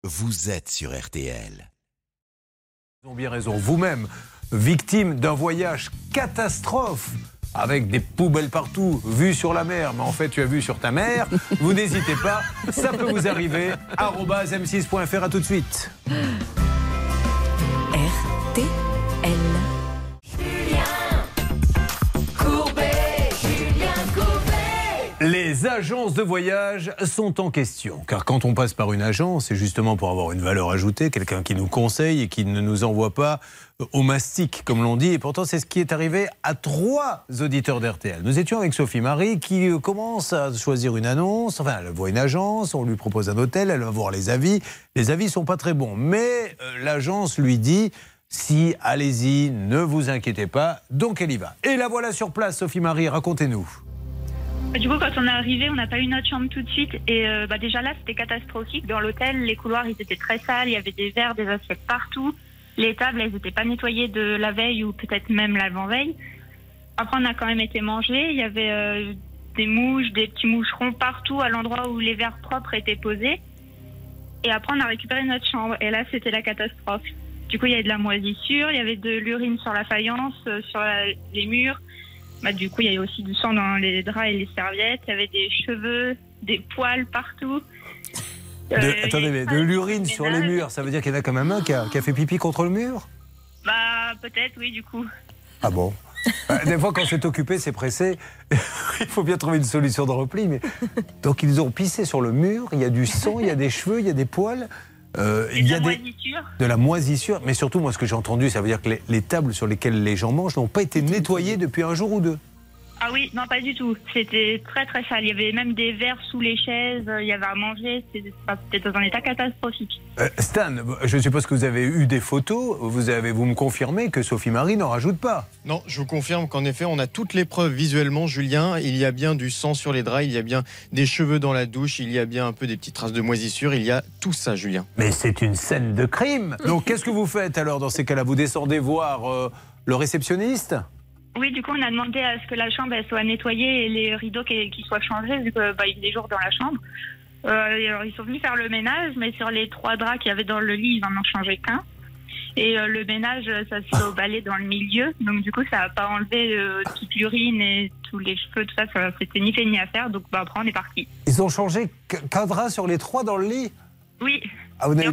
vous êtes sur RTL. Vous avez bien raison. Vous-même, victime d'un voyage catastrophe, avec des poubelles partout, vues sur la mer, mais en fait tu as vu sur ta mère, vous n'hésitez pas, ça peut vous arriver. @m6.fr, à tout de suite. RTL. Les agences de voyage sont en question. Car quand on passe par une agence, c'est justement pour avoir une valeur ajoutée, quelqu'un qui nous conseille et qui ne nous envoie pas au mastic, comme l'on dit. Et pourtant, c'est ce qui est arrivé à 3 auditeurs d'RTL. Nous étions avec Sophie Marie qui commence à choisir une annonce. Enfin, elle voit une agence, on lui propose un hôtel, elle va voir les avis. Les avis ne sont pas très bons. Mais l'agence lui dit... Si, allez-y, ne vous inquiétez pas. Donc elle y va. Et la voilà sur place, Sophie Marie, racontez-nous. Du coup, quand on est arrivé, on n'a pas eu notre chambre tout de suite. Et déjà là, c'était catastrophique. Dans l'hôtel, les couloirs, ils étaient très sales. Il y avait des verres, des assiettes partout. Les tables, elles n'étaient pas nettoyées de la veille ou peut-être même l'avant-veille. Après, on a quand même été mangés. Il y avait des mouches, des petits moucherons partout à l'endroit où les verres propres étaient posés. Et après, on a récupéré notre chambre. Et là, c'était la catastrophe. Du coup, il y avait de la moisissure, il y avait de l'urine sur la faïence, sur les murs. Du coup, il y avait aussi du sang dans les draps et les serviettes. Il y avait des cheveux, des poils partout. Attendez, mais de l'urine sur les murs, ça veut dire qu'il y en a quand même un qui a fait pipi contre le mur ? Peut-être, oui, du coup. Ah bon ? Des fois, quand c'est occupé, c'est pressé. Il faut bien trouver une solution de repli. Mais... Donc, ils ont pissé sur le mur, il y a du sang, il y a des cheveux, il y a des poils. Il y a de la moisissure, mais surtout, moi, ce que j'ai entendu, ça veut dire que les tables sur lesquelles les gens mangent n'ont pas été nettoyées depuis un jour ou deux. Ah oui, non, pas du tout. C'était très très sale. Il y avait même des verres sous les chaises, il y avait à manger. C'était dans un état catastrophique. Stan, je suppose que vous avez eu des photos. Vous me confirmez que Sophie Marie n'en rajoute pas. Non, je vous confirme qu'en effet, on a toutes les preuves visuellement, Julien. Il y a bien du sang sur les draps, il y a bien des cheveux dans la douche, il y a bien un peu des petites traces de moisissure. Il y a tout ça, Julien. Mais c'est une scène de crime. Donc, qu'est-ce que vous faites alors dans ces cas-là ? Vous descendez voir le réceptionniste ? Oui, du coup, on a demandé à ce que la chambre elle soit nettoyée et les rideaux qui soient changés, vu qu'il faisait jour dans la chambre. Alors, ils sont venus faire le ménage, mais sur les 3 draps qu'il y avait dans le lit, ils n'en ont changé qu'un. Et le ménage, ça se fait au balai dans le milieu. Donc, du coup, ça n'a pas enlevé toute l'urine et tous les cheveux, tout ça. C'était ni fait ni à faire. Donc, après, on est parti. Ils ont changé qu'un drap sur les 3 dans le lit ? Oui. Ah, vous n'aviez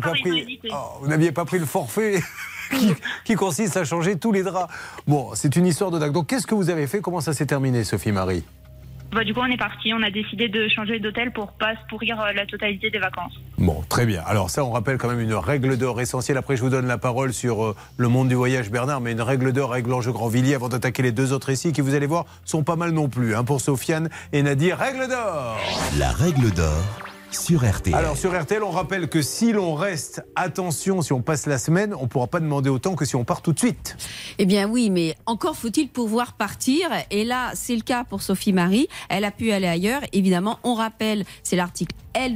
pas pris le forfait qui consiste à changer tous les draps. Bon, c'est une histoire de dingue. Donc, qu'est-ce que vous avez fait ? Comment ça s'est terminé, Sophie Marie ? Du coup, on est parti. On a décidé de changer d'hôtel pour pas se pourrir la totalité des vacances. Bon, très bien. Alors ça, on rappelle quand même une règle d'or essentielle. Après, je vous donne la parole sur le monde du voyage, Bernard. Mais une règle d'or avec l'Ange Grandvilliers avant d'attaquer les 2 autres récits qui, vous allez voir, sont pas mal non plus. Pour Sofiane et Nadir, règle d'or. La règle d'or sur RTL. Alors sur RTL, on rappelle que si l'on reste, attention, si on passe la semaine, on ne pourra pas demander autant que si on part tout de suite. Eh bien oui, mais encore faut-il pouvoir partir. Et là, c'est le cas pour Sophie Marie. Elle a pu aller ailleurs. Évidemment, on rappelle, c'est l'article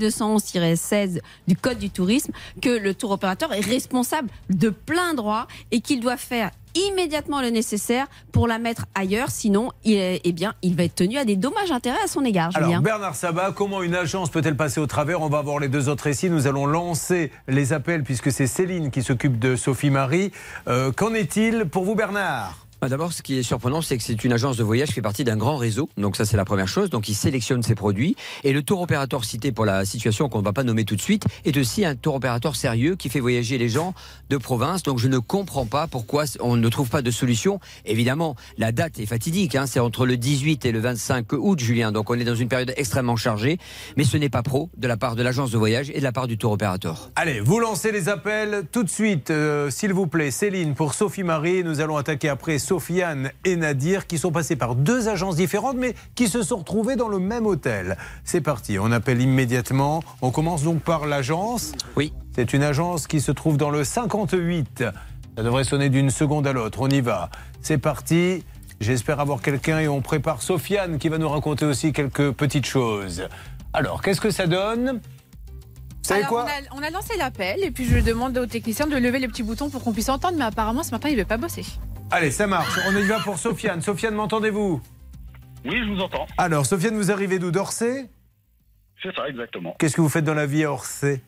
L211-16 du Code du tourisme, que le tour opérateur est responsable de plein droit et qu'il doit faire immédiatement le nécessaire pour la mettre ailleurs, sinon il va être tenu à des dommages-intérêts à son égard. Julien. Alors Bernard Sabat, comment une agence peut-elle passer au travers ? On va voir les 2 autres récits. Nous allons lancer les appels puisque c'est Céline qui s'occupe de Sophie Marie. Qu'en est-il pour vous, Bernard ? D'abord, ce qui est surprenant, c'est que c'est une agence de voyage qui fait partie d'un grand réseau. Donc ça, c'est la première chose. Donc il sélectionne ses produits. Et le tour opérateur cité pour la situation qu'on ne va pas nommer tout de suite est aussi un tour opérateur sérieux qui fait voyager les gens de province. Donc je ne comprends pas pourquoi on ne trouve pas de solution. Évidemment, la date est fatidique. C'est entre le 18 et le 25 août, Julien. Donc on est dans une période extrêmement chargée. Mais ce n'est pas pro de la part de l'agence de voyage et de la part du tour opérateur. Allez, vous lancez les appels tout de suite. S'il vous plaît, Céline pour Sophie Marie. Nous allons attaquer après Sofiane et Nadir qui sont passés par 2 agences différentes mais qui se sont retrouvés dans le même hôtel. C'est parti, on appelle immédiatement. On commence donc par l'agence. Oui. C'est une agence qui se trouve dans le 58. Ça devrait sonner d'une seconde à l'autre. On y va. C'est parti. J'espère avoir quelqu'un et on prépare Sofiane qui va nous raconter aussi quelques petites choses. Alors, qu'est-ce que ça donne ? Vous savez quoi ? On a lancé l'appel et puis je demande au technicien de lever le petit bouton pour qu'on puisse entendre, mais apparemment ce matin il ne veut pas bosser. Allez, ça marche. On y va pour Sofiane. Sofiane, m'entendez-vous ? Oui, je vous entends. Alors, Sofiane, vous arrivez d'où ? D'Orsay ? C'est ça, exactement. Qu'est-ce que vous faites dans la vie à Orsay ?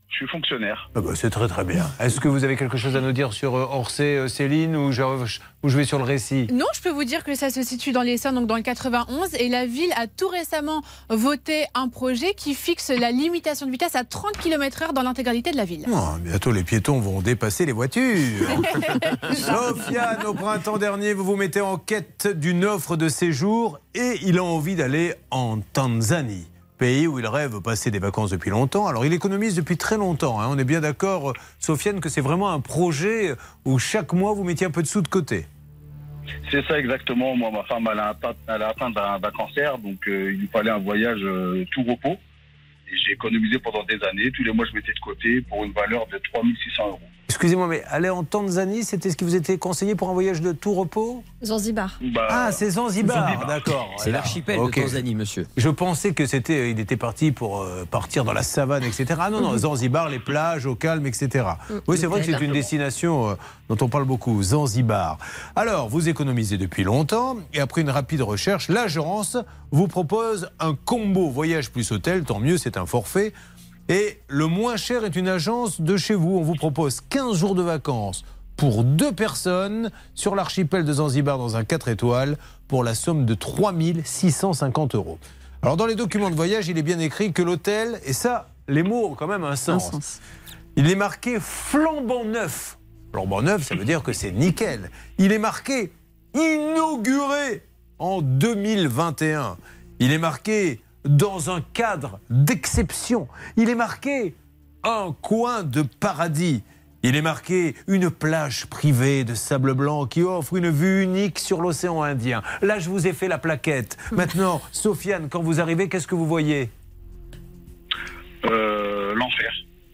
Je suis fonctionnaire. Ah bah, c'est très très bien. Est-ce que vous avez quelque chose à nous dire sur Orsay, Céline, ou je vais sur le récit? Non, je peux vous dire que ça se situe dans l'Essonne, donc dans le 91, et la ville a tout récemment voté un projet qui fixe la limitation de vitesse à 30 km/h dans l'intégralité de la ville. Oh, bientôt les piétons vont dépasser les voitures. Sofiane, au printemps dernier, vous vous mettez en quête d'une offre de séjour et il a envie d'aller en Tanzanie. Pays où il rêve passer des vacances depuis longtemps. Alors il économise depuis très longtemps. Hein. On est bien d'accord, Sofiane, que c'est vraiment un projet où chaque mois vous mettiez un peu de sous de côté. C'est ça exactement. Moi, ma femme, elle a atteint d'un cancer, donc il lui fallait un voyage tout repos. Et j'ai économisé pendant des années. Tous les mois, je mettais de côté pour une valeur de 3 600 €. Excusez-moi, mais aller en Tanzanie, c'était ce qui vous était conseillé pour un voyage de tout repos? Zanzibar. Ah, c'est Zanzibar, d'accord. C'est l'archipel de Tanzanie, monsieur. Je pensais que il était parti pour partir dans la savane, etc. Ah non, Zanzibar, les plages, au calme, etc. Oui, c'est vrai que c'est une destination dont on parle beaucoup, Zanzibar. Alors, vous économisez depuis longtemps et après une rapide recherche, l'agence vous propose un combo voyage plus hôtel, tant mieux, c'est un forfait. Et le moins cher est une agence de chez vous. On vous propose 15 jours de vacances pour 2 personnes sur l'archipel de Zanzibar dans un 4 étoiles pour la somme de 3 650 €. Alors dans les documents de voyage, il est bien écrit que l'hôtel, et ça, les mots ont quand même un sens. Il est marqué flambant neuf. Flambant neuf, ça veut dire que c'est nickel. Il est marqué inauguré en 2021. Il est marqué dans un cadre d'exception. Il est marqué un coin de paradis. Il est marqué une plage privée de sable blanc qui offre une vue unique sur l'océan Indien. Là, je vous ai fait la plaquette. Maintenant, Sofiane, quand vous arrivez, qu'est-ce que vous voyez? L'enfer.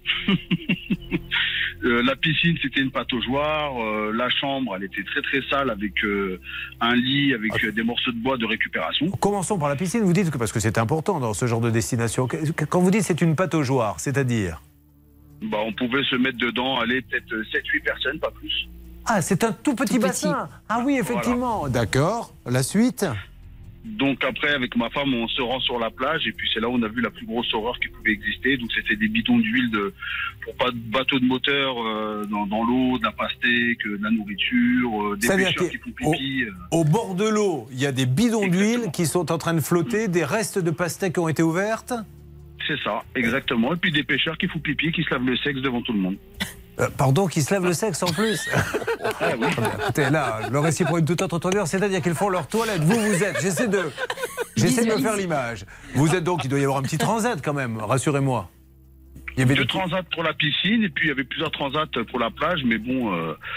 La piscine, c'était une pataugeoire. La chambre, elle était très très sale avec un lit, avec des morceaux de bois de récupération. Commençons par la piscine. Vous dites que, parce que c'est important dans ce genre de destination, quand vous dites c'est une pataugeoire, c'est-à-dire? On pouvait se mettre dedans, aller peut-être 7-8 personnes, pas plus. Ah, c'est un tout petit bassin. Ah oui, effectivement. Voilà. D'accord. La suite? Donc après, avec ma femme, on se rend sur la plage et puis c'est là où on a vu la plus grosse horreur qui pouvait exister. Donc c'était des bidons d'huile pour pas de bateau de moteur dans l'eau, de la pastèque, de la nourriture, des pêcheurs qui font pipi. Au bord de l'eau, il y a des bidons d'huile qui sont en train de flotter, des restes de pastèques ont été ouvertes. C'est ça, exactement. Et puis des pêcheurs qui font pipi, qui se lavent le sexe devant tout le monde. Pardon, qui se lavent le sexe en plus. Ah oui. Écoutez, là, le récit pour une toute autre toilette, c'est-à-dire qu'ils font leur toilette. Vous êtes, j'essaie de me faire l'image. Vous êtes donc, il doit y avoir un petit transat quand même, rassurez-moi. Il y avait 2 transats pour la piscine et puis il y avait plusieurs transats pour la plage, mais bon,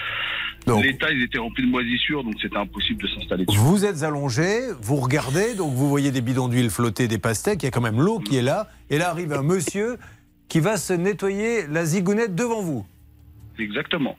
l'état, ils étaient remplis de moisissures, donc c'était impossible de s'installer dessus. Vous êtes allongé, vous regardez, donc vous voyez des bidons d'huile flotter, des pastèques, il y a quand même l'eau qui est là, et là arrive un monsieur qui va se nettoyer la zigounette devant vous. Exactement.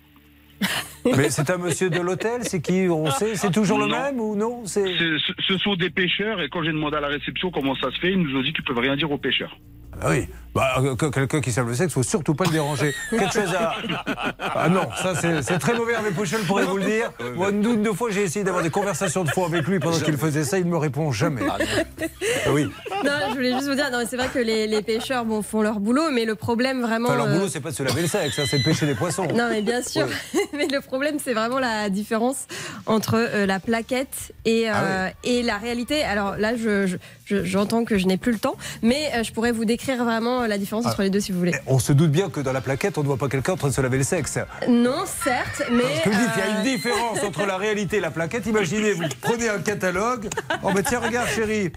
Mais c'est un monsieur de l'hôtel, c'est qui, on sait, c'est toujours le même ou non? Ce sont des pêcheurs et quand j'ai demandé à la réception comment ça se fait, ils nous ont dit qu'ils ne peuvent rien dire aux pêcheurs. Ah oui, quelqu'un qui se lave le sexe, il ne faut surtout pas le déranger. Quelque chose à... Ah non, ça c'est très mauvais, Hervé Pouchel pourrait vous le dire. Moi, une douzaine de fois, j'ai essayé d'avoir des conversations de fois avec lui pendant qu'il faisait ça, il ne me répond jamais. Oui. Non, je voulais juste vous dire, c'est vrai que les pêcheurs font leur boulot, mais le problème vraiment... Enfin, leur boulot, c'est pas de se laver le sexe, c'est de pêcher des poissons. Non, mais bien sûr. Ouais. Mais le problème, c'est vraiment la différence entre la plaquette et la réalité. Alors là, j'entends que je n'ai plus le temps, mais je pourrais vous décrire vraiment la différence entre les deux si vous voulez. On se doute bien que dans la plaquette, on ne voit pas quelqu'un en train de se laver le sexe. Non, certes, mais... Parce que vous dites qu'il y a une différence entre la réalité et la plaquette. Imaginez, vous prenez un catalogue. Oh, mais tiens, regarde, chérie.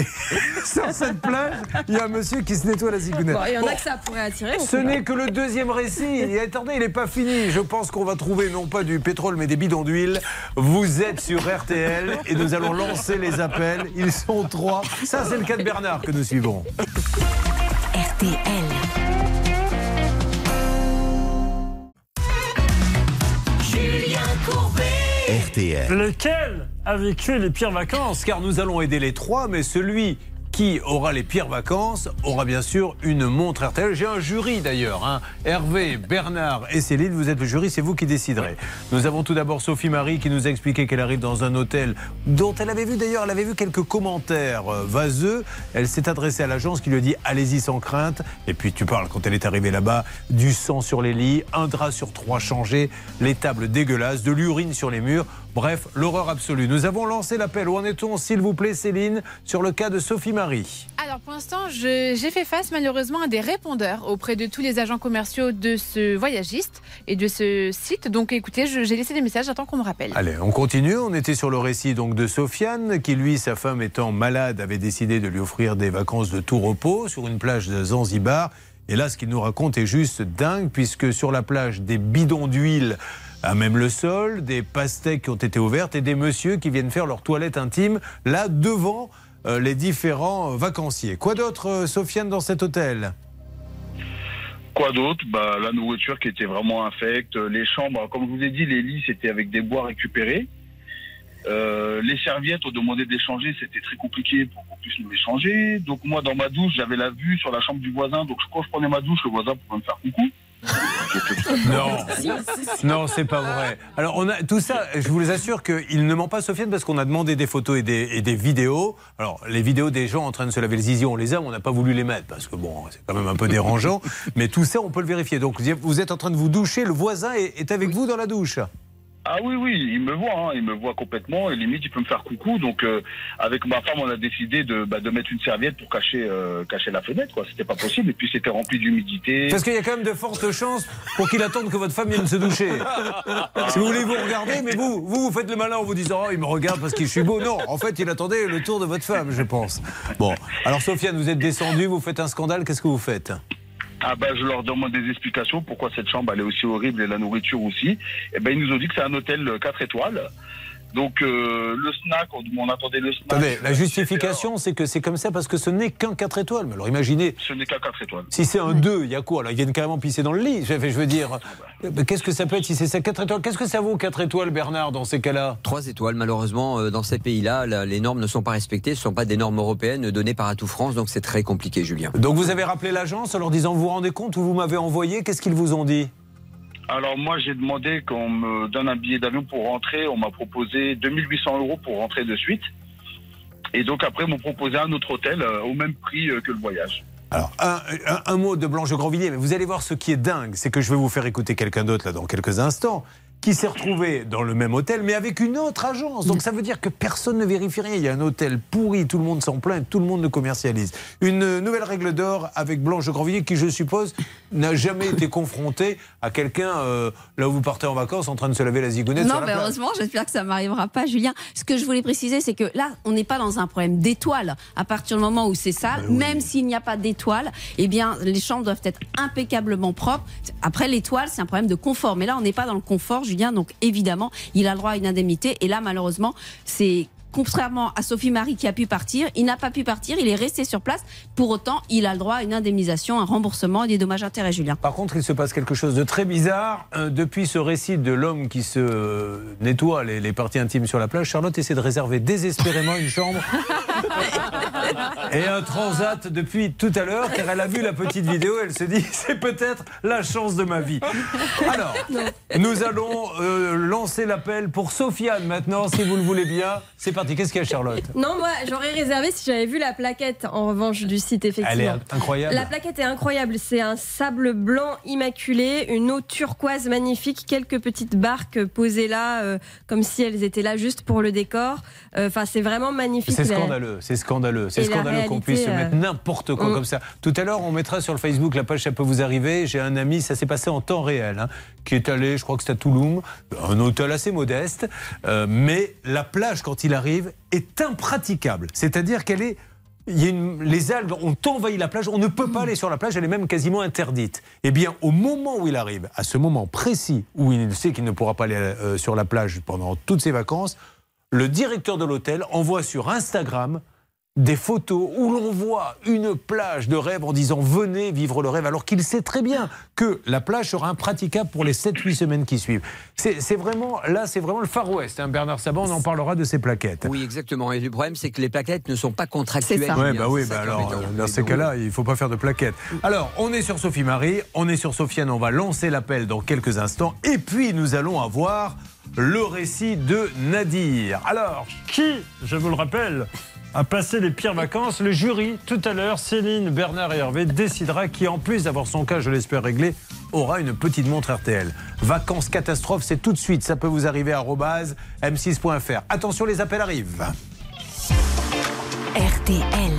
Sur cette plage, il y a un monsieur qui se nettoie la zigounette. Il y en a que ça pourrait attirer. Ce n'est que le deuxième récit. Et attendez, il n'est pas fini. Je pense qu'on va trouver non pas du pétrole, mais des bidons d'huile. Vous êtes sur RTL et nous allons lancer les appels. Ils sont 3. Ça, c'est le cas de Bernard que nous suivons. RTL. Julien Courbet. RTL. Lequel a vécu les pires vacances? Car nous allons aider les 3, mais celui qui aura les pires vacances aura bien sûr une montre RTL. J'ai un jury d'ailleurs, hein. Hervé, Bernard et Céline, vous êtes le jury, c'est vous qui déciderez. Nous avons tout d'abord Sophie Marie qui nous a expliqué qu'elle arrive dans un hôtel dont elle avait vu quelques commentaires vaseux. Elle s'est adressée à l'agence qui lui a dit allez-y sans crainte. Et puis tu parles quand elle est arrivée là-bas, du sang sur les lits, un drap sur 3 changé, les tables dégueulasses, de l'urine sur les murs. Bref, l'horreur absolue. Nous avons lancé l'appel. Où en est-on, s'il vous plaît, Céline, sur le cas de Sophie Marie? Alors pour l'instant, j'ai fait face malheureusement à des répondeurs auprès de tous les agents commerciaux de ce voyagiste et de ce site. Donc écoutez, j'ai laissé des messages, j'attends qu'on me rappelle. Allez, on continue. On était sur le récit donc de Sofiane, qui lui, sa femme étant malade, avait décidé de lui offrir des vacances de tout repos sur une plage de Zanzibar. Et là, ce qu'il nous raconte est juste dingue, puisque sur la plage, des bidons d'huile à même le sol, des pastèques qui ont été ouvertes et des messieurs qui viennent faire leur toilette intime là devant les différents vacanciers. Quoi d'autre, Sofiane, dans cet hôtel? Quoi d'autre? La nourriture qui était vraiment infecte, les chambres, comme je vous ai dit, les lits c'était avec des bois récupérés. Les serviettes, on demandait d'échanger, c'était très compliqué pour qu'on puisse nous échanger. Donc moi, dans ma douche, j'avais la vue sur la chambre du voisin. Donc quand je prenais ma douche, le voisin pouvait me faire coucou. Non, c'est pas vrai. Alors on a tout ça, je vous assure qu'il ne ment pas, Sofiane, parce qu'on a demandé des photos et des vidéos. Alors les vidéos des gens en train de se laver le zizi, on les a, mais on n'a pas voulu les mettre parce que bon, c'est quand même un peu dérangeant. Mais tout ça, on peut le vérifier. Donc vous êtes en train de vous doucher, le voisin est avec vous dans la douche. Ah oui, il me voit complètement et limite il peut me faire coucou. Donc avec ma femme on a décidé de mettre une serviette pour cacher la fenêtre, quoi. C'était pas possible et puis c'était rempli d'humidité. Parce qu'il y a quand même de fortes chances pour qu'il attende que votre femme vienne se doucher. Si vous voulez vous regarder, mais vous faites le malin en vous disant oh il me regarde parce que je suis beau. Non, en fait il attendait le tour de votre femme, je pense. Bon, alors Sofiane, vous êtes descendue, vous faites un scandale, qu'est-ce que vous faites? Je leur demande des explications pourquoi cette chambre elle est aussi horrible et la nourriture aussi. Et ils nous ont dit que c'est un hôtel 4 étoiles. Donc le snack, on attendait le snack. Attendez, la justification c'est que c'est comme ça parce que ce n'est qu'un 4 étoiles. Mais alors imaginez. Ce n'est qu'un 4 étoiles. Si c'est un 2, il y a quoi? Alors ils viennent carrément pisser dans le lit. Je veux dire, qu'est-ce que ça peut être si c'est ça 4 étoiles? Qu'est-ce que ça vaut 4 étoiles, Bernard, dans ces cas-là? 3 étoiles, malheureusement, dans ces pays-là, les normes ne sont pas respectées. Ce ne sont pas des normes européennes données par Atout France, donc c'est très compliqué, Julien. Donc vous avez rappelé l'agence en leur disant vous vous rendez compte où vous m'avez envoyé? Qu'est-ce qu'ils vous ont dit? Alors moi j'ai demandé qu'on me donne un billet d'avion pour rentrer. On m'a proposé 2800 € pour rentrer de suite. Et donc après ils m'ont proposé un autre hôtel au même prix que le voyage. Alors un mot de Blanche de Grandvilliers, mais vous allez voir ce qui est dingue, c'est que je vais vous faire écouter quelqu'un d'autre là dans quelques instants, qui s'est retrouvé dans le même hôtel, mais avec une autre agence. Donc ça veut dire que personne ne vérifie rien. Il y a un hôtel pourri, tout le monde s'en plaint, tout le monde le commercialise. Une nouvelle règle d'or avec Blanche de Grandvilliers, qui, je suppose, n'a jamais été confrontée à quelqu'un, là où vous partez en vacances, en train de se laver la zigounette sur la plage. Heureusement, j'espère que ça ne m'arrivera pas, Julien. Ce que je voulais préciser, c'est que là, on n'est pas dans un problème d'étoiles. À partir du moment où c'est sale, même s'il n'y a pas d'étoiles, eh bien, les chambres doivent être impeccablement propres. Après, l'étoile, c'est un problème de confort. Mais là, on n'est pas dans le confort, Julien, donc évidemment, il a le droit à une indemnité. Et là, malheureusement, c'est contrairement à Sophie Marie qui a pu partir, il n'a pas pu partir, il est resté sur place. Pour autant, il a le droit à une indemnisation, un remboursement et des dommages-intérêts, Julien. Par contre, il se passe quelque chose de très bizarre. Depuis ce récit de l'homme qui se nettoie les parties intimes sur la plage, Charlotte essaie de réserver désespérément une chambre et un transat depuis tout à l'heure, car elle a vu la petite vidéo, elle se dit c'est peut-être la chance de ma vie. Alors, nous allons lancer l'appel pour Sofiane maintenant, si vous le voulez bien. C'est parti. Qu'est-ce qu'il y a, Charlotte? Non, moi, j'aurais réservé si j'avais vu la plaquette, en revanche, du site, effectivement. Elle est incroyable. La plaquette est incroyable. C'est un sable blanc immaculé, une eau turquoise magnifique, quelques petites barques posées là, comme si elles étaient là juste pour le décor. Enfin, c'est vraiment magnifique. C'est scandaleux. C'est scandaleux. C'est scandaleux qu'on puisse se mettre n'importe quoi comme ça. Tout à l'heure, on mettra sur le Facebook la page Ça peut vous arriver. J'ai un ami, ça s'est passé en temps réel, qui est allé, je crois que c'est à Touloum, un hôtel assez modeste, mais la plage, quand il arrive, est impraticable. C'est-à-dire qu'elle est... les algues ont envahi la plage, on ne peut pas aller sur la plage, elle est même quasiment interdite. Eh bien, au moment où il arrive, à ce moment précis où il sait qu'il ne pourra pas aller sur la plage pendant toutes ses vacances, le directeur de l'hôtel envoie sur Instagram des photos où l'on voit une plage de rêve en disant venez vivre le rêve, alors qu'il sait très bien que la plage sera impraticable pour les 7-8 semaines qui suivent. C'est vraiment le Far West, hein, Bernard Sabat, on en parlera de ces plaquettes. Oui, exactement. Et le problème, c'est que les plaquettes ne sont pas contractuelles. Dans ces cas-là, il ne faut pas faire de plaquettes. Alors, on est sur Sophie Marie, on est sur Sofiane, on va lancer l'appel dans quelques instants. Et puis, nous allons avoir le récit de Nadir. Alors, qui, je vous le rappelle, a passé les pires vacances? Le jury, tout à l'heure, Céline, Bernard et Hervé décidera qui, en plus d'avoir son cas, je l'espère, réglé, aura une petite montre RTL. Vacances catastrophes, c'est tout de suite. Ça peut vous arriver à @m6.fr. Attention, les appels arrivent. RTL.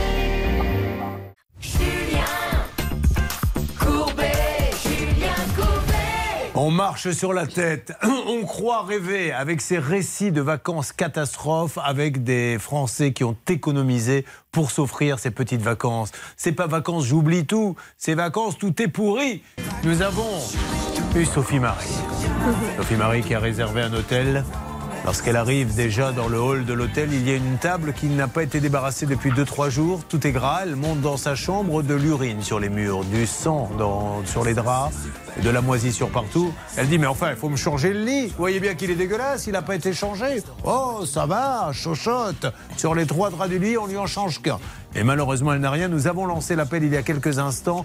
On marche sur la tête, on croit rêver avec ces récits de vacances catastrophes, avec des Français qui ont économisé pour s'offrir ces petites vacances. C'est pas vacances, j'oublie tout, c'est vacances, tout est pourri. Nous avons eu Sophie Marie. Sophie Marie qui a réservé un hôtel. Lorsqu'elle arrive déjà dans le hall de l'hôtel, il y a une table qui n'a pas été débarrassée depuis 2-3 jours. Tout est gras, elle monte dans sa chambre, de l'urine sur les murs, du sang sur les draps, de la moisissure partout. Elle dit mais enfin il faut me changer le lit. Vous voyez bien qu'il est dégueulasse, il n'a pas été changé. Oh ça va, chochotte. Sur les 3 draps du lit, on lui en change qu'un. Et malheureusement, elle n'a rien. Nous avons lancé l'appel il y a quelques instants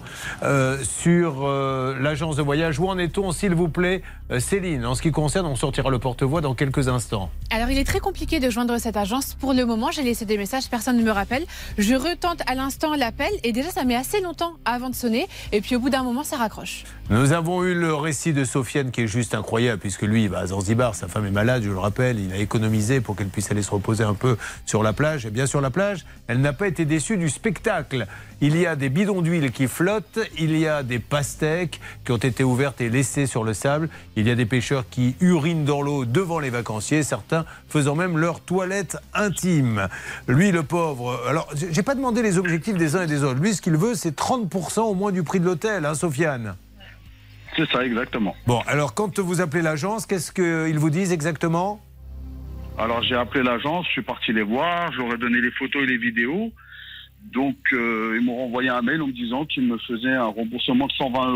sur l'agence de voyage. Où en est-on, s'il vous plaît, Céline? En ce qui concerne, on sortira le porte-voix dans quelques instants. Alors, il est très compliqué de joindre cette agence. Pour le moment, j'ai laissé des messages, personne ne me rappelle. Je retente à l'instant l'appel et déjà, ça met assez longtemps avant de sonner. Et puis, au bout d'un moment, ça raccroche. Nous avons eu le récit de Sofiane qui est juste incroyable, puisque lui, il va à Zanzibar, sa femme est malade, je le rappelle, il a économisé pour qu'elle puisse aller se reposer un peu sur la plage. Et bien sur la plage, elle n'a pas été déçue du spectacle. Il y a des bidons d'huile qui flottent, il y a des pastèques qui ont été ouvertes et laissées sur le sable, il y a des pêcheurs qui urinent dans l'eau devant les vacanciers, certains faisant même leur toilette intime. Lui, le pauvre, alors j'ai pas demandé les objectifs des uns et des autres. Lui, ce qu'il veut, c'est 30% au moins du prix de l'hôtel, hein, Sofiane? C'est ça, exactement. Bon, alors quand vous appelez l'agence, qu'est-ce qu'ils vous disent exactement? Alors j'ai appelé l'agence, je suis parti les voir, je leur ai donné les photos et les vidéos. Donc ils m'ont renvoyé un mail en me disant qu'ils me faisaient un remboursement de 120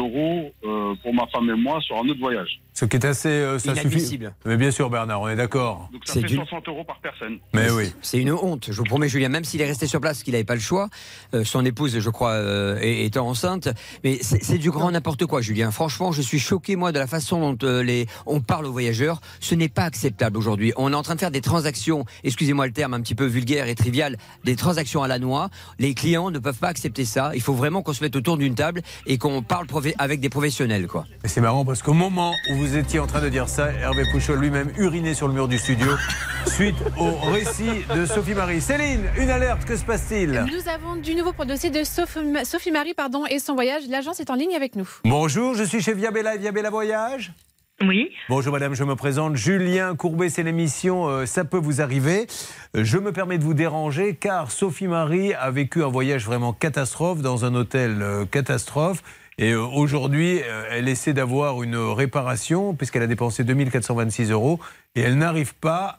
€ pour ma femme et moi sur un autre voyage. Ce qui est assez... ça inadmissible. Suffit. Mais bien sûr, Bernard, on est d'accord. Donc ça fait 60 € par personne. Mais oui. C'est une honte, je vous promets, Julien, même s'il est resté sur place, qu'il n'avait pas le choix, son épouse, je crois, étant enceinte, mais c'est du grand n'importe quoi, Julien. Franchement, je suis choqué, moi, de la façon dont on parle aux voyageurs. Ce n'est pas acceptable aujourd'hui. On est en train de faire des transactions, excusez-moi le terme un petit peu vulgaire et trivial, des transactions à la noix. Les clients ne peuvent pas accepter ça. Il faut vraiment qu'on se mette autour d'une table et qu'on parle avec des professionnels, quoi. Et c'est marrant parce qu'au moment où vous étiez en train de dire ça, Hervé Pouchol lui-même uriné sur le mur du studio suite au récit de Sophie Marie. Céline, une alerte, que se passe-t-il? Nous avons du nouveau pour le dossier de Sophie Marie et son voyage. L'agence est en ligne avec nous. Bonjour, je suis chez Viabella et Viabella Voyage. Oui. Bonjour madame, je me présente, Julien Courbet, c'est l'émission Ça peut vous arriver. Je me permets de vous déranger car Sophie Marie a vécu un voyage vraiment catastrophe dans un hôtel catastrophe. Et aujourd'hui, elle essaie d'avoir une réparation puisqu'elle a dépensé 2426 € et elle n'arrive pas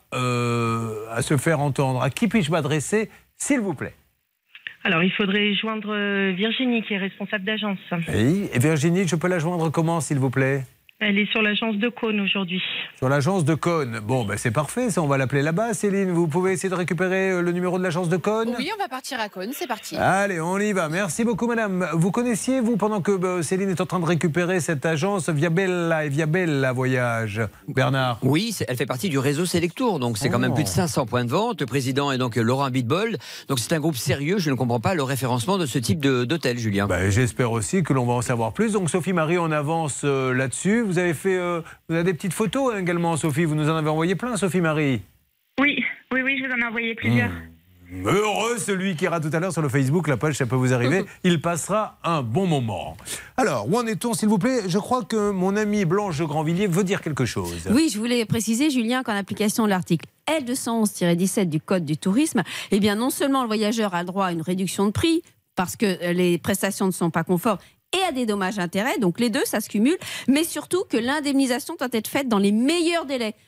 à se faire entendre. À qui puis-je m'adresser, s'il vous plaît? Alors, il faudrait joindre Virginie, qui est responsable d'agence. Oui, et Virginie, je peux la joindre comment, s'il vous plaît? Elle est sur l'agence de Cône aujourd'hui. Sur l'agence de Cône. Bon, ben c'est parfait, ça, on va l'appeler là-bas, Céline. Vous pouvez essayer de récupérer le numéro de l'agence de Cône? Oui, on va partir à Cône, c'est parti. Allez, on y va. Merci beaucoup, madame. Vous connaissiez, vous, pendant que Céline est en train de récupérer cette agence Viabella et Viabella Voyage, Bernard? Oui, elle fait partie du réseau Selectour, donc c'est quand même plus de 500 points de vente. Le président est donc Laurent Bitbol. Donc c'est un groupe sérieux, je ne comprends pas le référencement de ce type d'hôtel, Julien. Ben, j'espère aussi que l'on va en savoir plus. Donc Sophie Marie, on avance là-dessus. Vous avez fait... vous avez des petites photos également, Sophie. Vous nous en avez envoyé plein, Sophie Marie. Oui, je vous en ai envoyé plusieurs. Heureux celui qui ira tout à l'heure sur le Facebook, la page Ça peut vous arriver. Il passera un bon moment. Alors, où en est-on, s'il vous plaît? Je crois que mon amie Blanche de Grandvilliers veut dire quelque chose. Oui, je voulais préciser, Julien, qu'en application de l'article L211-17 du Code du tourisme, eh bien, non seulement le voyageur a le droit à une réduction de prix, parce que les prestations ne sont pas conformes, et à des dommages-intérêts, donc les deux, ça se cumule, mais surtout que l'indemnisation doit être faite dans les meilleurs délais.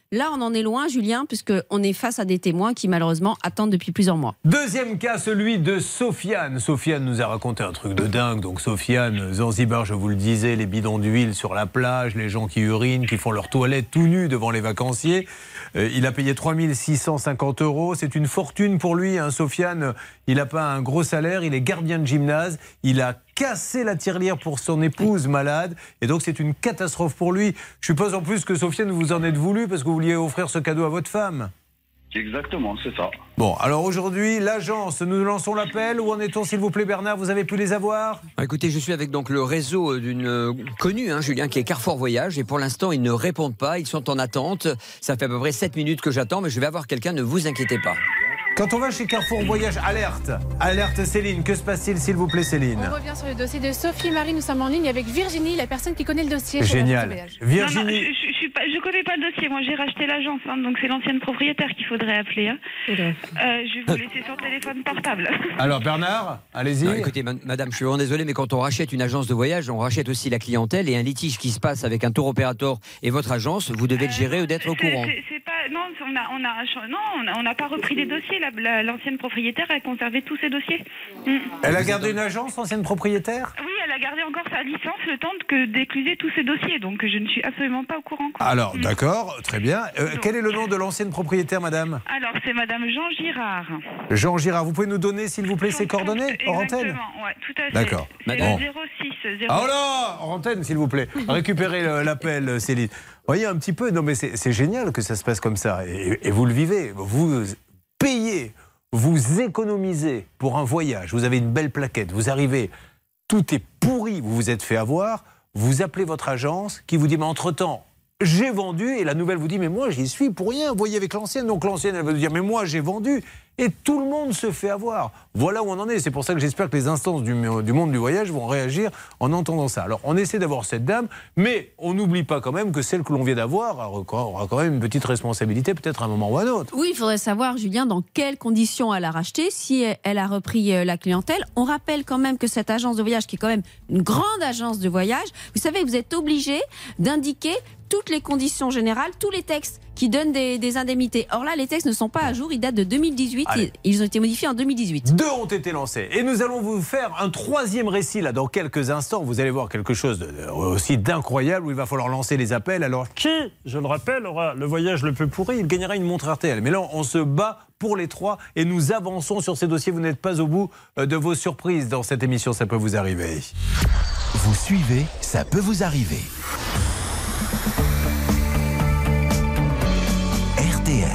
là, on en est loin, Julien, puisqu'on est face à des témoins qui, malheureusement, attendent depuis plusieurs mois. Deuxième cas, celui de Sofiane. Sofiane nous a raconté un truc de dingue. Donc Sofiane, Zanzibar, je vous le disais, les bidons d'huile sur la plage, les gens qui urinent, qui font leur toilette tout nus devant les vacanciers. Il a payé 3 650 €. C'est une fortune pour lui. Hein. Sofiane, il n'a pas un gros salaire. Il est gardien de gymnase. Il a cassé la tirelire pour son épouse malade. Et donc, c'est une catastrophe pour lui. Je suppose en plus que Sofiane, vous en êtes voulu parce que vous vouliez offrir ce cadeau à votre femme. Exactement, c'est ça. Bon, alors aujourd'hui, l'agence, nous lançons l'appel. Où en est-on, s'il vous plaît, Bernard? Vous avez pu les avoir? Écoutez, je suis avec donc le réseau d'une connue, Julien, qui est Carrefour Voyage. Et pour l'instant, ils ne répondent pas. Ils sont en attente. Ça fait à peu près 7 minutes que j'attends, mais je vais avoir quelqu'un, ne vous inquiétez pas. Quand on va chez Carrefour Voyage, alerte. Alerte Céline. Que se passe-t-il, s'il vous plaît, Céline? On revient sur le dossier de Sophie Marie. Nous sommes en ligne avec Virginie, la personne qui connaît le dossier. Génial. Virginie. Non, je connais pas le dossier. Moi, j'ai racheté l'agence, donc c'est l'ancienne propriétaire qu'il faudrait appeler. Je vais vous laisser son téléphone portable. Alors, Bernard, allez-y. Écoutez, madame, je suis vraiment désolé, mais quand on rachète une agence de voyage, on rachète aussi la clientèle et un litige qui se passe avec un tour opérateur et votre agence, vous devez le gérer ou d'être au courant. On n'a pas repris les dossiers. L'ancienne propriétaire a conservé tous ses dossiers. Elle a gardé une agence, ancienne propriétaire? Oui, elle a gardé encore sa licence le temps d'écluser tous ses dossiers. Donc je ne suis absolument pas au courant. Alors, d'accord, très bien. Quel est le nom de l'ancienne propriétaire, madame? Alors, c'est madame Jean Girard. Jean Girard, vous pouvez nous donner, s'il vous plaît, ses coordonnées hors antenne? Exactement, ouais, tout à fait. D'accord. C'est Bon. le 06. Ah là, hors antenne, s'il vous plaît. Récupérez l'appel, Céline. Voyez un petit peu, non mais c'est génial que ça se passe comme ça. Et vous le vivez. Vous payez, vous économisez pour un voyage. Vous avez une belle plaquette, vous arrivez, tout est pourri, vous vous êtes fait avoir. Vous appelez votre agence qui vous dit, mais entre-temps, j'ai vendu. Et la nouvelle vous dit, mais moi, j'y suis pour rien. Vous voyez avec l'ancienne. Donc l'ancienne, elle va vous dire, mais moi, j'ai vendu. Et tout le monde se fait avoir. Voilà où on en est. C'est pour ça que j'espère que les instances du monde du voyage vont réagir en entendant ça. Alors, on essaie d'avoir cette dame, mais on n'oublie pas quand même que celle que l'on vient d'avoir aura quand même une petite responsabilité, peut-être à un moment ou à un autre. Oui, il faudrait savoir, Julien, dans quelles conditions elle a racheté, si elle a repris la clientèle. On rappelle quand même que cette agence de voyage, qui est quand même une grande agence de voyage, vous savez, vous êtes obligé d'indiquer toutes les conditions générales, tous les textes qui donnent des indemnités. Or là, les textes ne sont pas à jour, ils datent de 2018, ils ont été modifiés en 2018. 2 ont été lancés. Et nous allons vous faire un 3e récit, là, dans quelques instants. Vous allez voir quelque chose aussi d'incroyable où il va falloir lancer les appels. Alors, Qui, je le rappelle, aura le voyage le plus pourri? il gagnera une montre RTL. Mais là, on se bat pour les 3 et nous avançons sur ces dossiers. Vous n'êtes pas au bout de vos surprises dans cette émission. Ça peut vous arriver. Vous suivez, ça peut vous arriver. RTL.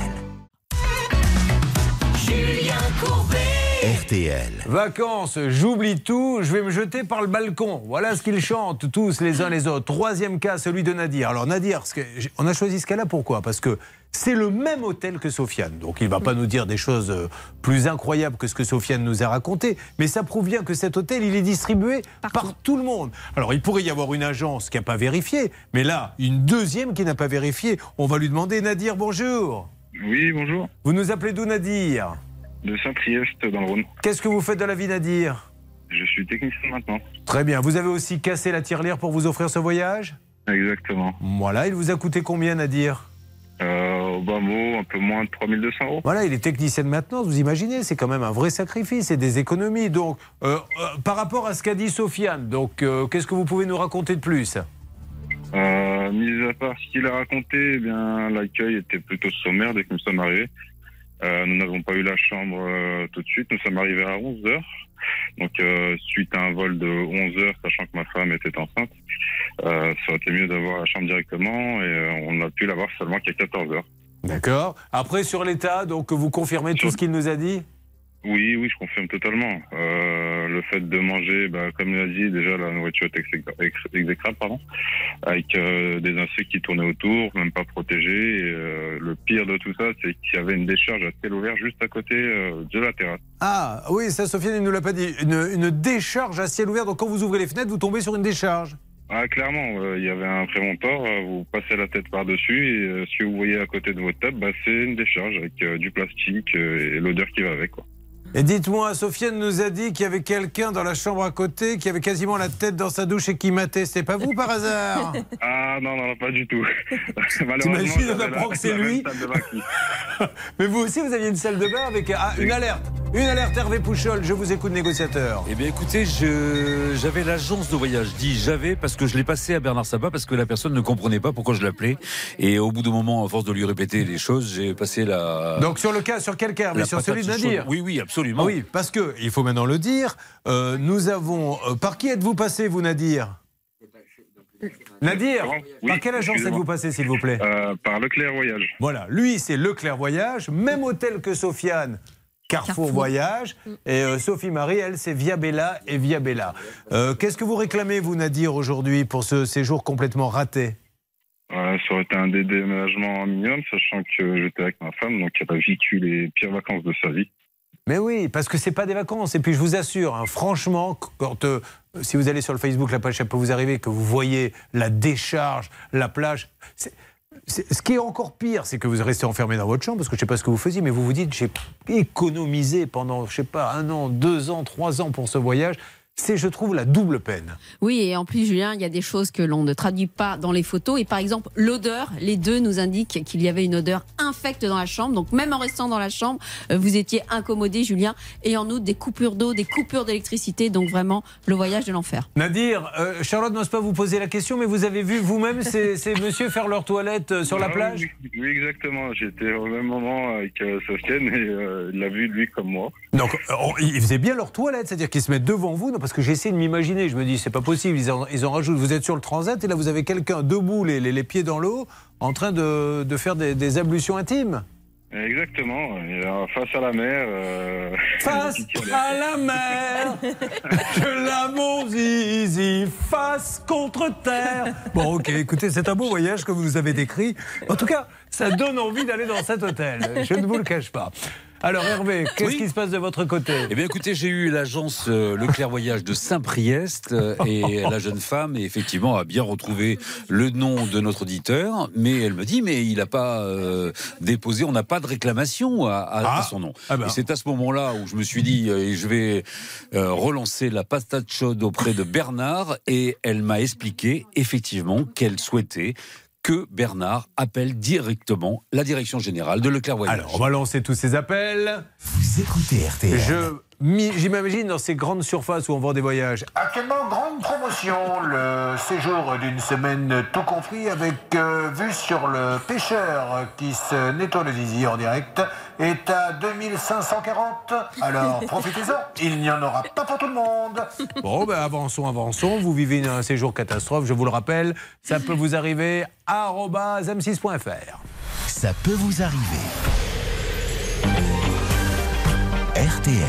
Julien Courbet. RTL. Vacances, j'oublie tout, je vais me jeter par le balcon. Voilà ce qu'ils chantent tous les uns les autres. 3e cas, celui de Nadir. Alors Nadir, on a choisi ce cas-là pourquoi? Parce que c'est le même hôtel que Sofiane. Donc il ne va pas nous dire des choses plus incroyables que ce que Sofiane nous a raconté. Mais ça prouve bien que cet hôtel, il est distribué par tout le monde. Alors il pourrait y avoir une agence qui n'a pas vérifié. Mais là, une 2e qui n'a pas vérifié. On va lui demander, Nadir, bonjour. Oui, bonjour. Vous nous appelez d'où, Nadir? De Saint-Priest, dans le Rhône. Qu'est-ce que vous faites de la vie, Nadir? Je suis technicien maintenant. Très bien. Vous avez aussi cassé la tirelire pour vous offrir ce voyage? Exactement. Voilà, il vous a coûté combien, Nadir? Au bas mot, un peu moins de 3 200 €. Voilà, il est technicien de maintenance, vous imaginez, c'est quand même un vrai sacrifice, c'est des économies. Donc, par rapport à ce qu'a dit Sofiane, donc, qu'est-ce que vous pouvez nous raconter de plus? Mis à part ce qu'il a raconté, eh bien, l'accueil était plutôt sommaire dès que nous sommes arrivés. Nous n'avons pas eu la chambre tout de suite, nous sommes arrivés à 11h. Donc, suite à un vol de 11h, sachant que ma femme était enceinte, ça aurait été mieux d'avoir la chambre directement et on a pu l'avoir seulement qu'à 14h. D'accord. Après, sur l'état, donc vous confirmez tout ce qu'il nous a dit? Oui, je confirme totalement. Le fait de manger, comme il a dit, déjà la nourriture est exécrable, avec des insectes qui tournaient autour, même pas protégés. Et, le pire de tout ça, c'est qu'il y avait une décharge à ciel ouvert juste à côté de la terrasse. Ah oui, ça Sofiane ne nous l'a pas dit. Une décharge à ciel ouvert, donc quand vous ouvrez les fenêtres, vous tombez sur une décharge. Ah, clairement, il y avait un prémontoire, vous passez la tête par-dessus et si vous voyez à côté de votre table, c'est une décharge avec du plastique et l'odeur qui va avec, quoi. Et dites-moi, Sofiane nous a dit qu'il y avait quelqu'un dans la chambre à côté qui avait quasiment la tête dans sa douche et qui matait. C'est pas vous par hasard? Ah non, pas du tout. T'imagines, on apprend que c'est lui. Mais vous aussi, vous aviez une salle de bain avec une alerte. Une alerte, Hervé Pouchol, je vous écoute, négociateur. Eh bien écoutez, j'avais l'agence de voyage. J'avais parce que je l'ai passé à Bernard Sabat parce que la personne ne comprenait pas pourquoi je l'appelais. Et au bout d'un moment, à force de lui répéter les choses, j'ai passé la... Donc sur quel cas, Hervé? Sur celui de Nadir? Oui, absolument. Oui, parce que, il faut maintenant le dire, nous avons... par qui êtes-vous passé, vous, Nadir? Nadir, par quelle agence êtes-vous passé, s'il vous plaît? Par Leclerc Voyage. Voilà, lui, c'est Leclerc Voyage, même hôtel que Sofiane, Carrefour Voyage. Et Sophie Marie, elle, c'est Viabella et Viabella. Qu'est-ce que vous réclamez, vous, Nadir, aujourd'hui, pour ce séjour complètement raté? Ça aurait été un déménagement minimum, sachant que j'étais avec ma femme, donc elle a vécu les pires vacances de sa vie. Mais oui, parce que c'est pas des vacances. Et puis je vous assure, hein, franchement, quand si vous allez sur le Facebook, la page Ça peut vous arriver, que vous voyez la décharge, la plage, ce qui est encore pire, c'est que vous restez enfermé dans votre chambre, parce que je ne sais pas ce que vous faisiez, mais vous vous dites, j'ai économisé pendant, je ne sais pas, 1 an, 2 ans, 3 ans pour ce voyage. C'est, je trouve, la double peine. Oui, et en plus, Julien, il y a des choses que l'on ne traduit pas dans les photos. Et par exemple, l'odeur, les deux nous indiquent qu'il y avait une odeur infecte dans la chambre. Donc même en restant dans la chambre, vous étiez incommodé, Julien. Et en outre, des coupures d'eau, des coupures d'électricité. Donc vraiment, le voyage de l'enfer. Nadir, Charlotte n'ose pas vous poser la question, mais vous avez vu vous-même ces messieurs faire leur toilette sur la plage? Oui, exactement. J'étais au même moment avec Sofiane et il l'a vu, lui, comme moi. Donc, ils faisaient bien leur toilette, c'est-à-dire qu'ils se mettent devant vous, non, parce que j'essaie de m'imaginer, je me dis, c'est pas possible, ils en rajoutent, vous êtes sur le transat et là vous avez quelqu'un debout, les pieds dans l'eau, en train de faire des ablutions intimes. Exactement, et face à la mer. Face à la mer, que la mon zizi face contre terre. Bon, ok, écoutez, c'est un beau voyage que vous nous avez décrit. En tout cas, ça donne envie d'aller dans cet hôtel, je ne vous le cache pas. Alors Hervé, qu'est-ce qui se passe de votre côté? Eh bien écoutez, j'ai eu l'agence Leclerc Voyage de Saint-Priest et la jeune femme effectivement a bien retrouvé le nom de notre auditeur, mais elle me dit mais il n'a pas déposé, on n'a pas de réclamation à son nom. Et c'est à ce moment-là où je me suis dit je vais relancer la patate chaude auprès de Bernard et elle m'a expliqué effectivement qu'elle souhaitait que Bernard appelle directement la direction générale de Leclerc Voyage. Alors, on va lancer tous ces appels. Vous écoutez RTL. J'imagine dans ces grandes surfaces où on vend des voyages. Actuellement, grande promotion, le séjour d'une semaine tout compris avec vue sur le pêcheur qui se nettoie le zizi en direct est à 2540. Alors, profitez-en, il n'y en aura pas pour tout le monde. Bon, ben avançons. Vous vivez un séjour catastrophe, je vous le rappelle. Ça peut vous arriver @m6.fr. Ça peut vous arriver. RTL.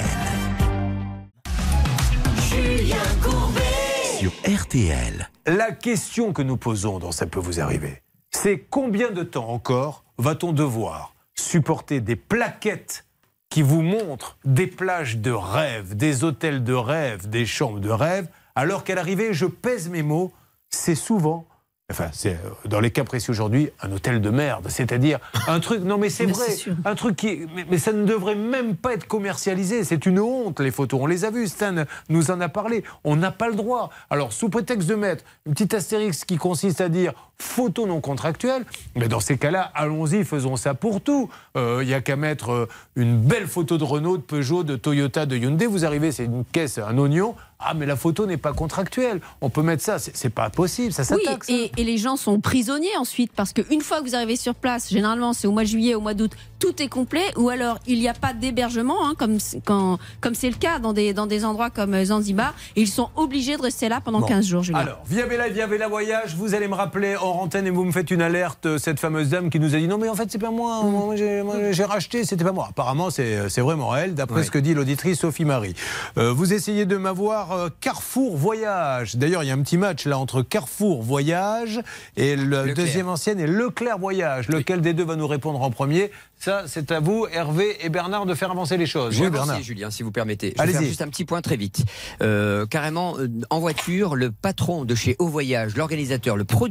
Julien Courbet. Sur RTL. La question que nous posons dans Ça peut vous arriver, c'est combien de temps encore va-t-on devoir supporter des plaquettes qui vous montrent des plages de rêve, des hôtels de rêve, des chambres de rêve, alors qu'à l'arrivée, je pèse mes mots, c'est souvent... Enfin, c'est dans les cas précis aujourd'hui, un hôtel de merde. C'est-à-dire un truc... Non, mais c'est vrai. Un truc qui... Mais ça ne devrait même pas être commercialisé. C'est une honte, les photos. On les a vues. Stan nous en a parlé. On n'a pas le droit. Alors, sous prétexte de mettre une petite astérix qui consiste à dire photo non contractuelle, mais dans ces cas-là, allons-y, faisons ça pour tout. Il n'y a qu'à mettre une belle photo de Renault, de Peugeot, de Toyota, de Hyundai. Vous arrivez, c'est une caisse, un oignon. Ah, mais la photo n'est pas contractuelle. On peut mettre ça. C'est pas possible. Ça s'attaque. Oui, et les gens sont prisonniers ensuite, parce qu'une fois que vous arrivez sur place, généralement c'est au mois de juillet, au mois d'août, tout est complet, ou alors il n'y a pas d'hébergement, hein, comme c'est le cas dans des endroits comme Zanzibar, et ils sont obligés de rester là pendant 15 jours. Julien. Alors, Viabella Voyage, vous allez me rappeler hors antenne et vous me faites une alerte, cette fameuse dame qui nous a dit non mais en fait c'est pas moi, moi j'ai racheté, c'était pas moi. Apparemment c'est vraiment elle, d'après ce que dit l'auditrice Sophie Marie. Vous essayez de m'avoir Carrefour Voyage. D'ailleurs il y a un petit match là entre Carrefour Voyage et le deuxième ancienne est Leclerc Voyage. Lequel des deux va nous répondre en premier? Ça, c'est à vous, Hervé et Bernard, de faire avancer les choses. Je vais avancer, Julien, si vous permettez. Je vais faire juste un petit point très vite. Carrément, en voiture, le patron de chez Au Voyage, l'organisateur, le producteur de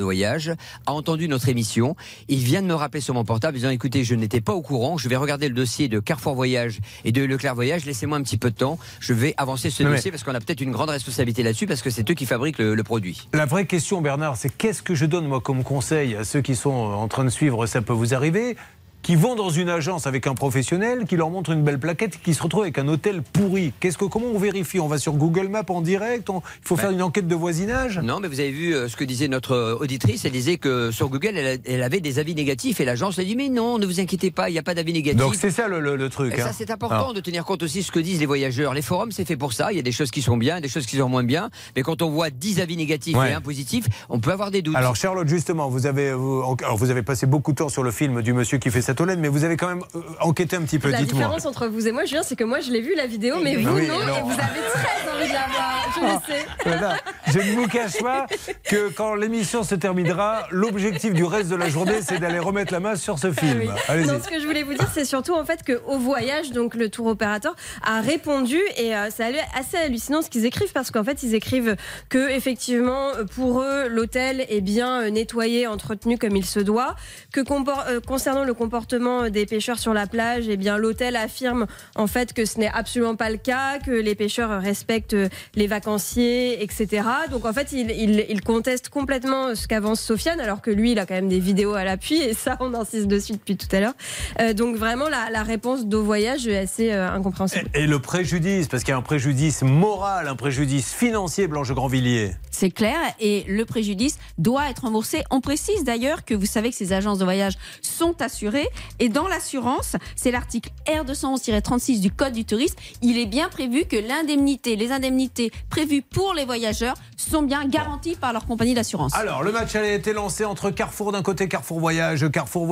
voyage, a entendu notre émission. Il vient de me rappeler sur mon portable, disant écoutez, je n'étais pas au courant, je vais regarder le dossier de Carrefour Voyage et de Leclerc Voyage, laissez-moi un petit peu de temps, je vais avancer ce dossier parce qu'on a peut-être une grande responsabilité là-dessus parce que c'est eux qui fabriquent le produit. La vraie question, Bernard, c'est qu'est-ce que je donne moi comme conseil à ceux qui sont en train de suivre Ça peut vous arriver, qui vont dans une agence avec un professionnel, qui leur montre une belle plaquette, qui se retrouvent avec un hôtel pourri. Comment on vérifie ? On va sur Google Maps en direct ? Il faut faire une enquête de voisinage ? Non, mais vous avez vu ce que disait notre auditrice. Elle disait que sur Google, elle avait des avis négatifs et l'agence a dit mais non, ne vous inquiétez pas, il n'y a pas d'avis négatifs. Donc c'est ça le truc. Et ça, c'est important de tenir compte aussi de ce que disent les voyageurs. Les forums, c'est fait pour ça. Il y a des choses qui sont bien, des choses qui sont moins bien. Mais quand on voit 10 avis négatifs et un positif, on peut avoir des doutes. Alors Charlotte, justement, vous avez passé beaucoup de temps sur le film du monsieur qui fait sa tolène, mais vous avez quand même enquêté un petit peu. La différence entre vous et moi, Julien, c'est que moi je l'ai vu la vidéo, mais vous non, et vous avez très envie de la voir, je le sais. Voilà. Je ne vous cache pas que quand l'émission se terminera, l'objectif du reste de la journée, c'est d'aller remettre la main sur ce film. Allez-y. Non, ce que je voulais vous dire, c'est surtout en fait qu'au voyage, donc le tour opérateur a répondu et c'est assez hallucinant ce qu'ils écrivent parce qu'en fait ils écrivent que effectivement pour eux l'hôtel est bien nettoyé, entretenu comme il se doit, que concernant le comportement des pêcheurs sur la plage, eh bien l'hôtel affirme en fait que ce n'est absolument pas le cas, que les pêcheurs respectent les vacanciers, etc. Donc en fait il conteste complètement ce qu'avance Sofiane, alors que lui il a quand même des vidéos à l'appui et ça on insiste dessus depuis tout à l'heure. Donc vraiment la réponse d'Au Voyage est assez incompréhensible. Et le préjudice, parce qu'il y a un préjudice moral, un préjudice financier, Blanche Grandvilliers. C'est clair, et le préjudice doit être remboursé. On précise d'ailleurs que vous savez que ces agences de voyage sont assurées, et dans l'assurance, c'est l'article R211-36 du Code du tourisme, il est bien prévu que les indemnités prévues pour les voyageurs sont bien garanties par leur compagnie d'assurance. Alors, le match a été lancé entre Carrefour d'un côté, Carrefour Voyage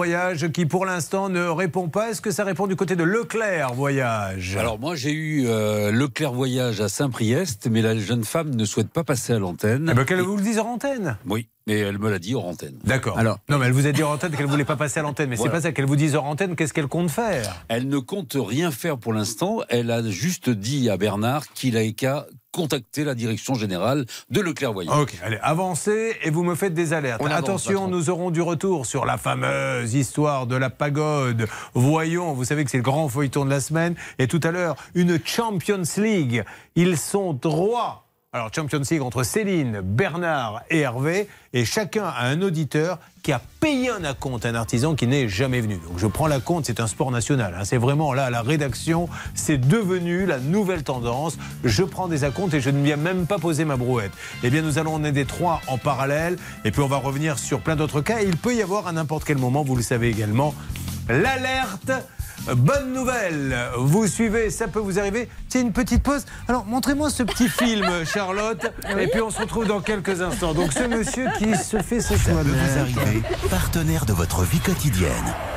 qui pour l'instant ne répond pas. Est-ce que ça répond du côté de Leclerc Voyage ? Alors moi j'ai eu Leclerc Voyage à Saint-Priest, mais la jeune femme ne souhaite pas passer à l'antenne. Eh ben, qu'elle vous le dise hors antenne. Oui. Mais elle me l'a dit hors antenne. D'accord. Alors, non, mais elle vous a dit hors antenne qu'elle ne voulait pas passer à l'antenne. Mais voilà. C'est pas ça, qu'elle vous dise hors antenne, qu'est-ce qu'elle compte faire ? Elle ne compte rien faire pour l'instant. Elle a juste dit à Bernard qu'il avait qu'à contacter la direction générale de Leclerc Voyage. Ok, allez, avancez et vous me faites des alertes. Attention, nous aurons du retour sur la fameuse histoire de la pagode. Voyons, vous savez que c'est le grand feuilleton de la semaine. Et tout à l'heure, une Champions League. Ils sont droits. Alors, Champions League entre Céline, Bernard et Hervé, et chacun a un auditeur qui a payé un acompte à un artisan qui n'est jamais venu. Donc je prends l'acompte, c'est un sport national. Hein. C'est vraiment là, à la rédaction, c'est devenu la nouvelle tendance. Je prends des acomptes et je ne viens même pas poser ma brouette. Eh bien, nous allons en aider 3 en parallèle, et puis on va revenir sur plein d'autres cas. Il peut y avoir à n'importe quel moment, vous le savez également, l'alerte. Bonne nouvelle, vous suivez, ça peut vous arriver. C'est une petite pause. Alors, montrez-moi ce petit film, Charlotte, et puis on se retrouve dans quelques instants. Donc, ce monsieur qui se fait ce choix. Ça peut vous arriver, partenaire de votre vie quotidienne.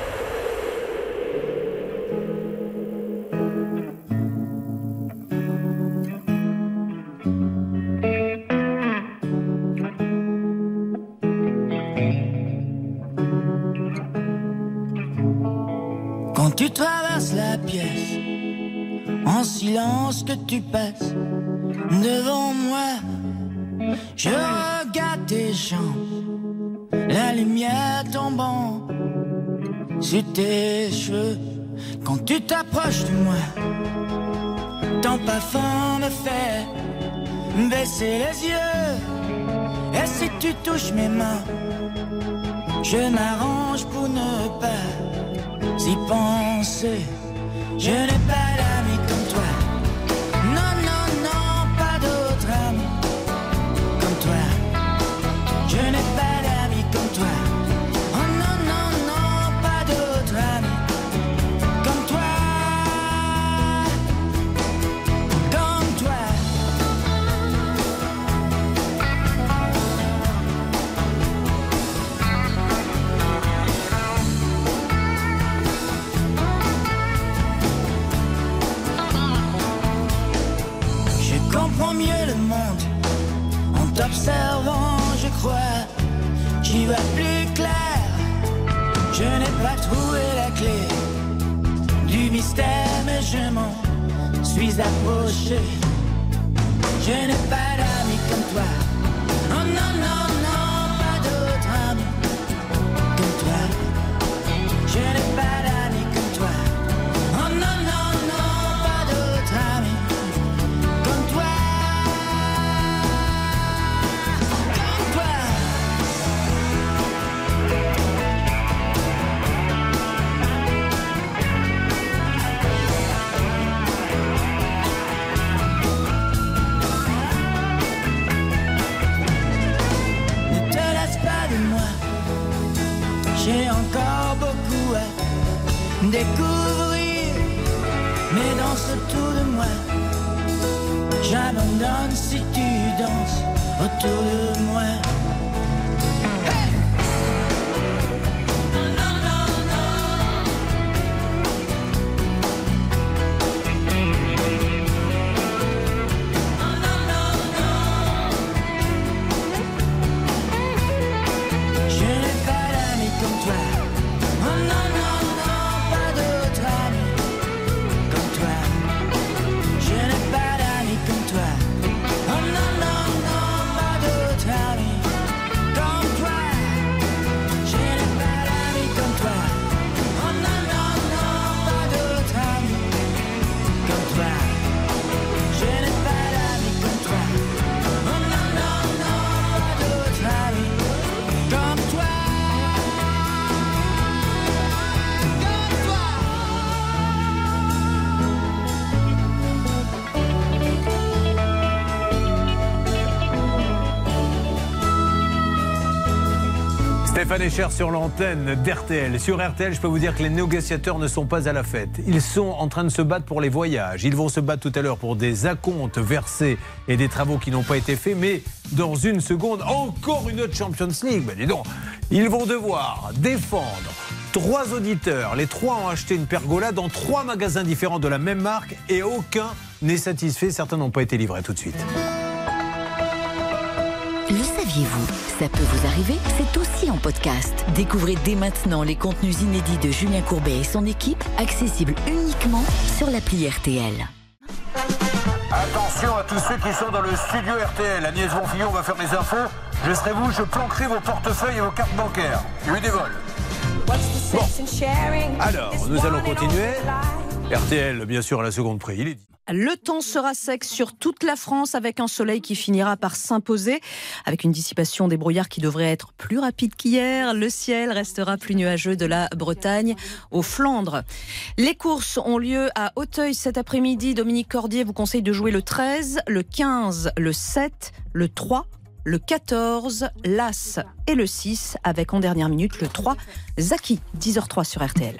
Quand tu traverses la pièce, en silence que tu passes devant moi, je regarde tes jambes, la lumière tombant sur tes cheveux. Quand tu t'approches de moi, ton parfum me fait baisser les yeux. Et si tu touches mes mains, je m'arrange pour ne pas y penser. Je n'ai pas d'amis comme toi. Non, non, non, pas d'autres amis comme toi. Je n'ai pas d'amis comme toi. Oh non, non, non, pas d'autres amis comme toi. Comme toi. Comprends mieux le monde en t'observant, je crois. J'y vois plus clair. Je n'ai pas trouvé la clé du mystère, mais je m'en suis approché. Je n'ai pas d'amis comme toi. Oh non, non, non, pas d'autres J'ai encore beaucoup à découvrir, mais danse autour de moi. J'abandonne si tu danses autour de moi. Stéphane Echer sur l'antenne d'RTL. Sur RTL, je peux vous dire que les négociateurs ne sont pas à la fête. Ils sont en train de se battre pour les voyages. Ils vont se battre tout à l'heure pour des acomptes versés et des travaux qui n'ont pas été faits. Mais dans une seconde, encore une autre Champions League. Ben dis donc, ils vont devoir défendre 3 auditeurs. Les 3 ont acheté une pergola dans 3 magasins différents de la même marque et aucun n'est satisfait. Certains n'ont pas été livrés tout de suite. Le saviez-vous? Ça peut vous arriver, c'est aussi en podcast. Découvrez dès maintenant les contenus inédits de Julien Courbet et son équipe, accessibles uniquement sur l'appli RTL. Attention à tous ceux qui sont dans le studio RTL. Agnès Bonfillon va faire les infos. Je serai vous, je planquerai vos portefeuilles et vos cartes bancaires. Il y a eu des vols. Bon. Alors, nous allons continuer. RTL, bien sûr, à la seconde près. Il est dit. Le temps sera sec sur toute la France avec un soleil qui finira par s'imposer. Avec une dissipation des brouillards qui devrait être plus rapide qu'hier, le ciel restera plus nuageux de la Bretagne aux Flandres. Les courses ont lieu à Auteuil cet après-midi. Dominique Cordier vous conseille de jouer le 13, le 15, le 7, le 3, le 14, l'As et le 6 avec en dernière minute le 3, Zaki, 10h03 sur RTL.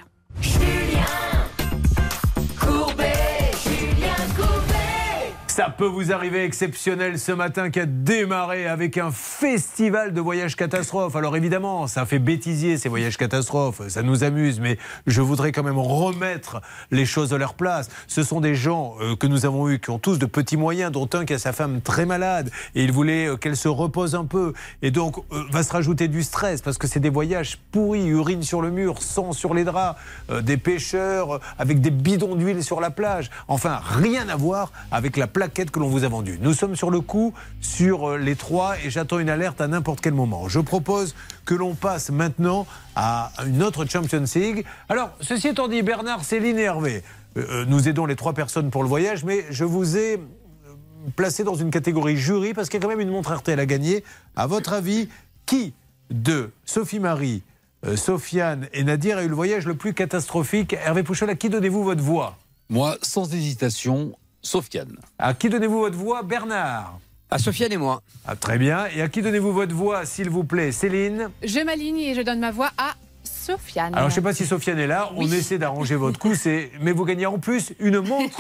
Ça peut vous arriver exceptionnel ce matin qui a démarré avec un festival de voyages catastrophes. Alors évidemment, ça fait bêtisier ces voyages catastrophes, ça nous amuse, mais je voudrais quand même remettre les choses à leur place. Ce sont des gens que nous avons eus qui ont tous de petits moyens, dont un qui a sa femme très malade et il voulait qu'elle se repose un peu. Et donc va se rajouter du stress parce que c'est des voyages pourris, urine sur le mur, sang sur les draps, des pêcheurs avec des bidons d'huile sur la plage. Enfin, rien à voir avec la plaquette que l'on vous a vendue. Nous sommes sur le coup sur les 3 et j'attends une alerte à n'importe quel moment. Je propose que l'on passe maintenant à une autre Champions League. Alors, ceci étant dit, Bernard, Céline et Hervé, nous aidons les 3 personnes pour le voyage, mais je vous ai placé dans une catégorie jury parce qu'il y a quand même une montre RTL à gagner. À votre avis, qui de Sophie-Marie, Sofiane et Nadir a eu le voyage le plus catastrophique? Hervé Pouchol, à qui donnez-vous votre voix? Moi, sans hésitation, Sofiane. À qui donnez-vous votre voix, Bernard? À Sofiane et moi. Ah, très bien. Et à qui donnez-vous votre voix, s'il vous plaît, Céline? Je m'aligne et je donne ma voix à Sofiane. Alors, je ne sais pas si Sofiane est là. Oui. On essaie d'arranger votre coup. Mais vous gagnez en plus une montre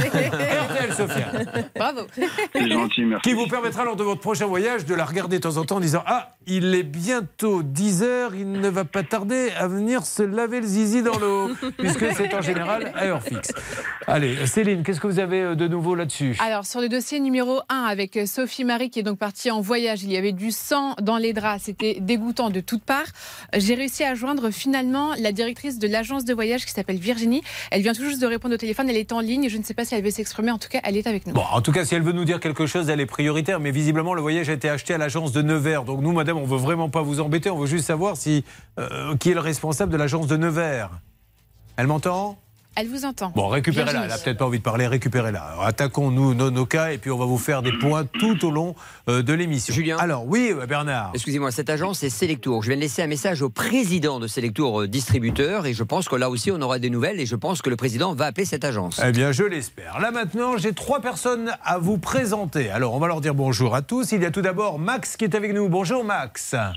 RTL, Sofiane. Bravo. C'est gentil, merci. Qui vous permettra, lors de votre prochain voyage, de la regarder de temps en temps en disant: ah, il est bientôt 10h, il ne va pas tarder à venir se laver le zizi dans l'eau. Puisque c'est en général à heure fixe. Allez, Céline, qu'est-ce que vous avez de nouveau là-dessus? Alors, sur le dossier numéro 1, avec Sophie-Marie qui est donc partie en voyage, il y avait du sang dans les draps, c'était dégoûtant de toutes parts. J'ai réussi à joindre finalement la directrice de l'agence de voyage qui s'appelle Virginie. Elle vient tout juste de répondre au téléphone, elle est en ligne, je ne sais pas si elle veut s'exprimer, en tout cas, elle est avec nous. Bon, en tout cas, si elle veut nous dire quelque chose, elle est prioritaire, mais visiblement, le voyage a été acheté à l'agence de Nevers. Donc nous, madame, on veut vraiment pas vous embêter, on veut juste savoir si qui est le responsable de l'agence de Nevers. Elle m'entend? Elle vous entend. Bon, récupérez-la. Elle n'a peut-être pas envie de parler, récupérez-la. Alors, attaquons-nous nos cas et puis on va vous faire des points tout au long de l'émission. Julien. Alors, oui, Bernard. Excusez-moi, cette agence est Selectour. Je viens de laisser un message au président de Selectour distributeur et je pense que là aussi on aura des nouvelles et je pense que le président va appeler cette agence. Eh bien, je l'espère. Là maintenant, j'ai 3 personnes à vous présenter. Alors, on va leur dire bonjour à tous. Il y a tout d'abord Max qui est avec nous. Bonjour Max.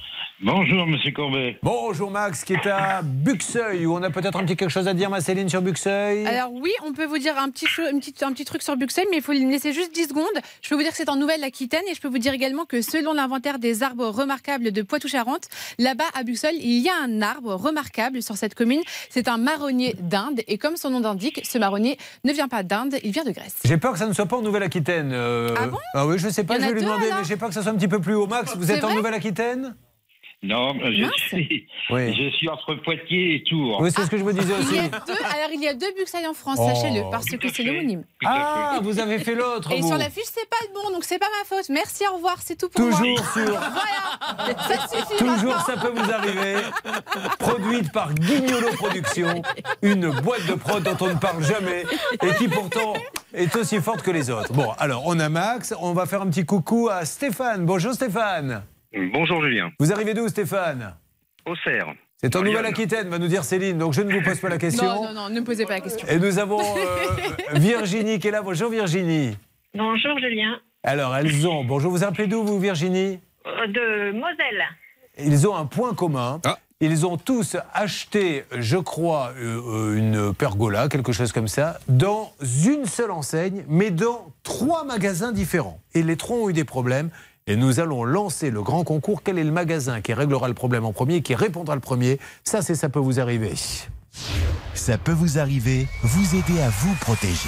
Bonjour, monsieur Courbet. Bonjour Max, qui est à Buxeuil, où on a peut-être un petit quelque chose à dire, ma Céline, sur Buxeuil. Alors oui, on peut vous dire un petit truc sur Buxeuil, mais il faut me laisser juste 10 secondes. Je peux vous dire que c'est en Nouvelle-Aquitaine, et je peux vous dire également que selon l'inventaire des arbres remarquables de Poitou-Charentes, là-bas à Buxeuil, il y a un arbre remarquable sur cette commune. C'est un marronnier d'Inde, et comme son nom l'indique, ce marronnier ne vient pas d'Inde, il vient de Grèce. J'ai peur que ça ne soit pas en Nouvelle-Aquitaine. Ah bon? Ah oui, je sais pas, Il y je en a vais lui deux, demander, alors mais j'ai peur que ça soit un petit peu plus haut. Max, vous C'est êtes en vrai Nouvelle-Aquitaine? Non, je suis entre Poitiers et Tours. Oui, c'est ce que je me disais aussi. Il y a deux Buxeuil en France, Oh. sachez-le, parce que c'est l'homonyme. Ah, vous avez fait l'autre. Et vous. sur la fiche, c'est pas le bon, donc c'est pas ma faute. Merci, au revoir, c'est tout pour moi. Toujours sur. Voilà, ça suffit. Toujours, maintenant. ça peut vous arriver. Produite par Guignolo Productions, une boîte de prod dont on ne parle jamais et qui pourtant est aussi forte que les autres. Bon, alors on a Max, on va faire un petit coucou à Stéphane. Bonjour Stéphane. Bonjour Julien. Vous arrivez d'où Stéphane? Auxerre. C'est en Nouvelle-Aquitaine, va nous dire Céline, donc je ne vous pose pas la question. Non, ne me posez pas la question. Et nous avons Virginie qui est là. Bonjour Virginie. Bonjour Julien. Alors elles ont, bonjour, vous appelez d'où vous Virginie? De Moselle. Ils ont un point commun. Ils ont tous acheté, je crois, une pergola, quelque chose comme ça, dans une seule enseigne, mais dans 3 magasins différents. Et les 3 ont eu des problèmes. Et nous allons lancer le grand concours. Quel est le magasin qui réglera le problème en premier, qui répondra le premier? Ça peut vous arriver. Ça peut vous arriver, vous aider à vous protéger.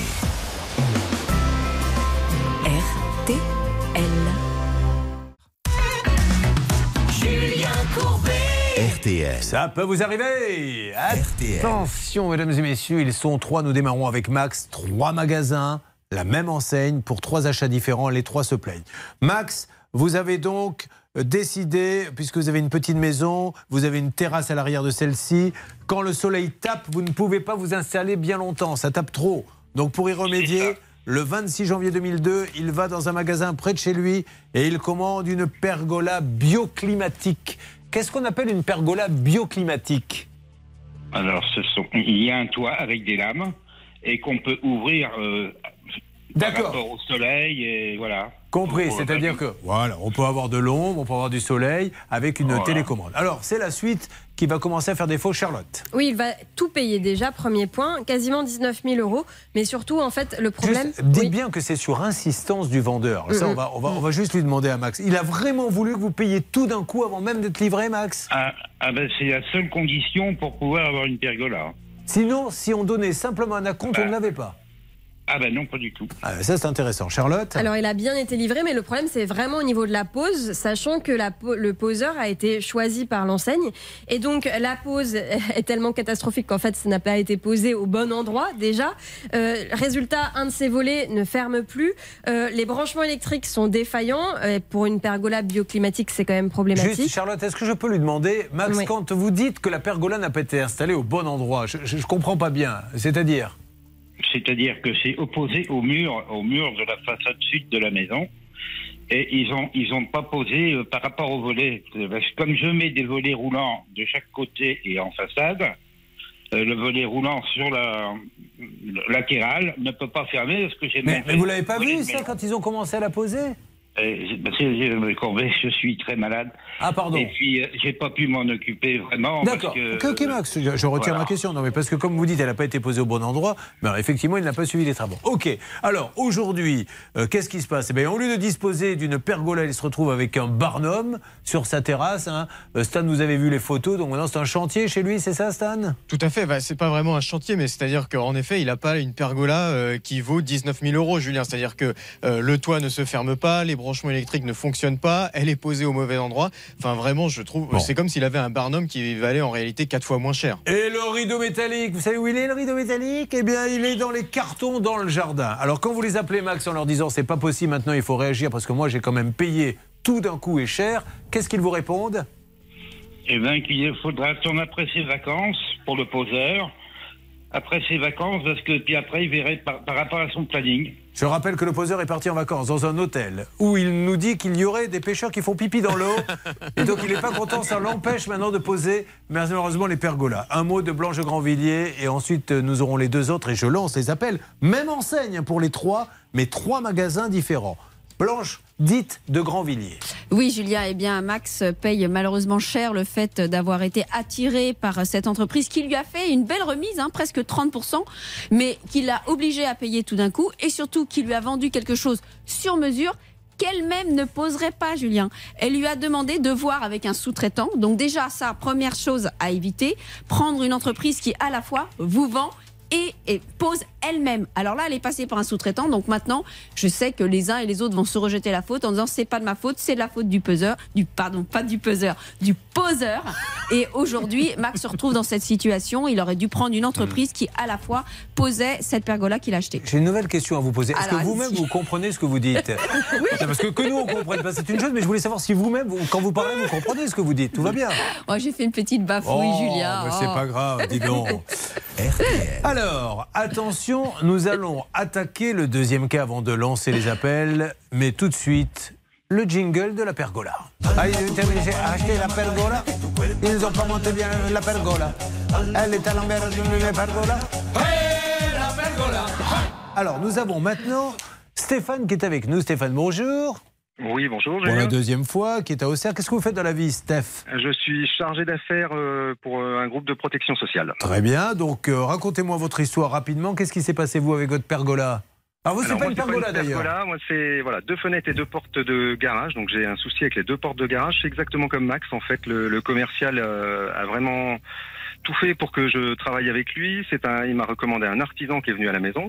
RTL. Julien Courbet. RTL. Ça peut vous arriver. Attention, mesdames et messieurs, ils sont 3. Nous démarrons avec Max. 3 magasins, la même enseigne, pour 3 achats différents. Les 3 se plaignent. Max, vous avez donc décidé, puisque vous avez une petite maison, vous avez une terrasse à l'arrière de celle-ci, quand le soleil tape, vous ne pouvez pas vous installer bien longtemps, ça tape trop. Donc pour y remédier, le 26 janvier 2002, il va dans un magasin près de chez lui et il commande une pergola bioclimatique. Qu'est-ce qu'on appelle une pergola bioclimatique? Alors, il y a un toit avec des lames et qu'on peut ouvrir par rapport au soleil et voilà. Compris, c'est-à-dire que voilà, on peut avoir de l'ombre, on peut avoir du soleil avec une télécommande. Alors, c'est la suite qui va commencer à faire défaut, Charlotte. Oui, il va tout payer déjà, premier point, quasiment 19 000 €. Mais surtout, en fait, le problème... Juste, dites bien que c'est sur insistance du vendeur. Ça, on va juste lui demander à Max. Il a vraiment voulu que vous payiez tout d'un coup avant même d'être livré, Max? Ben, c'est la seule condition pour pouvoir avoir une pergola. Sinon, si on donnait simplement un acompte, on ne l'avait pas. Ah ben non, pas du tout. Ça, c'est intéressant. Charlotte? Alors, il a bien été livré, mais le problème, c'est vraiment au niveau de la pose, sachant que le poseur a été choisi par l'enseigne. Et donc, la pose est tellement catastrophique qu'en fait, ça n'a pas été posé au bon endroit, déjà. Résultat, un de ces volets ne ferme plus. Les branchements électriques sont défaillants. Pour une pergola bioclimatique, c'est quand même problématique. Juste, Charlotte, est-ce que je peux lui demander, Max, quand vous dites que la pergola n'a pas été installée au bon endroit, je ne comprends pas bien. C'est-à-dire que c'est opposé au mur de la façade sud de la maison. Et ils ont pas posé par rapport au volet. Parce que comme je mets des volets roulants de chaque côté et en façade, le volet roulant sur la latérale ne peut pas fermer parce que j'ai... Mais vous l'avez pas vu ça quand ils ont commencé à la poser? Courbet, je suis très malade. Ah, pardon. Et puis, j'ai pas pu m'en occuper vraiment. D'accord. Ok, Max, je retire ma question. Non, mais parce que comme vous dites, elle n'a pas été posée au bon endroit. Mais alors, effectivement, il n'a pas suivi les travaux. Ok. Alors, aujourd'hui, qu'est-ce qui se passe? Eh bien, au lieu de disposer d'une pergola, il se retrouve avec un barnum sur sa terrasse. Hein. Stan, vous avez vu les photos. Donc maintenant, c'est un chantier chez lui, c'est ça, Stan? Tout à fait. C'est pas vraiment un chantier, mais c'est-à-dire qu'en effet, il n'a pas une pergola qui vaut 19 000 €, Julien. C'est-à-dire que le toit ne se ferme pas, les branchements électriques ne fonctionnent pas, elle est posée au mauvais endroit. Enfin, vraiment, je trouve, c'est comme s'il avait un barnum qui valait en réalité 4 fois moins cher. Et le rideau métallique, vous savez où il est, le rideau métallique? Eh bien, il est dans les cartons dans le jardin. Alors, quand vous les appelez, Max, en leur disant c'est pas possible, maintenant il faut réagir parce que moi j'ai quand même payé tout d'un coup et cher, qu'est-ce qu'ils vous répondent? Eh bien, qu'il faudra attendre après ses vacances pour le poseur. Après ses vacances, parce que puis après, il verrait par rapport à son planning. Je rappelle que le poseur est parti en vacances dans un hôtel où il nous dit qu'il y aurait des pêcheurs qui font pipi dans l'eau. Et donc il n'est pas content, ça l'empêche maintenant de poser malheureusement les pergolas. Un mot de Blanche de Grandvilliers et ensuite nous aurons les 2 autres et je lance les appels. Même enseigne pour les 3, mais 3 magasins différents. Blanche, dite de Grandvilliers. Oui, Julia, eh bien, Max paye malheureusement cher le fait d'avoir été attiré par cette entreprise qui lui a fait une belle remise, presque 30%, mais qui l'a obligé à payer tout d'un coup et surtout qui lui a vendu quelque chose sur mesure qu'elle-même ne poserait pas, Julien. Elle lui a demandé de voir avec un sous-traitant. Donc déjà, ça, première chose à éviter, prendre une entreprise qui à la fois vous vend et pose elle-même. Alors là, elle est passée par un sous-traitant. Donc maintenant, je sais que les uns et les autres vont se rejeter la faute en disant c'est pas de ma faute, c'est de la faute du poseur. Du poseur. Et aujourd'hui, Max se retrouve dans cette situation. Il aurait dû prendre une entreprise qui à la fois posait cette pergola qu'il a achetée. J'ai une nouvelle question à vous poser. Est-ce Alors, que vous-même, vous comprenez ce que vous dites? Oui. Parce que nous, on ne comprenne pas, c'est une chose, mais je voulais savoir si vous-même, quand vous parlez, vous comprenez ce que vous dites. Tout va bien. Oh, j'ai fait une petite bafouille, Julia. C'est pas grave, dis donc. Alors, attention, nous allons attaquer le deuxième cas avant de lancer les appels, mais tout de suite, le jingle de la pergola. Ah, ils ont acheté la pergola. Ils nous ont pas monté bien la pergola. Elle est à l'envers de la pergola. Hey, la pergola. Alors, nous avons maintenant Stéphane qui est avec nous. Stéphane, bonjour. Oui, bonjour. Pour la deuxième fois, qui est à Auxerre. Qu'est-ce que vous faites dans la vie, Steph? Je suis chargé d'affaires pour un groupe de protection sociale. Très bien. Donc, racontez-moi votre histoire rapidement. Qu'est-ce qui s'est passé, vous, avec votre pergola? Alors, vous, c'est pas une pergola, d'ailleurs. Moi, c'est 2 fenêtres et 2 portes de garage. Donc, j'ai un souci avec les 2 portes de garage. C'est exactement comme Max. En fait, le commercial a vraiment tout fait pour que je travaille avec lui. Il m'a recommandé un artisan qui est venu à la maison.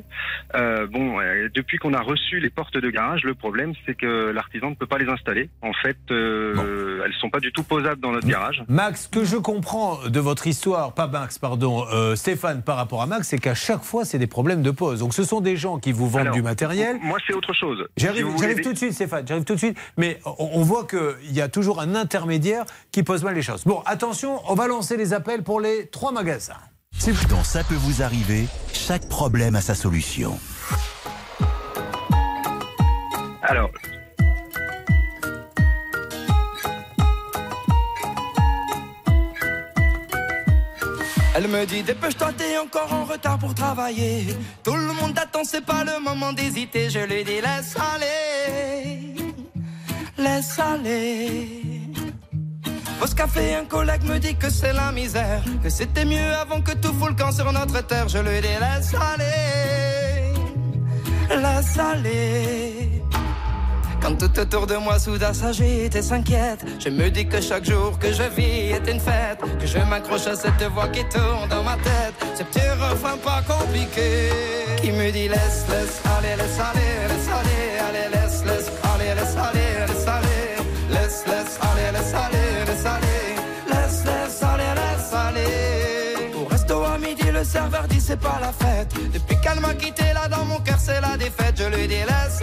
Depuis qu'on a reçu les portes de garage, le problème, c'est que l'artisan ne peut pas les installer. En fait, elles sont pas du tout posables dans notre garage. Max, que je comprends de votre histoire, Stéphane, par rapport à Max, c'est qu'à chaque fois, c'est des problèmes de pose. Donc, ce sont des gens qui vous vendent du matériel. Moi, c'est autre chose. J'arrive tout de suite, Stéphane, j'arrive tout de suite. Mais on voit qu'il y a toujours un intermédiaire qui pose mal les choses. Bon, attention, on va lancer les appels pour les 3 magasins. Dans Ça peut vous arriver, chaque problème a sa solution. Alors... Elle me dit dépêche-toi, t'es encore en retard pour travailler. Tout le monde attend, c'est pas le moment d'hésiter. Je lui dis laisse aller, laisse aller. Au café, un collègue me dit que c'est la misère, que c'était mieux avant que tout fout le camp sur notre terre. Je lui dis laisse aller, laisse aller. Quand tout autour de moi soudain s'agite et s'inquiète, je me dis que chaque jour que je vis est une fête, que je m'accroche à cette voix qui tourne dans ma tête, ce petit refrain pas compliqué qui me dit laisse, laisse aller, laisse aller, laisse aller, allez, laisse, laisse aller, laisse aller, laisse aller, laisse, laisse aller, laisse aller, laisse aller, laisse, laisse aller, laisse aller. Au resto à midi, le serveur dit c'est pas la fête. Depuis qu'elle m'a quitté là dans mon cœur c'est la défaite. Je lui dis laisse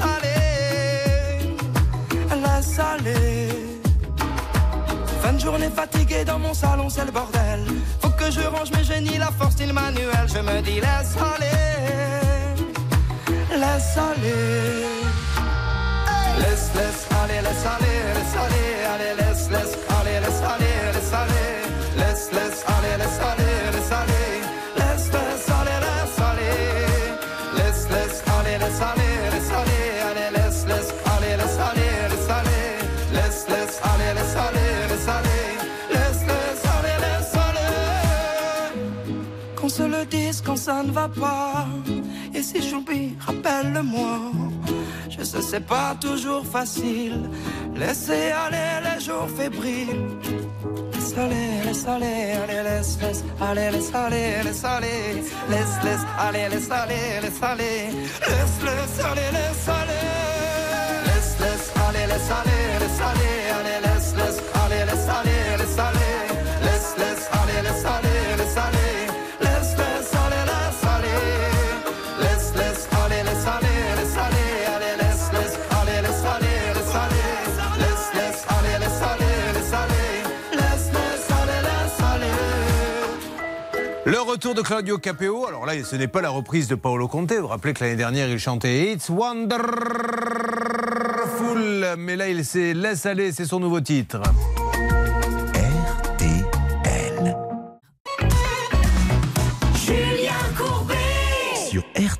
aller, laisse aller. Fin de journée fatiguée dans mon salon, c'est le bordel. Faut que je range mes génies, la force style manuel. Je me dis laisse aller, laisse aller. Laisse, laisse aller, laisse aller, laisse aller. Allez, laisse, laisse aller, laisse aller, laisse aller. Laisse, laisse aller, laisse aller, laisse aller. Laisse, laisse aller, laisse aller. Laisse, laisse aller, laisse aller, laisse aller. Allez, laisse, laisse aller, laisse aller, laisse aller. Laisse, laisse aller, laisse aller, laisse aller. Laisse, laisse aller, laisse aller. Qu'on se le dise quand ça ne va pas. Et si j'oublie, rappelle-le-moi. Je sais, c'est pas toujours facile. Laissez aller les jours fébriles. Laisse aller, laisse aller, allez, laisse, laisse aller, laisse aller, laisse aller. Laisse, laisse aller, laisse aller, laisse aller. Laisse, laisse aller, laisse aller. Laisse, laisse aller, laisse aller, laisse aller. Allez, laisse, laisse aller, laisse aller, laisse aller. Laisse, laisse aller, laisse aller, laisse aller. Laisse, laisse aller, laisse aller. Laisse, laisse aller, laisse aller, laisse aller. Allez, laisse, laisse aller, laisse aller, laisse aller. Laisse, laisse aller, laisse aller, laisse aller. Laisse, laisse aller, laisse aller. Le retour de Claudio Capéo. Alors là, ce n'est pas la reprise de Paolo Conte. Vous vous rappelez que l'année dernière, il chantait It's Wonderful. Mais là, il s'est laisse aller. C'est son nouveau titre. Julien Courbet Sur RTL.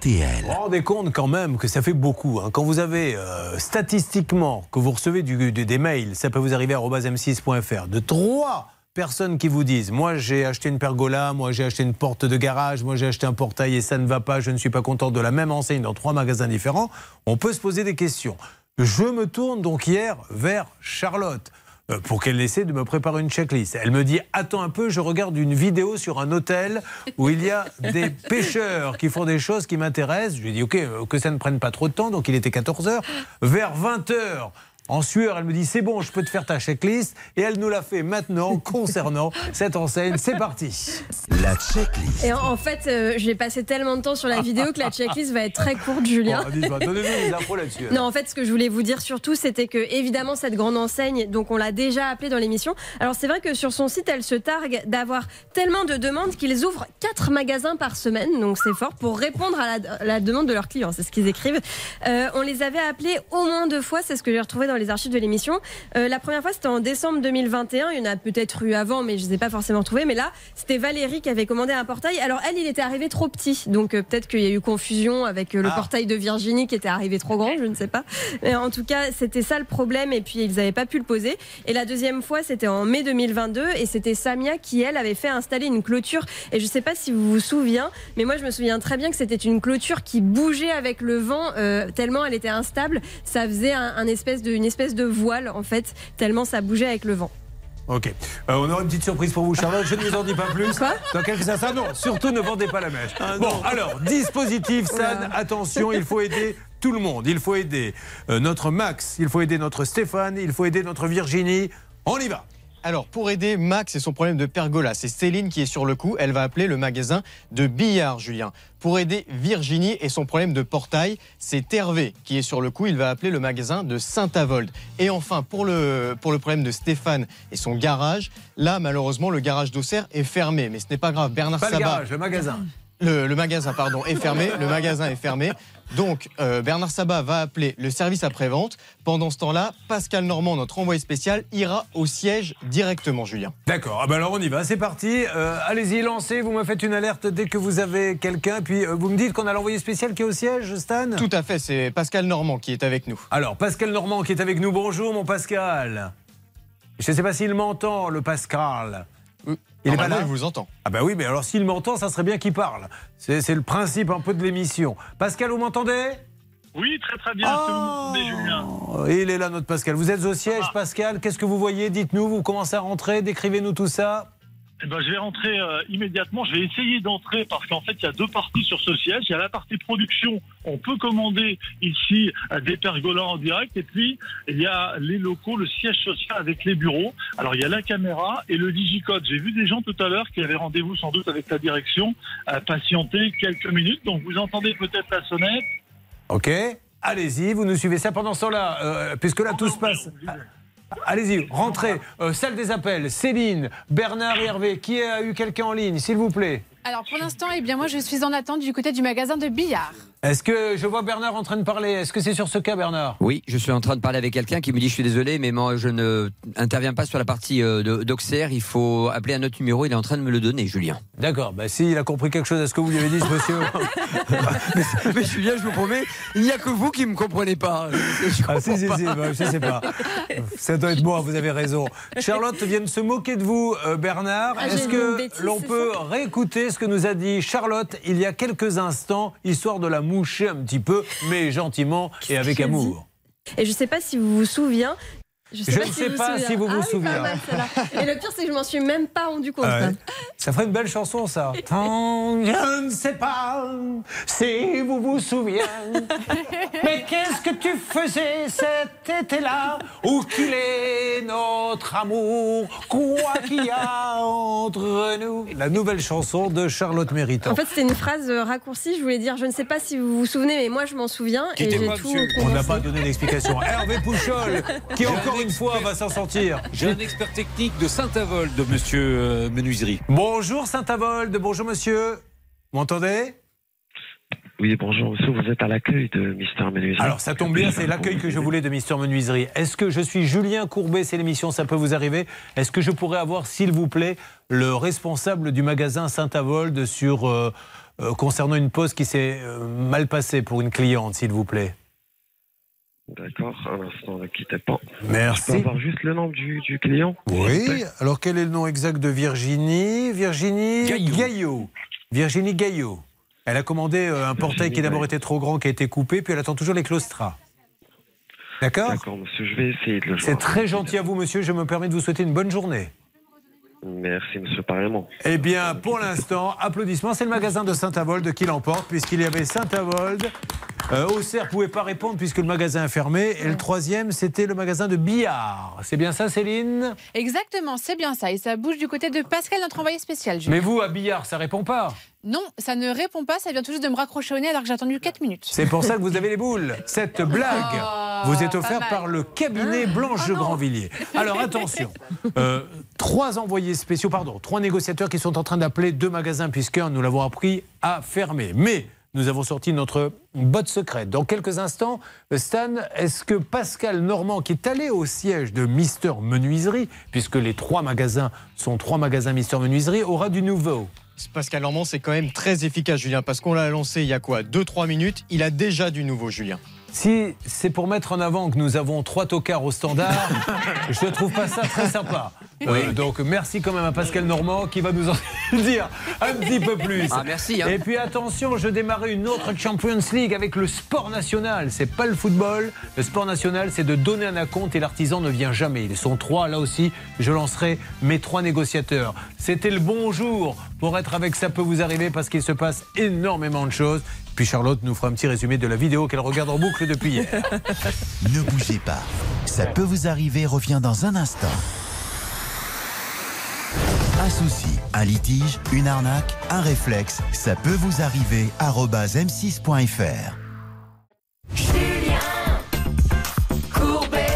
RTL. Vous vous rendez compte quand même que ça fait beaucoup. Hein. Quand vous avez statistiquement, que vous recevez des mails, ça peut vous arriver à m6.fr, de 3 personnes qui vous disent « Moi j'ai acheté une pergola, moi j'ai acheté une porte de garage, moi j'ai acheté un portail et ça ne va pas, je ne suis pas content de la même enseigne dans 3 magasins différents », on peut se poser des questions. Je me tourne donc hier vers Charlotte pour qu'elle essaie de me préparer une checklist. Elle me dit « Attends un peu, je regarde une vidéo sur un hôtel où il y a des pêcheurs qui font des choses qui m'intéressent. » Je lui ai dit « Ok, que ça ne prenne pas trop de temps. » Donc il était 14h. Vers 20h, en sueur, elle me dit « C'est bon, je peux te faire ta checklist. » Et elle nous l'a fait maintenant concernant cette enseigne. C'est parti. La checklist. Et en fait, j'ai passé tellement de temps sur la vidéo que la checklist va être très courte, Julien. Bon, donnez-nous des infos là-dessus. Non, en fait, ce que je voulais vous dire surtout, c'était que, évidemment, cette grande enseigne, donc on l'a déjà appelée dans l'émission. Alors, c'est vrai que sur son site, elle se targue d'avoir tellement de demandes qu'ils ouvrent 4 magasins par semaine. Donc, c'est fort pour répondre à la demande de leurs clients. C'est ce qu'ils écrivent. On les avait appelés au moins 2 fois. C'est ce que j'ai retrouvé dans les archives de l'émission. La première fois, c'était en décembre 2021. Il y en a peut-être eu avant, mais je ne les ai pas forcément trouvés. Mais là, c'était Valérie qui avait commandé un portail. Alors, elle, il était arrivé trop petit. Donc, peut-être qu'il y a eu confusion avec le portail de Virginie qui était arrivé trop grand. Je ne sais pas. Mais en tout cas, c'était ça le problème. Et puis, ils n'avaient pas pu le poser. Et la deuxième fois, c'était en mai 2022. Et c'était Samia qui, elle, avait fait installer une clôture. Et je ne sais pas si vous vous souvenez, mais moi, je me souviens très bien que c'était une clôture qui bougeait avec le vent tellement elle était instable. Ça faisait une espèce de voile, en fait, tellement ça bougeait avec le vent. Ok. On aura une petite surprise pour vous, Charlotte. Je ne vous en dis pas plus. Quoi ? Dans quelques instants, non, surtout ne vendez pas la mèche. Bon, alors, dispositif SAN, attention, il faut aider tout le monde. Il faut aider notre Max, il faut aider notre Stéphane, il faut aider notre Virginie. On y va. Alors, pour aider Max et son problème de pergola, c'est Céline qui est sur le coup. Elle va appeler le magasin de billard, Julien. Pour aider Virginie et son problème de portail, c'est Hervé qui est sur le coup. Il va appeler le magasin de Saint-Avold. Et enfin, pour le problème de Stéphane et son garage, là, malheureusement, le garage d'Auxerre est fermé. Mais ce n'est pas grave. Bernard Pas Sabat... le garage, le magasin. Le magasin, pardon, est fermé. Le magasin est fermé. Donc, Bernard Sabat va appeler le service après-vente. Pendant ce temps-là, Pascal Normand, notre envoyé spécial, ira au siège directement, Julien. D'accord. Ah ben alors on y va, c'est parti. Allez-y, lancez. Vous me faites une alerte dès que vous avez quelqu'un. Puis vous me dites qu'on a l'envoyé spécial qui est au siège, Stan ? Tout à fait, c'est Pascal Normand qui est avec nous. Alors, Pascal Normand qui est avec nous. Bonjour, mon Pascal. Je ne sais pas s'il m'entend, le Pascal. Il est pas là ? Il vous entend. Ah bah oui, mais alors s'il m'entend, ça serait bien qu'il parle. C'est le principe un peu de l'émission. Pascal, vous m'entendez ? Oui, très très bien. Est-ce que vous m'entendez, Julien ? Il est là, notre Pascal. Vous êtes au siège, Pascal. Qu'est-ce que vous voyez ? Dites-nous, vous commencez à rentrer. Décrivez-nous tout ça. Eh ben, je vais rentrer immédiatement. Je vais essayer d'entrer parce qu'en fait, il y a 2 parties sur ce siège. Il y a la partie production. On peut commander ici des pergolas en direct. Et puis, il y a les locaux, le siège social avec les bureaux. Alors, il y a la caméra et le digicode. J'ai vu des gens tout à l'heure qui avaient rendez-vous sans doute avec la direction à patienter quelques minutes. Donc, vous entendez peut-être la sonnette. Ok. Allez-y, vous nous suivez ça pendant ce temps-là. Puisque là, tout se passe... Allez-y, rentrez. Salle des appels, Céline, Bernard et Hervé. Qui a eu quelqu'un en ligne, s'il vous plaît ? Alors pour l'instant, eh bien moi je suis en attente du côté du magasin de billard. Est-ce que je vois Bernard en train de parler ? Est-ce que c'est sur ce cas, Bernard ? Oui, je suis en train de parler avec quelqu'un qui me dit je suis désolé, mais moi je ne interviens pas sur la partie d'Auxerre. Il faut appeler un autre numéro. Il est en train de me le donner, Julien. D'accord. Bah s'il a compris quelque chose à ce que vous lui avez dit, ce monsieur. mais Julien, je vous promets, il n'y a que vous qui me comprenez pas. Je sais pas. Ça doit être moi. Vous avez raison. Charlotte vient de se moquer de vous, Bernard. Est-ce que l'on peut réécouter ce que nous a dit Charlotte il y a quelques instants, histoire de la moucher un petit peu, mais gentiment et avec amour. Et je ne sais pas si vous vous souvenez. Je ne sais pas si vous vous souvenez. Et le pire, c'est que je m'en suis même pas rendu compte. Ça ferait une belle chanson, ça. Je ne sais pas si vous vous souvenez. Mais qu'est-ce que tu faisais cet été-là? Où qu'il est notre amour? Quoi qu'il y a entre nous? La nouvelle chanson de Charlotte Méritant. En fait, c'était une phrase raccourcie. Je voulais dire, je ne sais pas si vous vous souvenez, mais moi, je m'en souviens. Et j'ai tout. On n'a pas donné d'explication. Hervé Pouchol, qui encore une fois va s'en sortir. J'ai un expert technique de Saint-Avold, de monsieur Menuiserie. Bonjour Saint-Avold, bonjour monsieur. Vous m'entendez? Oui, bonjour monsieur, vous êtes à l'accueil de Mister Menuiserie. Alors ça tombe bien, c'est l'accueil que je voulais de Mister Menuiserie. Est-ce que je suis Julien Courbet, c'est l'émission Ça peut vous arriver. Est-ce que je pourrais avoir, s'il vous plaît, le responsable du magasin Saint-Avold concernant une pause qui s'est mal passée pour une cliente, s'il vous plaît? D'accord, un instant, ne quittez pas. Merci. Je peux avoir juste le nom du client? Oui, alors quel est le nom exact de Virginie? Virginie Gaillot. Virginie Gaillot. Elle a commandé un portail qui d'abord était trop grand, qui a été coupé, puis elle attend toujours les claustras. D'accord? D'accord, monsieur, je vais essayer de le joindre. C'est très gentil à vous, monsieur. Je me permets de vous souhaiter une bonne journée. Merci, monsieur, pareillement. Eh bien, pour l'instant, applaudissements. C'est le magasin de Saint-Avold qui l'emporte, puisqu'il y avait Saint-Avold. Auxerre ne pouvait pas répondre puisque le magasin est fermé. Et le troisième, c'était le magasin de Billard. C'est bien ça, Céline? Exactement, c'est bien ça. Et ça bouge du côté de Pascal, notre envoyé spécial. Julien. Mais vous, à Billard, ça répond pas? Non, ça ne répond pas. Ça vient tout juste de me raccrocher au nez alors que j'ai attendu 4 minutes. C'est pour ça que vous avez les boules. Cette blague vous est offerte par le cabinet Blanche de Grandvilliers. Alors attention, 3 envoyés spéciaux, 3 négociateurs qui sont en train d'appeler 2 magasins puisqu'un, nous l'avons appris, a fermé. Mais nous avons sorti notre botte secrète. Dans quelques instants, Stan, est-ce que Pascal Normand, qui est allé au siège de Mister Menuiserie, puisque les 3 magasins sont 3 magasins Mister Menuiserie, aura du nouveau? Pascal Normand, c'est quand même très efficace, Julien, parce qu'on l'a lancé il y a quoi, 2-3 minutes. Il a déjà du nouveau, Julien. Si c'est pour mettre en avant que nous avons 3 tocards au standard, je ne trouve pas ça très sympa. Donc merci quand même à Pascal Normand qui va nous en dire un petit peu plus. Ah, merci. Et puis attention, je démarrais une autre Champions League avec le sport national. C'est pas le football. Le sport national, c'est de donner un acompte et l'artisan ne vient jamais. Ils sont 3. Là aussi, je lancerai mes 3 négociateurs. C'était le bon jour pour être avec Ça peut vous arriver parce qu'il se passe énormément de choses. Puis Charlotte nous fera un petit résumé de la vidéo qu'elle regarde en boucle depuis hier. Ne bougez pas. Ça peut vous arriver revient dans un instant. Un souci, un litige, une arnaque, un réflexe, ça peut vous arriver @m6.fr. Julien Courbet.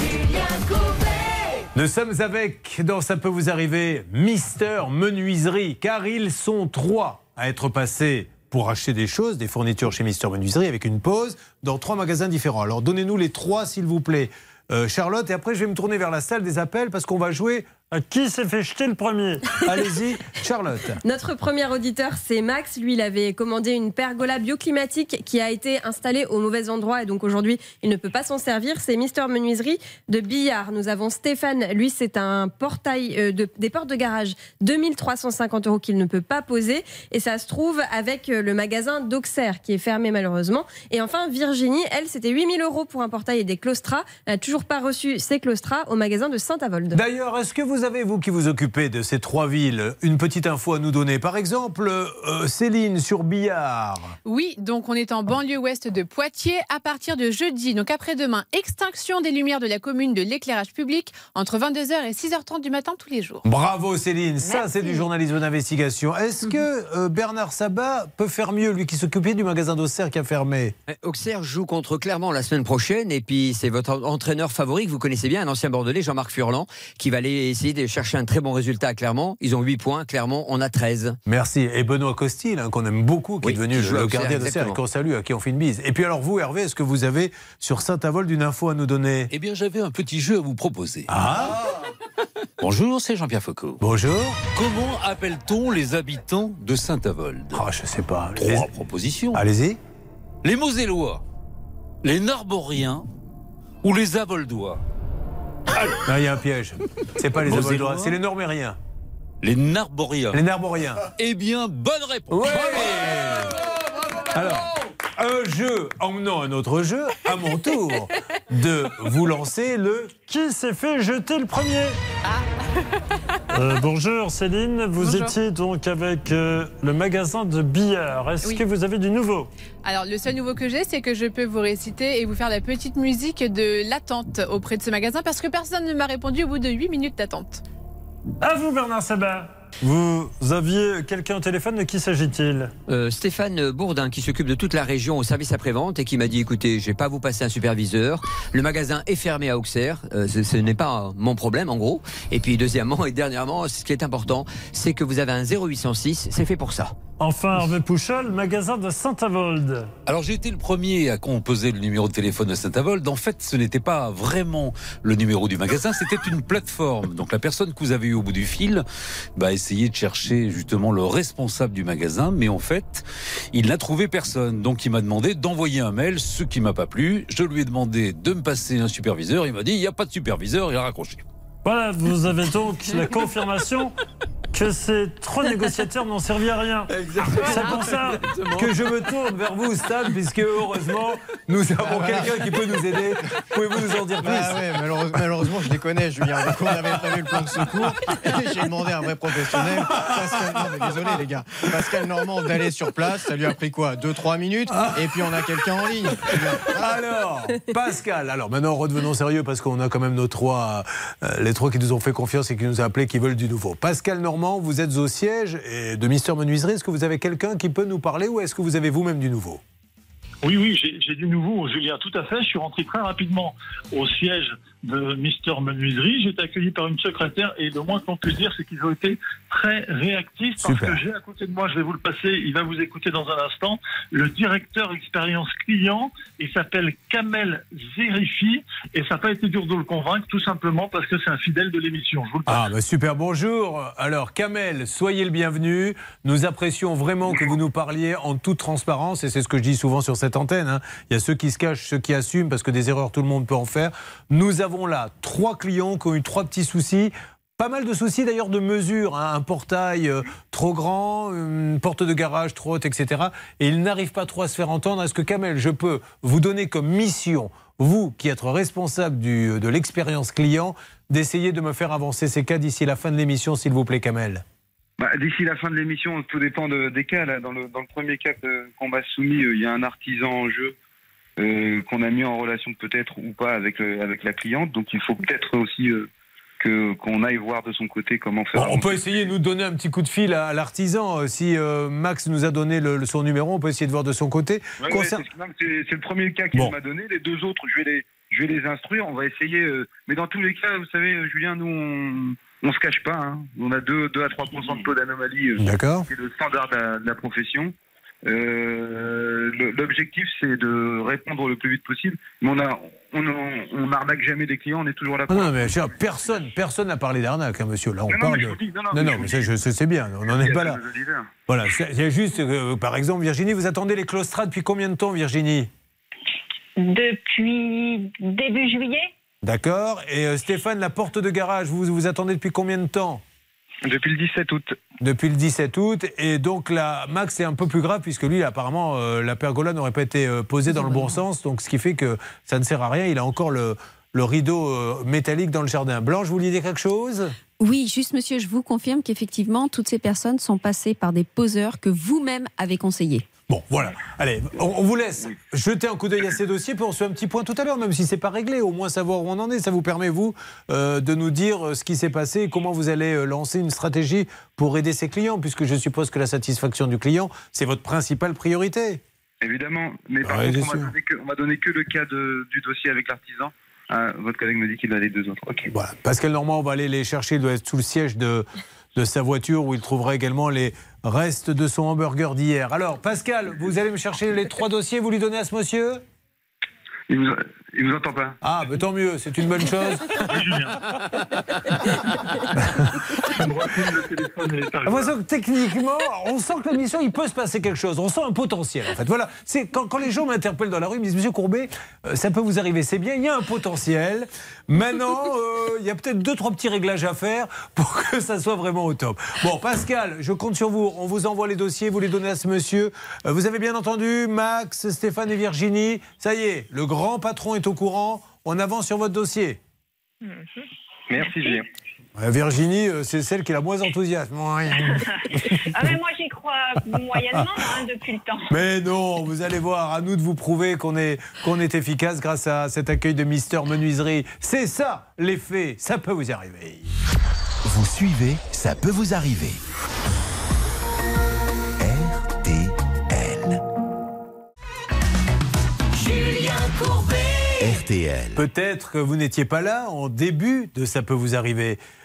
Nous sommes avec, dans Ça peut vous arriver, Mister Menuiserie, car ils sont 3 à être passés pour acheter des choses, des fournitures chez Mister Menuiserie, avec une pause dans 3 magasins différents. Alors donnez-nous les 3 s'il vous plaît, Charlotte, et après je vais me tourner vers la salle des appels parce qu'on va jouer à qui s'est fait jeter le premier. Allez-y, Charlotte. Notre premier auditeur, c'est Max. Lui, il avait commandé une pergola bioclimatique qui a été installée au mauvais endroit et donc aujourd'hui, il ne peut pas s'en servir. C'est Mister Menuiserie de Billard. Nous avons Stéphane. Lui, c'est un portail, des portes de garage 2350 € qu'il ne peut pas poser. Et ça se trouve avec le magasin d'Auxerre qui est fermé malheureusement. Et enfin, Virginie, elle, c'était 8000 € pour un portail et des claustras. Elle n'a toujours pas reçu ses claustras au magasin de Saint-Avold. D'ailleurs, est-ce que vous avez, vous qui vous occupez de ces 3 villes, une petite info à nous donner? Par exemple, Céline, sur Billard. Oui, donc on est en banlieue ouest de Poitiers. À partir de jeudi, donc après-demain, extinction des lumières de la commune de l'éclairage public entre 22h et 6h30 du matin tous les jours. Bravo Céline, ça c'est du journalisme d'investigation. Est-ce que Bernard Sabat peut faire mieux, lui qui s'occupait du magasin d'Auxerre qui a fermé? Auxerre joue contre Clermont la semaine prochaine et puis c'est votre entraîneur favori que vous connaissez bien, un ancien Bordelais, Jean-Marc Furlan, qui va aller essayer de chercher un très bon résultat à Clermont. Ils ont 8 points, Clermont en a 13. Merci. Et Benoît Costil, qu'on aime beaucoup, qui est devenu le gardien d'Auxerre et qu'on salue, à qui on fait une bise. Et puis alors vous, Hervé, est-ce que vous avez sur Saint-Avold une info à nous donner? Eh bien, j'avais un petit jeu à vous proposer. Ah Bonjour, c'est Jean-Pierre Foucault. Bonjour. Comment appelle-t-on les habitants de Saint-Avold? Je sais pas. 3 propositions. Allez-y. Les Mosellois, les Narboriens ou les Avoldois? Non, il y a un piège. C'est pas les Avoldois, c'est les Normériens. Les Narboriens. Les Narboriens. Eh bien, bonne réponse. Ouais. Alors, un jeu emmenant un autre jeu, à mon tour de vous lancer le qui s'est fait jeter le premier. Bonjour Céline, vous étiez donc avec le magasin de Billard. Est-ce que vous avez du nouveau? Alors le seul nouveau que j'ai, c'est que je peux vous réciter et vous faire la petite musique de l'attente auprès de ce magasin parce que personne ne m'a répondu au bout de 8 minutes d'attente. À vous Bernard Sabat. Vous aviez quelqu'un au téléphone, de qui s'agit-il? Stéphane Bourdin, qui s'occupe de toute la région au service après-vente et qui m'a dit, écoutez, je vais pas vous passer un superviseur, le magasin est fermé à Auxerre, ce n'est pas mon problème en gros. Et puis deuxièmement et dernièrement, ce qui est important, c'est que vous avez un 0806, c'est fait pour ça. Enfin, Hervé Pouchol, magasin de Saint-Avold. Alors j'ai été le premier à composer le numéro de téléphone de Saint-Avold. En fait, ce n'était pas vraiment le numéro du magasin, c'était une plateforme. Donc la personne que vous avez eue au bout du fil a essayé de chercher justement le responsable du magasin, mais en fait, il n'a trouvé personne. Donc il m'a demandé d'envoyer un mail, ce qui m'a pas plu. Je lui ai demandé de me passer un superviseur. Il m'a dit il n'y a pas de superviseur, il a raccroché. Voilà, vous avez donc la confirmation que ces 3 négociateurs n'ont servi à rien. C'est pour ça que je me tourne vers vous, Stan, puisque heureusement, nous avons quelqu'un qui peut nous aider. Pouvez-vous nous en dire plus? Ouais, malheureusement, je les connais, Julien. Donc, on avait prévu le plan de secours. Et j'ai demandé à un vrai professionnel, non, mais désolé, les gars, Pascal Normand, d'aller sur place. Ça lui a pris quoi, 2-3 minutes? Et puis, on a quelqu'un en ligne. Alors, Pascal, maintenant, redevenons sérieux parce qu'on a quand même nos 3, les 3 qui nous ont fait confiance et qui nous ont appelés, qui veulent du nouveau. Pascal Normand, vous êtes au siège de Mister Menuiserie. Est-ce que vous avez quelqu'un qui peut nous parler ou est-ce que vous avez vous-même du nouveau? Oui, j'ai du nouveau, Julien, tout à fait. Je suis rentré très rapidement au siège de Mister Menuiserie. J'ai été accueilli par une secrétaire et le moins qu'on puisse dire, c'est qu'ils ont été très réactifs. Parce que j'ai à côté de moi, je vais vous le passer, il va vous écouter dans un instant, le directeur expérience client. Il s'appelle Kamel Zerifi et ça n'a pas été dur de le convaincre, tout simplement parce que c'est un fidèle de l'émission. Je vous le passe. Super, bonjour. Alors Kamel, soyez le bienvenu. Nous apprécions vraiment que vous nous parliez en toute transparence et c'est ce que je dis souvent sur cette antenne. Il y a ceux qui se cachent, ceux qui assument parce que des erreurs tout le monde peut en faire. Nous avons là 3 clients qui ont eu 3 petits soucis. Pas mal de soucis d'ailleurs de mesure, un portail trop grand, une porte de garage trop haute, etc. Et ils n'arrivent pas trop à se faire entendre. Est-ce que Kamel, je peux vous donner comme mission, vous qui êtes responsable de l'expérience client, d'essayer de me faire avancer ces cas d'ici la fin de l'émission, s'il vous plaît, Kamel? D'ici la fin de l'émission, tout dépend des cas. Là. Dans le premier cas qu'on m'a soumis, il y a un artisan en jeu qu'on a mis en relation peut-être ou pas avec la cliente. Donc il faut peut-être aussi qu'on aille voir de son côté comment faire. On peut essayer de nous donner un petit coup de fil à l'artisan. Si Max nous a donné son numéro, on peut essayer de voir de son côté. C'est le premier cas qu'il m'a donné. Les 2 autres, je vais les instruire. On va essayer. Mais dans tous les cas, vous savez, Julien, nous, on se cache pas. On a 2 à 3% de taux d'anomalie. D'accord. C'est le standard de la profession. L'objectif, c'est de répondre le plus vite possible. Mais on n'arnaque jamais des clients, on est toujours là pour... Non, mais personne n'a parlé d'arnaque, monsieur. Là, on parle de... Non, mais ça, je sais bien, on n'en est pas là. Voilà, c'est juste, par exemple, Virginie, vous attendez les claustrats depuis combien de temps, Virginie? Depuis début juillet. D'accord. Et Stéphane, la porte de garage, vous attendez depuis combien de temps? Depuis le 17 août. Depuis le 17 août. Et donc là, Max, c'est un peu plus grave puisque lui, apparemment, la pergola n'aurait pas été posée dans le bon sens. Donc ce qui fait que ça ne sert à rien. Il a encore le rideau métallique dans le jardin. Blanche, vous vouliez dire quelque chose? Oui, juste monsieur, je vous confirme qu'effectivement, toutes ces personnes sont passées par des poseurs que vous-même avez conseillés. Bon, voilà. Allez, on vous laisse jeter un coup d'œil à ces dossiers, puis on se fait un petit point tout à l'heure, même si c'est pas réglé, au moins savoir où on en est. Ça vous permet, vous, de nous dire ce qui s'est passé et comment vous allez lancer une stratégie pour aider ces clients, puisque je suppose que la satisfaction du client, c'est votre principale priorité. Évidemment, mais par contre, on m'a donné que le cas du dossier avec l'artisan. Votre collègue me dit qu'il a les 2 autres. Okay. Voilà. Pascal Normand, on va aller les chercher, il doit être sous le siège de sa voiture où il trouvera également les restes de son hamburger d'hier. Alors, Pascal, vous allez me chercher les 3 dossiers, vous lui donnez à ce monsieur? Il vous entend pas. Ah, mais tant mieux, c'est une bonne chose. Techniquement, on sent que l'émission, il peut se passer quelque chose. On sent un potentiel, en fait. Voilà. C'est quand les gens m'interpellent dans la rue, ils me disent, Monsieur Courbet, ça peut vous arriver, c'est bien, il y a un potentiel. Maintenant, il y a peut-être 2-3 petits réglages à faire pour que ça soit vraiment au top. Bon, Pascal, je compte sur vous. On vous envoie les dossiers, vous les donnez à ce monsieur. Vous avez bien entendu, Max, Stéphane et Virginie. Ça y est, le grand patron est au courant. On avance sur votre dossier. Merci, Julien. Virginie, c'est celle qui est la moins enthousiaste. Mais moi, j'y crois moyennement depuis le temps. Mais non, vous allez voir, à nous de vous prouver qu'on est efficace grâce à cet accueil de Mister Menuiserie. C'est ça, l'effet, ça peut vous arriver. Vous suivez, ça peut vous arriver. RTL. Julien Courbet. RTL. Peut-être que vous n'étiez pas là en début de Ça peut vous arriver.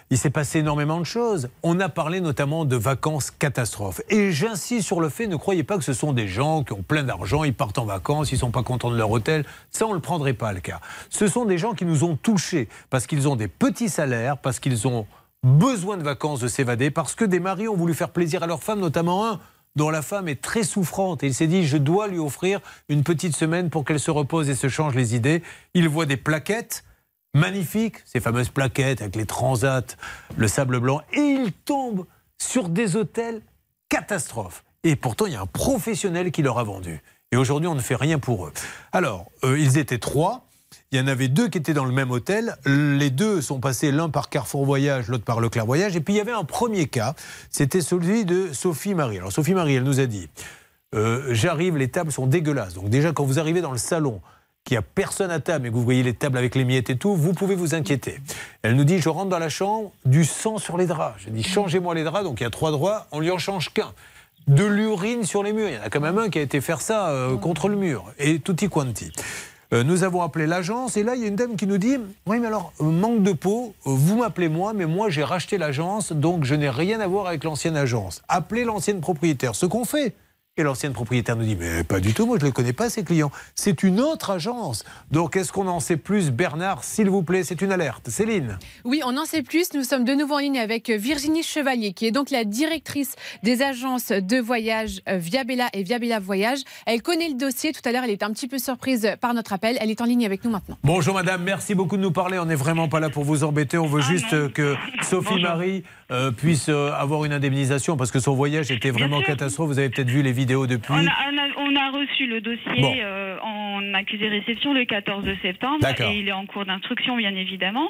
il s'est passé énormément de choses. On a parlé notamment de vacances catastrophes. Et j'insiste sur le fait, ne croyez pas que ce sont des gens qui ont plein d'argent, ils partent en vacances, ils ne sont pas contents de leur hôtel. Ça, on ne le prendrait pas le cas. Ce sont des gens qui nous ont touchés parce qu'ils ont des petits salaires, parce qu'ils ont besoin de vacances, de s'évader, parce que des maris ont voulu faire plaisir à leur femme, notamment un dont la femme est très souffrante. Et il s'est dit, je dois lui offrir une petite semaine pour qu'elle se repose et se change les idées. Il voit des plaquettes magnifiques, ces fameuses plaquettes avec les transats, le sable blanc, et il tombe sur des hôtels catastrophes. Et pourtant, il y a un professionnel qui leur a vendu. Et aujourd'hui, on ne fait rien pour eux. Alors, ils étaient 3. Il y en avait 2 qui étaient dans le même hôtel. Les 2 sont passés, l'un par Carrefour Voyage, l'autre par Leclerc Voyage. Et puis, il y avait un premier cas, c'était celui de Sophie Marie. Alors, Sophie Marie, elle nous a dit, j'arrive, les tables sont dégueulasses. Donc déjà, quand vous arrivez dans le salon, qu'il n'y a personne à table et que vous voyez les tables avec les miettes et tout, vous pouvez vous inquiéter. Elle nous dit, je rentre dans la chambre, du sang sur les draps. Je dis, changez-moi les draps. Donc il y a 3 draps, on lui en change qu'un. De l'urine sur les murs. Il y en a quand même un qui a été faire ça contre le mur. Et tutti quanti. Nous avons appelé l'agence et là, il y a une dame qui nous dit, oui, mais alors, manque de peau, vous m'appelez moi, mais moi, j'ai racheté l'agence, donc je n'ai rien à voir avec l'ancienne agence. Appelez l'ancienne propriétaire. Ce qu'on fait. Et l'ancienne propriétaire nous dit, mais pas du tout, moi je ne les connais pas ces clients. C'est une autre agence. Donc est-ce qu'on en sait plus, Bernard, s'il vous plaît? C'est une alerte. Céline? Oui, on en sait plus. Nous sommes de nouveau en ligne avec Virginie Chevalier, qui est donc la directrice des agences de voyage Viabella et Viabella Voyage. Elle connaît le dossier. Tout à l'heure, elle était un petit peu surprise par notre appel. Elle est en ligne avec nous maintenant. Bonjour madame, merci beaucoup de nous parler. On n'est vraiment pas là pour vous embêter. On veut juste que Sophie Marie puisse avoir une indemnisation parce que son voyage était vraiment catastrophe. Vous avez peut-être vu les vidéos depuis. On a reçu le dossier en accusé-réception le 14 septembre et il est en cours d'instruction, bien évidemment.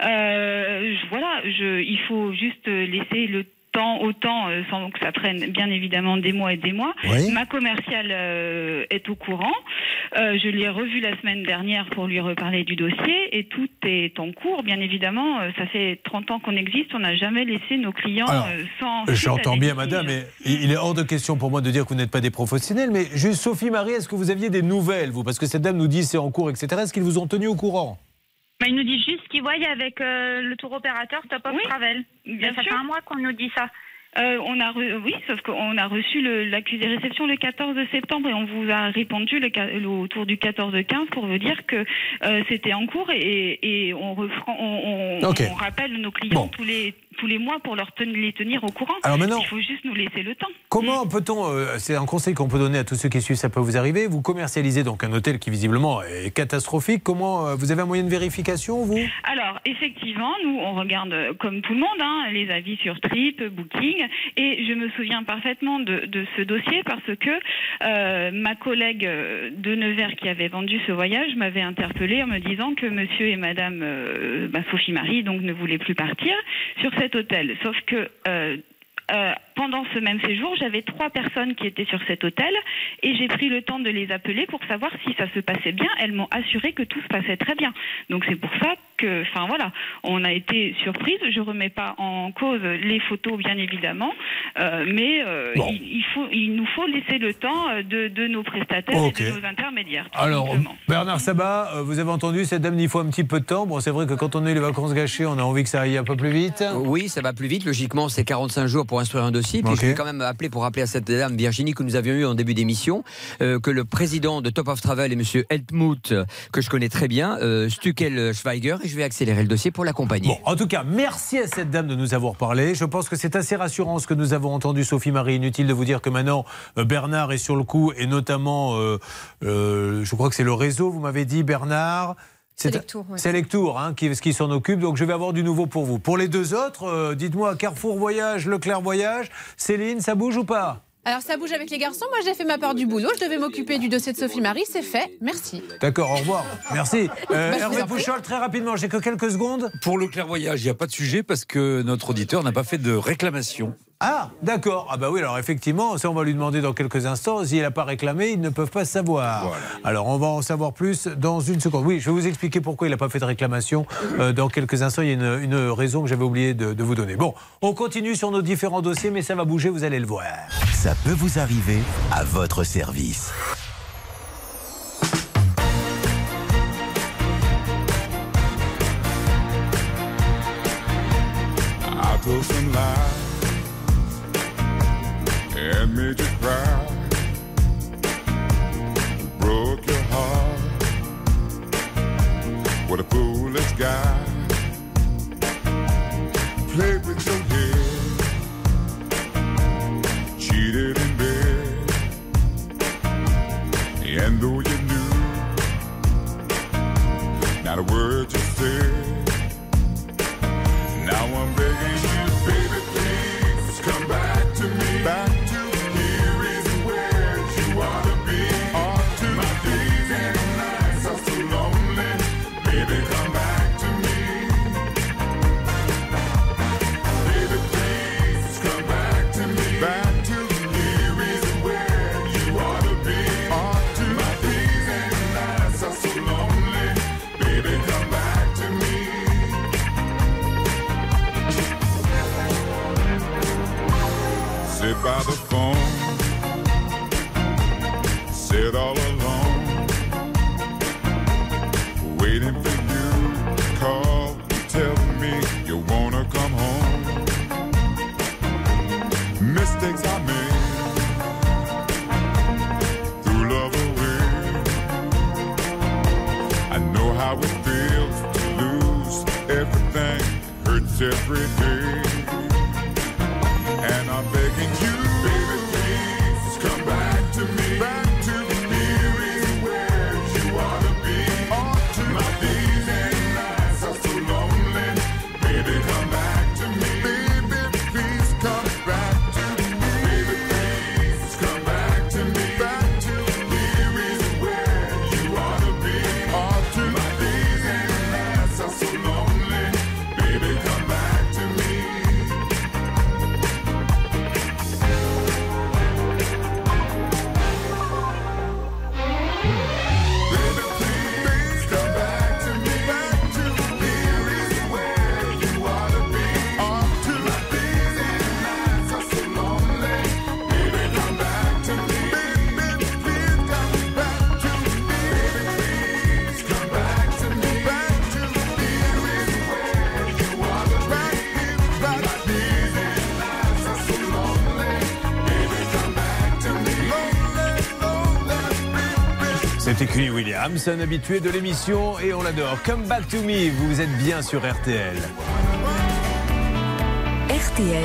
Il faut juste laisser le temps au temps sans que ça prenne bien évidemment des mois et des mois. Oui. Ma commerciale est au courant. Je l'ai revu la semaine dernière pour lui reparler du dossier et tout est en cours. Bien évidemment, ça fait 30 ans qu'on existe. On n'a jamais laissé nos clients sans... J'entends bien, madame, mais il est hors de question pour moi de dire que vous n'êtes pas des professionnels. Mais juste, Sophie Marie, est-ce que vous aviez des nouvelles, vous? Parce que cette dame nous dit c'est en cours, etc. Est-ce qu'ils vous ont tenu au courant? Ils nous disent juste qu'ils voient avec le tour opérateur Top of Travel. Ça fait un mois qu'on nous dit ça. Oui, sauf qu'on a reçu l'accusé-réception le 14 septembre et on vous a répondu autour du 14-15 pour vous dire que c'était en cours et on rappelle nos clients tous les mois pour les tenir au courant. Alors maintenant, il faut juste nous laisser le temps. Comment peut-on, c'est un conseil qu'on peut donner à tous ceux qui suivent Ça peut vous arriver, vous commercialisez donc un hôtel qui visiblement est catastrophique. Comment, vous avez un moyen de vérification, vous? Alors, effectivement, nous, on regarde comme tout le monde, les avis sur Trip, Booking, et je me souviens parfaitement de ce dossier parce que ma collègue de Nevers qui avait vendu ce voyage m'avait interpellée en me disant que monsieur et madame Sophie Marie donc ne voulaient plus partir sur cet hôtel. Sauf que pendant ce même séjour, j'avais 3 personnes qui étaient sur cet hôtel et j'ai pris le temps de les appeler pour savoir si ça se passait bien. Elles m'ont assuré que tout se passait très bien. Donc c'est pour ça que, on a été surprise. Je remets pas en cause les photos, bien évidemment, mais il nous faut laisser le temps de nos prestataires et de nos intermédiaires. Alors, Bernard Sabat, vous avez entendu, cette dame, il faut un petit peu de temps. Bon, c'est vrai que quand on a eu les vacances gâchées, on a envie que ça aille un peu plus vite. Oui, ça va plus vite. Logiquement, c'est 45 jours pour instruire un dossier. Puis je vais quand même appeler pour rappeler à cette dame Virginie que nous avions eu en début d'émission que le président de Top of Travel est monsieur Helmut, que je connais très bien, Stuckel-Schweiger, et je vais accélérer le dossier pour l'accompagner. Bon, en tout cas, merci à cette dame de nous avoir parlé. Je pense que c'est assez rassurant ce que nous avons entendu, Sophie Marie. Inutile de vous dire que maintenant Bernard est sur le coup et notamment, je crois que c'est le réseau, vous m'avez dit, Bernard. Selectour, qui s'en occupe. Donc je vais avoir du nouveau pour vous. Pour les 2 autres, dites-moi, Carrefour Voyage, Leclerc Voyage, Céline, ça bouge ou pas? Alors ça bouge avec les garçons. Moi j'ai fait ma part du boulot. Je devais m'occuper du dossier de Sophie Marie. C'est fait. Merci. D'accord, au revoir. Merci. Hervé Pouchol, très rapidement, j'ai que quelques secondes. Pour Leclerc Voyage, il n'y a pas de sujet parce que notre auditeur n'a pas fait de réclamation. Ah, d'accord. Ah bah oui, alors effectivement, ça on va lui demander dans quelques instants. Si elle n'a pas réclamé, ils ne peuvent pas savoir. Voilà. Alors on va en savoir plus dans une seconde. Oui, je vais vous expliquer pourquoi il n'a pas fait de réclamation dans quelques instants. Il y a une raison que j'avais oublié de vous donner. Bon, on continue sur nos différents dossiers, mais ça va bouger, vous allez le voir. Ça peut vous arriver à votre service. told some lies and made you cry, broke your heart. What a foolish guy. Played with your head, cheated in bed, and though you knew not a word you said, now I'm begging you, baby, please come back to me. Back to here is where you ought to be. Ought to my days and nights are so lonely. Baby, come back to me. Baby, please come back to me. Back to here is where you ought to be. Ought to my days and nights are so lonely. Baby, come back to me. Sit by the phone, sit all alone, waiting for you to call, tell me you wanna come home. Mistakes I made, threw love away. I know how it feels to lose everything, hurts every day. And I'm begging you, baby, please come back to me. Back to here is where you ought to be. Ought to my days and nights are so lonely. Baby, come back to me. Baby, please come back to me. Baby, please come back to me. Back to here is where you ought to be. Ought to my days and nights are so lonely. Baby, come back to me. C'était Kenny Williams, un habitué de l'émission et on l'adore. Come Back to Me, vous êtes bien sur RTL. RTL.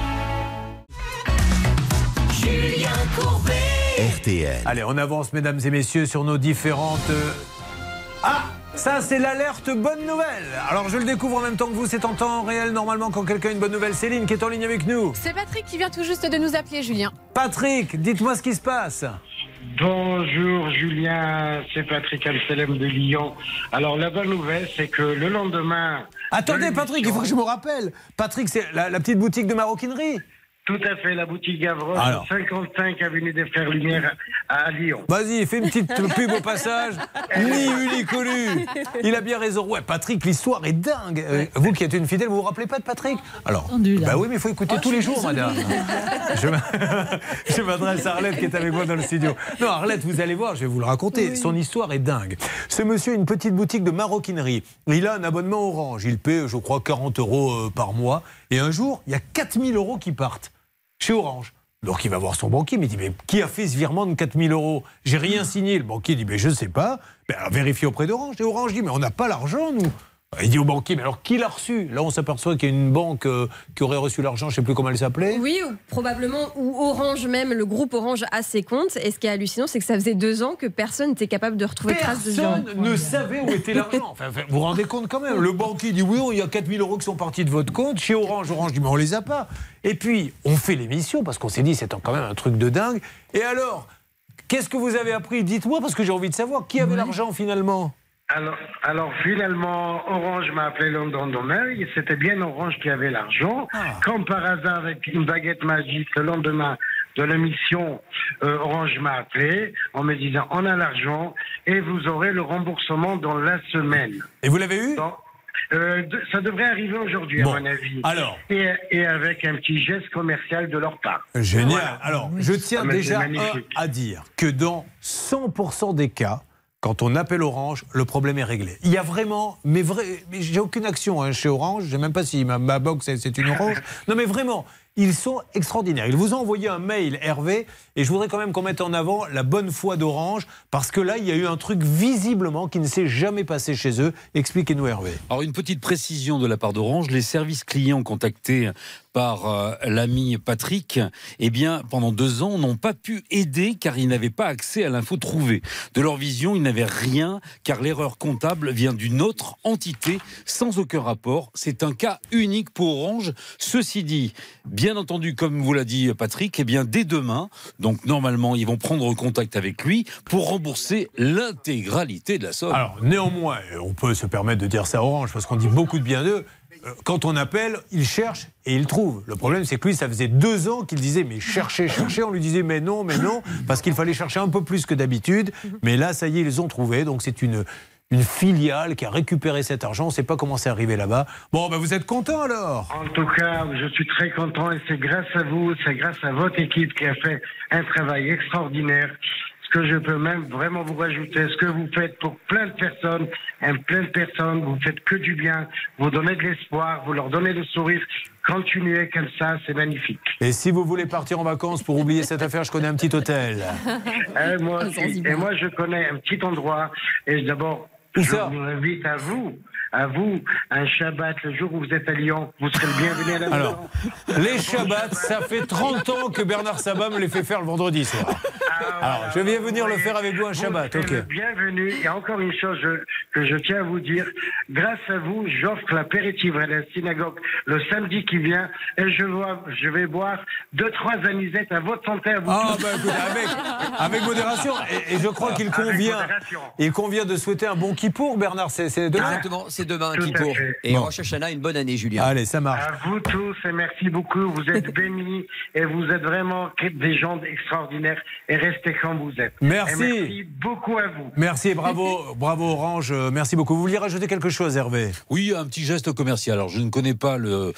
Julien Courbet. RTL. Allez, on avance, mesdames et messieurs, sur nos différentes... Ah, ça, c'est l'alerte bonne nouvelle. Alors, je le découvre en même temps que vous. C'est en temps réel, normalement, quand quelqu'un a une bonne nouvelle. Céline, qui est en ligne avec nous. C'est Patrick qui vient tout juste de nous appeler, Julien. Patrick, dites-moi ce qui se passe. Bonjour Julien, c'est Patrick Amselem de Lyon. Alors la bonne nouvelle, c'est que le lendemain... Attendez Patrick, il faut que je me rappelle. Patrick, c'est la petite boutique de maroquinerie. Tout à fait, la boutique Gavroche, Alors. 55 avenue des Frères Lumière à Lyon. Vas-y, fais une petite pub au passage. Ni vu ni connu. Il a bien raison. Ouais, Patrick, l'histoire est dingue. Vous qui êtes une fidèle, vous vous rappelez pas de Patrick? Alors, bah oui, mais il faut écouter tous les jours, madame. Je m'adresse à Arlette qui est avec moi dans le studio. Non, Arlette, vous allez voir, je vais vous le raconter. Oui. Son histoire est dingue. Ce monsieur a une petite boutique de maroquinerie. Il a un abonnement Orange. Il paie, je crois, 40 € par mois. Et un jour, il y a 4000 € qui partent chez Orange. Donc il va voir son banquier, mais il dit, mais qui a fait ce virement de 4000 €? J'ai rien signé. Le banquier dit, mais je ne sais pas. Ben, alors, vérifiez auprès d'Orange. Et Orange dit, mais on n'a pas l'argent, nous. Il dit au banquier, mais alors qui l'a reçu? Là, on s'aperçoit qu'il y a une banque qui aurait reçu l'argent, je ne sais plus comment elle s'appelait. Oui, ou probablement, ou Orange même, le groupe Orange a ses comptes. Et ce qui est hallucinant, c'est que ça faisait 2 ans que personne n'était capable de retrouver trace de ce virement. Personne ne savait où était l'argent. Enfin, vous vous rendez compte quand même. Le banquier dit, oui, il y a 4000 € qui sont partis de votre compte. Chez Orange, Orange dit, mais on les a pas. Et puis, on fait l'émission, parce qu'on s'est dit, c'est quand même un truc de dingue. Et alors, qu'est-ce que vous avez appris? Dites-moi, parce que j'ai envie de savoir, qui avait l'argent finalement? Alors finalement, Orange m'a appelé le lendemain, et c'était bien Orange qui avait l'argent. Comme par hasard, avec une baguette magique, le lendemain de l'émission, Orange m'a appelé en me disant, on a l'argent et vous aurez le remboursement dans la semaine. Et vous l'avez eu? Ça devrait arriver aujourd'hui, bon, à mon avis. Alors. Et avec un petit geste commercial de leur part. Génial. Voilà. Alors, je tiens déjà à dire que dans 100% des cas, quand on appelle Orange, le problème est réglé. Il y a vraiment, mais j'ai aucune action chez Orange, je ne sais même pas si ma box c'est une Orange. Non mais vraiment, ils sont extraordinaires. Ils vous ont envoyé un mail, Hervé, et je voudrais quand même qu'on mette en avant la bonne foi d'Orange, parce que là, il y a eu un truc visiblement qui ne s'est jamais passé chez eux. Expliquez-nous, Hervé. Alors, une petite précision de la part d'Orange. Les services clients contactés par l'ami Patrick, eh bien, pendant 2 ans, n'ont pas pu aider car ils n'avaient pas accès à l'info trouvée. De leur vision, ils n'avaient rien car l'erreur comptable vient d'une autre entité sans aucun rapport. C'est un cas unique pour Orange. Ceci dit, bien entendu, comme vous l'a dit Patrick, eh bien, dès demain, donc normalement, ils vont prendre contact avec lui pour rembourser l'intégralité de la somme. Alors, néanmoins, on peut se permettre de dire ça à Orange parce qu'on dit beaucoup de bien d'eux. Quand on appelle, il cherche et il trouve. Le problème, c'est que lui, ça faisait 2 ans qu'il disait mais cherchez. On lui disait mais non, parce qu'il fallait chercher un peu plus que d'habitude. Mais là, ça y est, ils ont trouvé. Donc c'est une filiale qui a récupéré cet argent. On ne sait pas comment c'est arrivé là-bas. Bon, ben vous êtes content alors? En tout cas, je suis très content et c'est grâce à vous, c'est grâce à votre équipe qui a fait un travail extraordinaire. Ce que je peux même vraiment vous rajouter, ce que vous faites pour plein de personnes, vous faites que du bien, vous donnez de l'espoir, vous leur donnez le sourire. Continuez comme ça, c'est magnifique. Et si vous voulez partir en vacances pour oublier cette affaire, je connais un petit hôtel. Moi aussi. Et moi, je connais un petit endroit. Et d'abord, je vous invite à vous, un Shabbat, le jour où vous êtes à Lyon, vous serez le bienvenu à la maison. Alors, les Shabbats, ça fait 30 ans que Bernard Sabat me les fait faire le vendredi soir. Alors, je viens venir le faire avec vous un Shabbat, ok. Bienvenue. Et encore une chose que je tiens à vous dire, grâce à vous, j'offre l'apéritif à la synagogue le samedi qui vient et je vais boire 2-3 anisettes à votre santé, à vous. Ah, bah écoutez, avec modération. Et je crois qu'il convient de souhaiter un bon Kippour, Bernard, c'est demain. Exactement, c'est demain, Kippour. Et Rosh Hashanah, une bonne année, Julien. Allez, ça marche. À vous tous et merci beaucoup. Vous êtes bénis et vous êtes vraiment des gens extraordinaires et restez comme vous êtes. Merci. Et merci beaucoup à vous. Merci et bravo Orange. Merci beaucoup. Vous vouliez rajouter quelque chose, Hervé? Oui, un petit geste commercial. Alors, je ne connais pas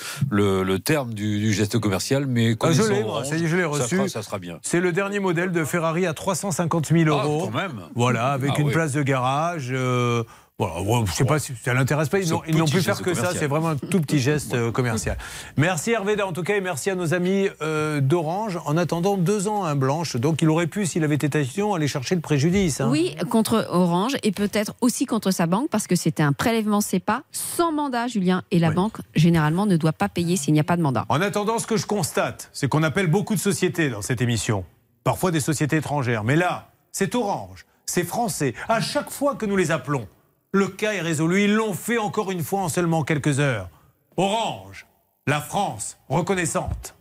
le terme du geste commercial, mais je l'ai reçu. Ça sera bien. C'est le dernier modèle de Ferrari à 350 000 €. Quand même. Voilà, avec une place de garage. Voilà, je ne sais pas si ça l'intéresse pas. Ils n'ont pu faire que ça. C'est vraiment un tout petit geste commercial. Merci Hervé, en tout cas, et merci à nos amis d'Orange. En attendant 2 ans, blanche. Donc il aurait pu, s'il avait été action, aller chercher le préjudice. Oui, contre Orange et peut-être aussi contre sa banque parce que c'était un prélèvement SEPA sans mandat, Julien. Et la banque, généralement, ne doit pas payer s'il n'y a pas de mandat. En attendant, ce que je constate, c'est qu'on appelle beaucoup de sociétés dans cette émission. Parfois des sociétés étrangères. Mais là, c'est Orange, c'est français. À chaque fois que nous les appelons, le cas est résolu. Ils l'ont fait encore une fois en seulement quelques heures. Orange, la France reconnaissante.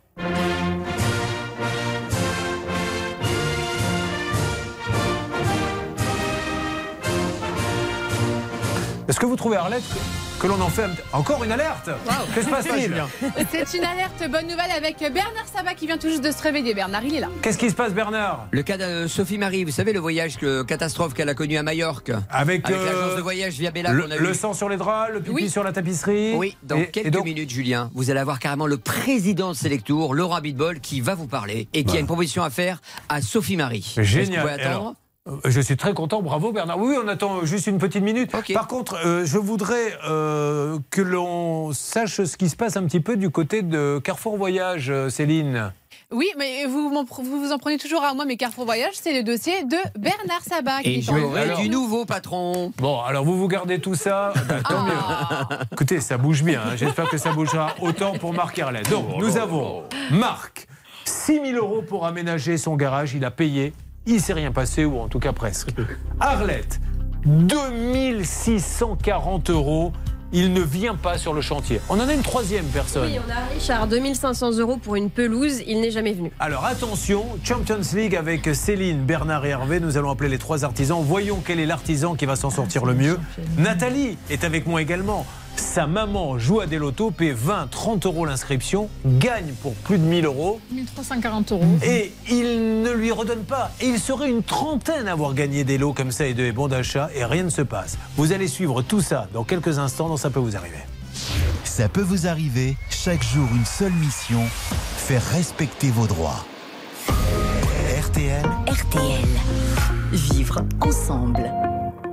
Est-ce que vous trouvez, Arlette, que l'on en fait encore une alerte? Que se passe-t-il? C'est une alerte bonne nouvelle avec Bernard Sabat qui vient tout juste de se réveiller. Bernard, il est là. Qu'est-ce qui se passe, Bernard? Le cas de Sophie Marie, vous savez, le voyage catastrophe qu'elle a connu à Majorque. Avec l'agence de voyage Via Bella qu'on a vu. Le sang sur les draps, le pipi sur la tapisserie. Oui, dans quelques minutes, Julien, vous allez avoir carrément le président de Selectour, Laurent Abitbol, qui va vous parler et qui a une proposition à faire à Sophie Marie. Génial. Est-ce que vous pouvez attendre? Je suis très content, bravo Bernard. Oui, on attend juste une petite minute. Okay. Par contre, je voudrais que l'on sache ce qui se passe un petit peu du côté de Carrefour Voyage, Céline. Oui, mais vous vous en prenez toujours à moi, mais Carrefour Voyage, c'est le dossier de Bernard Sabat. Et j'aurai du nouveau patron. Bon, alors vous gardez tout ça, tant mieux. Écoutez, ça bouge bien, hein. J'espère que ça bougera autant pour Marc Herlet. Donc, nous avons Marc, 6 000 € pour aménager son garage, il a payé. Il ne s'est rien passé, ou en tout cas presque. Arlette, 2 640 €. Il ne vient pas sur le chantier. On en a une troisième personne. Oui, on a Richard, 2 500 € pour une pelouse. Il n'est jamais venu. Alors attention, Champions League avec Céline, Bernard et Hervé. Nous allons appeler les 3 artisans. Voyons quel est l'artisan qui va s'en sortir le mieux. Nathalie est avec moi également. Sa maman joue à des lotos, paie 20-30 € l'inscription, gagne pour plus de 1 000 €. 1 340 €. Et il ne lui redonne pas. Et il serait une trentaine à avoir gagné des lots comme ça et des bons d'achat et rien ne se passe. Vous allez suivre tout ça dans quelques instants dans Ça peut vous arriver. Ça peut vous arriver, chaque jour une seule mission, faire respecter vos droits. RTL. RTL. Vivre ensemble.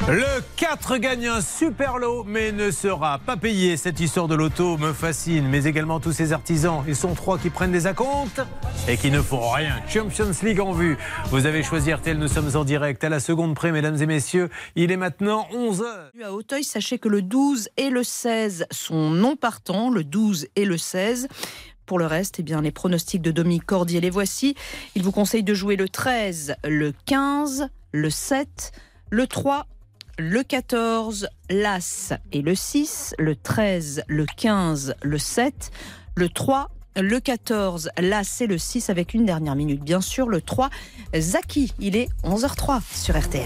Le 4 gagne un super lot, mais ne sera pas payé. Cette histoire de loto me fascine, mais également tous ces artisans. Ils sont 3 qui prennent des acomptes et qui ne font rien. Champions League en vue. Vous avez choisi RTL, nous sommes en direct à la seconde près, mesdames et messieurs. Il est maintenant 11h. À Auteuil, sachez que le 12 et le 16 sont non partants, le 12 et le 16. Pour le reste, eh bien, les pronostics de Dominique Cordier, les voici. Il vous conseille de jouer le 13, le 15, le 7, le 3, le 14, l'As et le 6, le 13, le 15, le 7, le 3, le 14, l'As et le 6 avec une dernière minute. Bien sûr, le 3, Zaki. Il est 11h03 sur RTL.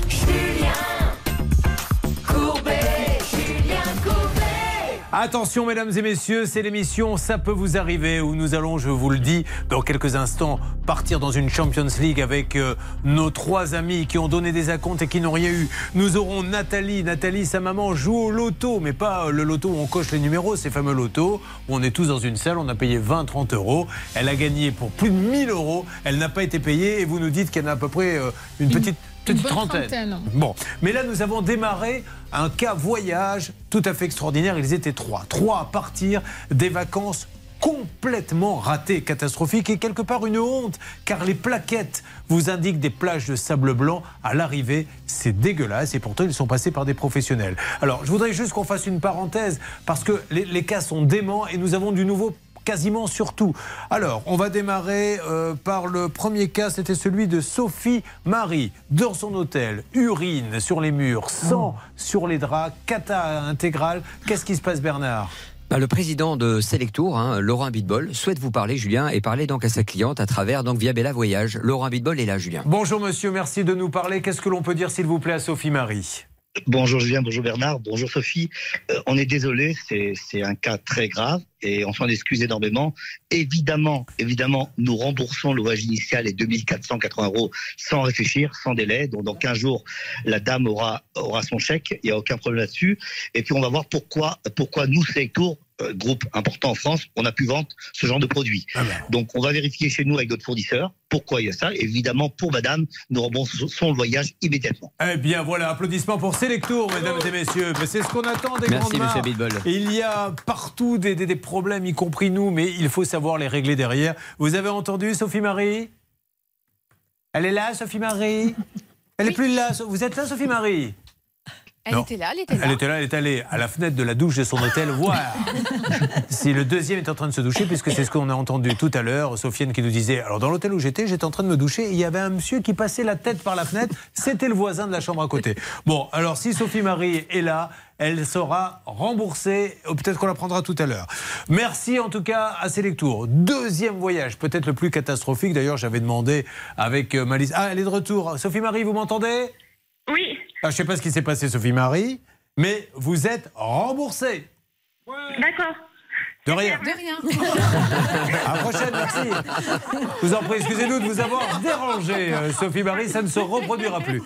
Attention mesdames et messieurs, c'est l'émission Ça peut vous arriver où nous allons, je vous le dis, dans quelques instants partir dans une Champions League avec nos 3 amis qui ont donné des acomptes et qui n'ont rien eu. Nous aurons Nathalie. Nathalie, sa maman joue au loto, mais pas le loto où on coche les numéros, ces fameux lotos où on est tous dans une salle, on a payé 20-30 euros. Elle a gagné pour plus de 1000 euros. Elle n'a pas été payée et vous nous dites qu'il y en a à peu près une petite trentaine. Bon, mais là nous avons démarré un cas voyage tout à fait extraordinaire. Ils étaient 3 à partir des vacances complètement ratées, catastrophiques et quelque part une honte car les plaquettes vous indiquent des plages de sable blanc à l'arrivée. C'est dégueulasse et pourtant ils sont passés par des professionnels. Alors je voudrais juste qu'on fasse une parenthèse parce que les cas sont déments et nous avons du nouveau quasiment sur tout. Alors, on va démarrer par le premier cas, c'était celui de Sophie Marie. Dans son hôtel, urine sur les murs, sang sur les draps, cata intégrale. Qu'est-ce qui se passe, Bernard ? Le président de Selectour, Laurent Abitbol, souhaite vous parler, Julien, et parler donc à sa cliente à travers Viabella Voyage. Laurent Abitbol est là, Julien. Bonjour monsieur, merci de nous parler. Qu'est-ce que l'on peut dire, s'il vous plaît, à Sophie Marie ? Bonjour Julien, bonjour Bernard, bonjour Sophie. On est désolé, c'est un cas très grave et on s'en excuse énormément. Évidemment, nous remboursons le voyage initial et 2480 euros sans réfléchir, sans délai. Donc dans 15 jours, la dame aura son chèque, il n'y a aucun problème là-dessus. Et puis on va voir pourquoi nous, Selectour, groupe important en France, on a pu vendre ce genre de produit. Donc on va vérifier chez nous avec d'autres fournisseurs pourquoi il y a ça. Évidemment, pour madame, nous remboursons le voyage immédiatement. Eh bien voilà, applaudissements pour Selectour, mesdames et messieurs. Mais c'est ce qu'on attend des grandes marques. Merci, monsieur Abitbol. Il y a partout des problèmes, y compris nous, mais il faut savoir les régler derrière. Vous avez entendu, Sophie Marie ? Elle est là, Sophie Marie ? Elle n'est plus là. Vous êtes là, Sophie Marie ? Elle était là. Elle est allée à la fenêtre de la douche de son hôtel voir si le deuxième est en train de se doucher, puisque c'est ce qu'on a entendu tout à l'heure. Sofiane qui nous disait, alors dans l'hôtel où j'étais en train de me doucher, et il y avait un monsieur qui passait la tête par la fenêtre, c'était le voisin de la chambre à côté. Bon, alors si Sophie Marie est là, elle sera remboursée, peut-être qu'on la prendra tout à l'heure. Merci en tout cas à Selectour. Deuxième voyage, peut-être le plus catastrophique, d'ailleurs j'avais demandé avec Malice. Ah, elle est de retour. Sophie Marie, vous m'entendez ? Oui. Je ne sais pas ce qui s'est passé, Sophie Marie, mais vous êtes remboursée. D'accord. De rien. À la prochaine, merci. Je vous en prie, excusez-nous de vous avoir dérangé, Sophie Marie, ça ne se reproduira plus.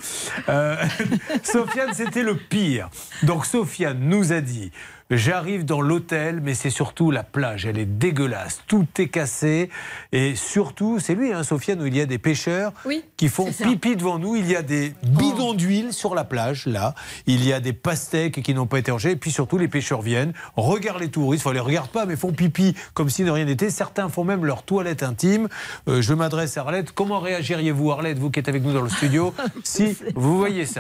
Sofiane, c'était le pire. Donc Sofiane nous a dit, j'arrive dans l'hôtel, mais c'est surtout la plage, elle est dégueulasse, tout est cassé. Et surtout, c'est lui, Sofiane, où il y a des pêcheurs qui font pipi devant nous. Il y a des bidons d'huile sur la plage, là. Il y a des pastèques qui n'ont pas été rangés. Et puis surtout, les pêcheurs viennent, regardent les touristes, enfin, ils ne les regardent pas, mais font pipi comme si de rien n'était. Certains font même leur toilette intime. Je m'adresse à Arlette. Comment réagiriez-vous, Arlette, vous qui êtes avec nous dans le studio, si vous voyez ça ?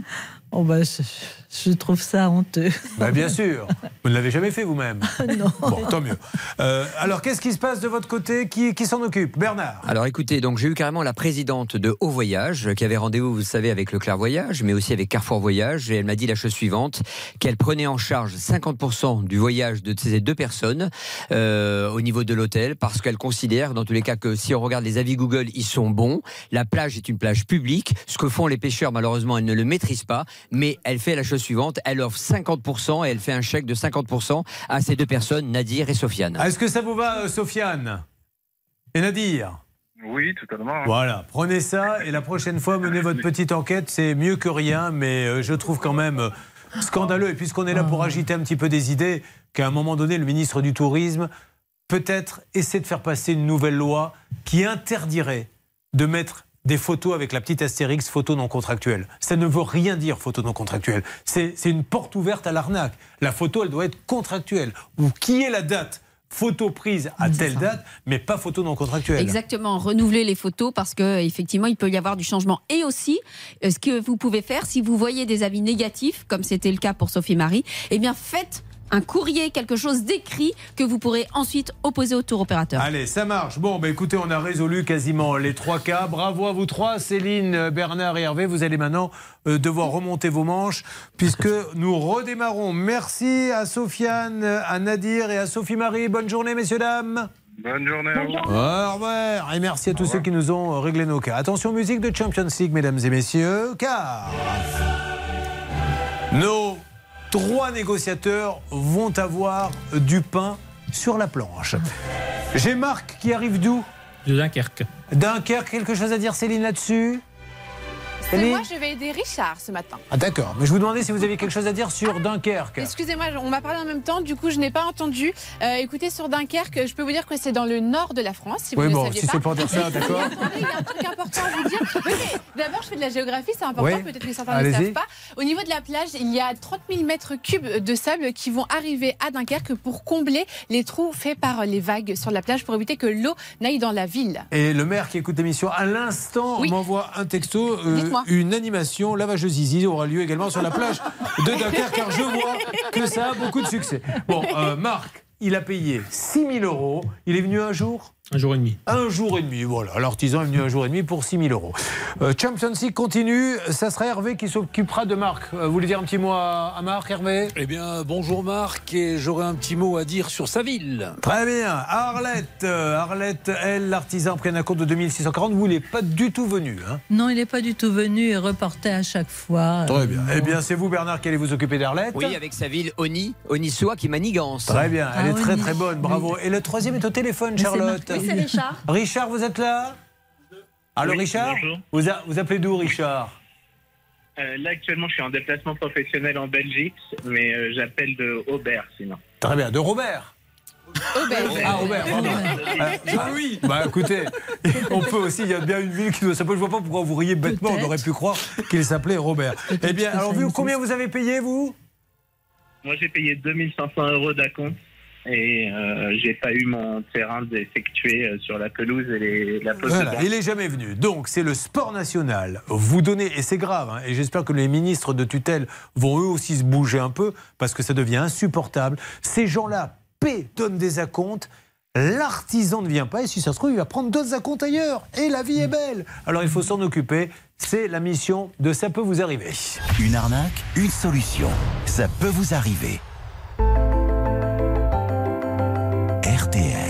Je trouve ça honteux. Bien sûr. Vous ne l'avez jamais fait vous-même. Non. Bon, tant mieux. Alors, qu'est-ce qui se passe de votre côté ? Qui s'en occupe ? Bernard ? Alors écoutez, donc j'ai eu carrément la présidente de Haut Voyage qui avait rendez-vous, vous savez, avec le Clair Voyage, mais aussi avec Carrefour Voyage, et elle m'a dit la chose suivante, qu'elle prenait en charge 50% du voyage de ces 2 personnes au niveau de l'hôtel, parce qu'elle considère, dans tous les cas, que si on regarde les avis Google, ils sont bons. La plage est une plage publique. Ce que font les pêcheurs, malheureusement, elle ne le maîtrise pas, mais elle fait la chose suivante, elle offre 50% et elle fait un chèque de 50% à ces 2 personnes, Nadir et Sofiane. Est-ce que ça vous va, Sofiane et Nadir ? Oui, totalement. Voilà, prenez ça et la prochaine fois, menez votre petite enquête. C'est mieux que rien, mais je trouve quand même scandaleux. Et puisqu'on est là pour agiter un petit peu des idées, qu'à un moment donné, le ministre du Tourisme peut-être essaie de faire passer une nouvelle loi qui interdirait de mettre des photos avec la petite astérix photo non contractuelle. Ça ne veut rien dire photo non contractuelle. C'est une porte ouverte à l'arnaque. La photo, elle doit être contractuelle. Ou qui est la date ? Photo prise à telle date, mais pas photo non contractuelle. Exactement, renouveler les photos parce qu'effectivement, il peut y avoir du changement. Et aussi, ce que vous pouvez faire, si vous voyez des avis négatifs, comme c'était le cas pour Sophie Marie, eh bien faites un courrier, quelque chose d'écrit que vous pourrez ensuite opposer au tour opérateur. Allez, ça marche. Bon, écoutez, on a résolu quasiment les 3 cas. Bravo à vous 3, Céline, Bernard et Hervé. Vous allez maintenant devoir remonter vos manches puisque nous redémarrons. Merci à Sofiane, à Nadir et à Sophie Marie. Bonne journée, messieurs, dames. Bonne journée à vous. Au revoir. Et merci à tous ceux qui nous ont réglé nos cas. Attention, musique de Champions League, mesdames et messieurs, car nos 3 négociateurs vont avoir du pain sur la planche. J'ai Marc qui arrive d'où ? De Dunkerque. Dunkerque, quelque chose à dire, Céline, là-dessus ? C'est moi, je vais aider Richard ce matin. Ah d'accord, mais je vous demandais si vous aviez quelque chose à dire sur Dunkerque. Excusez-moi, on m'a parlé en même temps, du coup je n'ai pas entendu. Écoutez, sur Dunkerque, je peux vous dire que c'est dans le nord de la France, si vous ne le saviez pas. Si c'est pour dire ça, d'accord. Il y a un truc important à vous dire. Oui, mais d'abord, je fais de la géographie, c'est important, Oui. peut-être que certains ne le savent pas. Au niveau de la plage, il y a 30 000 mètres cubes de sable qui vont arriver à Dunkerque pour combler les trous faits par les vagues sur la plage pour éviter que l'eau n'aille dans la ville. Et le maire qui écoute l'émission, à l'instant, m'envoie un texto, une animation, lavage de zizi aura lieu également sur la plage de Dunkerque, car je vois que ça a beaucoup de succès. Bon, Marc, il a payé 6 000 €. Il est venu un jour ? Un jour et demi. Un jour et demi, voilà. L'artisan est venu un jour et demi pour 6 000 €. Champions League continue. Ça sera Hervé qui s'occupera de Marc. Vous voulez dire un petit mot à Marc, Hervé ? Eh bien, bonjour Marc, et j'aurais un petit mot à dire sur sa ville. Très bien. Arlette, elle, l'artisan pris un compte de 2640. Vous, il n'est pas du tout venu. Hein ? Non, il n'est pas du tout venu et reportait à chaque fois. Très bien. Eh bien, c'est vous, Bernard, qui allez vous occuper d'Arlette ? Oui, avec sa ville Onissoa qui manigance. Très bien. Elle est très très bonne. Bravo. Et le troisième est au téléphone, Charlotte. Oui, c'est Richard. Richard, vous êtes là ? Allô, Oui, Richard ? bonjour. Vous appelez d'où, Richard ? Là, actuellement, je suis en déplacement professionnel en Belgique, mais j'appelle de Aubert, sinon. Très bien. De Robert ? Aubert. Ah, Robert, pardon. Oui. Bah écoutez, on peut aussi, il y a bien une ville qui doit s'appeler, je vois pas pourquoi vous riez bêtement, on aurait pu croire qu'il s'appelait Robert. Eh bien, alors, combien vous avez payé, vous ? Moi, j'ai payé 2500 € d'acompte. Et j'ai pas eu mon terrain d'effectuer sur la pelouse et la pelouse. Voilà, il n'est jamais venu. Donc c'est le sport national. Vous donnez, et c'est grave, hein, et j'espère que les ministres de tutelle vont eux aussi se bouger un peu, parce que ça devient insupportable. Ces gens-là donnent des acomptes, l'artisan ne vient pas, et si ça se trouve, il va prendre d'autres acomptes ailleurs. Et la vie est belle. Alors il faut s'en occuper. C'est la mission de Ça peut vous arriver. Une arnaque, une solution. Ça peut vous arriver. RTL.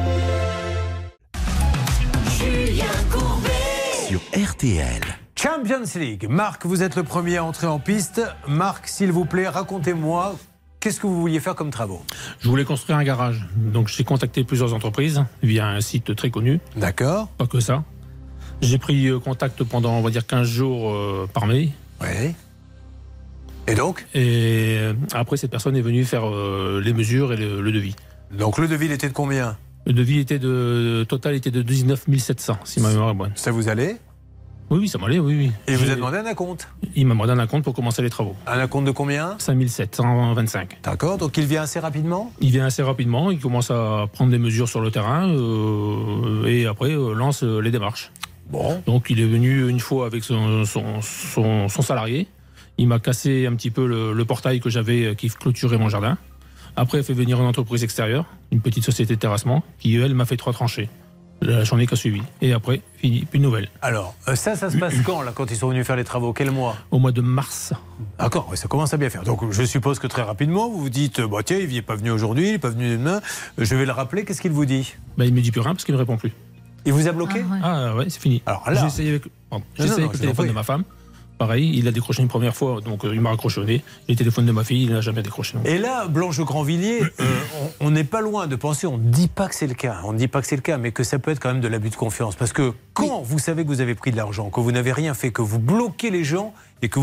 Julien Courbet. Sur RTL. Champions League. Marc, vous êtes le premier à entrer en piste. Marc, s'il vous plaît, racontez-moi, qu'est-ce que vous vouliez faire comme travaux ? Je voulais construire un garage. Donc j'ai contacté plusieurs entreprises via un site très connu. D'accord. Pas que ça. J'ai pris contact pendant, on va dire, 15 jours par mail. Oui. Et donc ? Et après, cette personne est venue faire les mesures et le devis. Donc le devis était de combien ? Le devis total était de 19 700, si ma mémoire est bonne. Ça vous allait ? Oui, ça m'allait, oui. Et vous avez demandé un acompte ? Il m'a demandé un acompte pour commencer les travaux. Un acompte de combien ? 5 725. D'accord, donc il vient assez rapidement ? Il vient assez rapidement, il commence à prendre des mesures sur le terrain et après lance les démarches. Bon. Donc il est venu une fois avec son salarié. Il m'a cassé un petit peu le portail que j'avais qui clôturait mon jardin. Après, il a fait venir une entreprise extérieure, une petite société de terrassement, qui, elle, m'a fait 3 tranchées. La journée qui a suivi. Et après, fini, plus de nouvelles. Alors, ça se passe quand, là, quand ils sont venus faire les travaux ? Quel mois ? Au mois de mars. D'accord, oui, ça commence à bien faire. Donc, je suppose que très rapidement, vous vous dites, bah, tiens, il n'est pas venu aujourd'hui, il n'est pas venu demain, je vais le rappeler, qu'est-ce qu'il vous dit ? Il ne me dit plus rien parce qu'il ne me répond plus. Il vous a bloqué ? Ah ouais, c'est fini. Alors là... J'ai essayé avec le téléphone de ma femme. Pareil, il a décroché une première fois, donc il m'a raccroché au nez. Les téléphones de ma fille, il n'a jamais décroché. Et là, Blanche Grandvilliers, on n'est pas loin de penser, on ne dit pas que c'est le cas, mais que ça peut être quand même de l'abus de confiance. Parce que quand vous savez que vous avez pris de l'argent, que vous n'avez rien fait, que vous bloquez les gens et que vous dites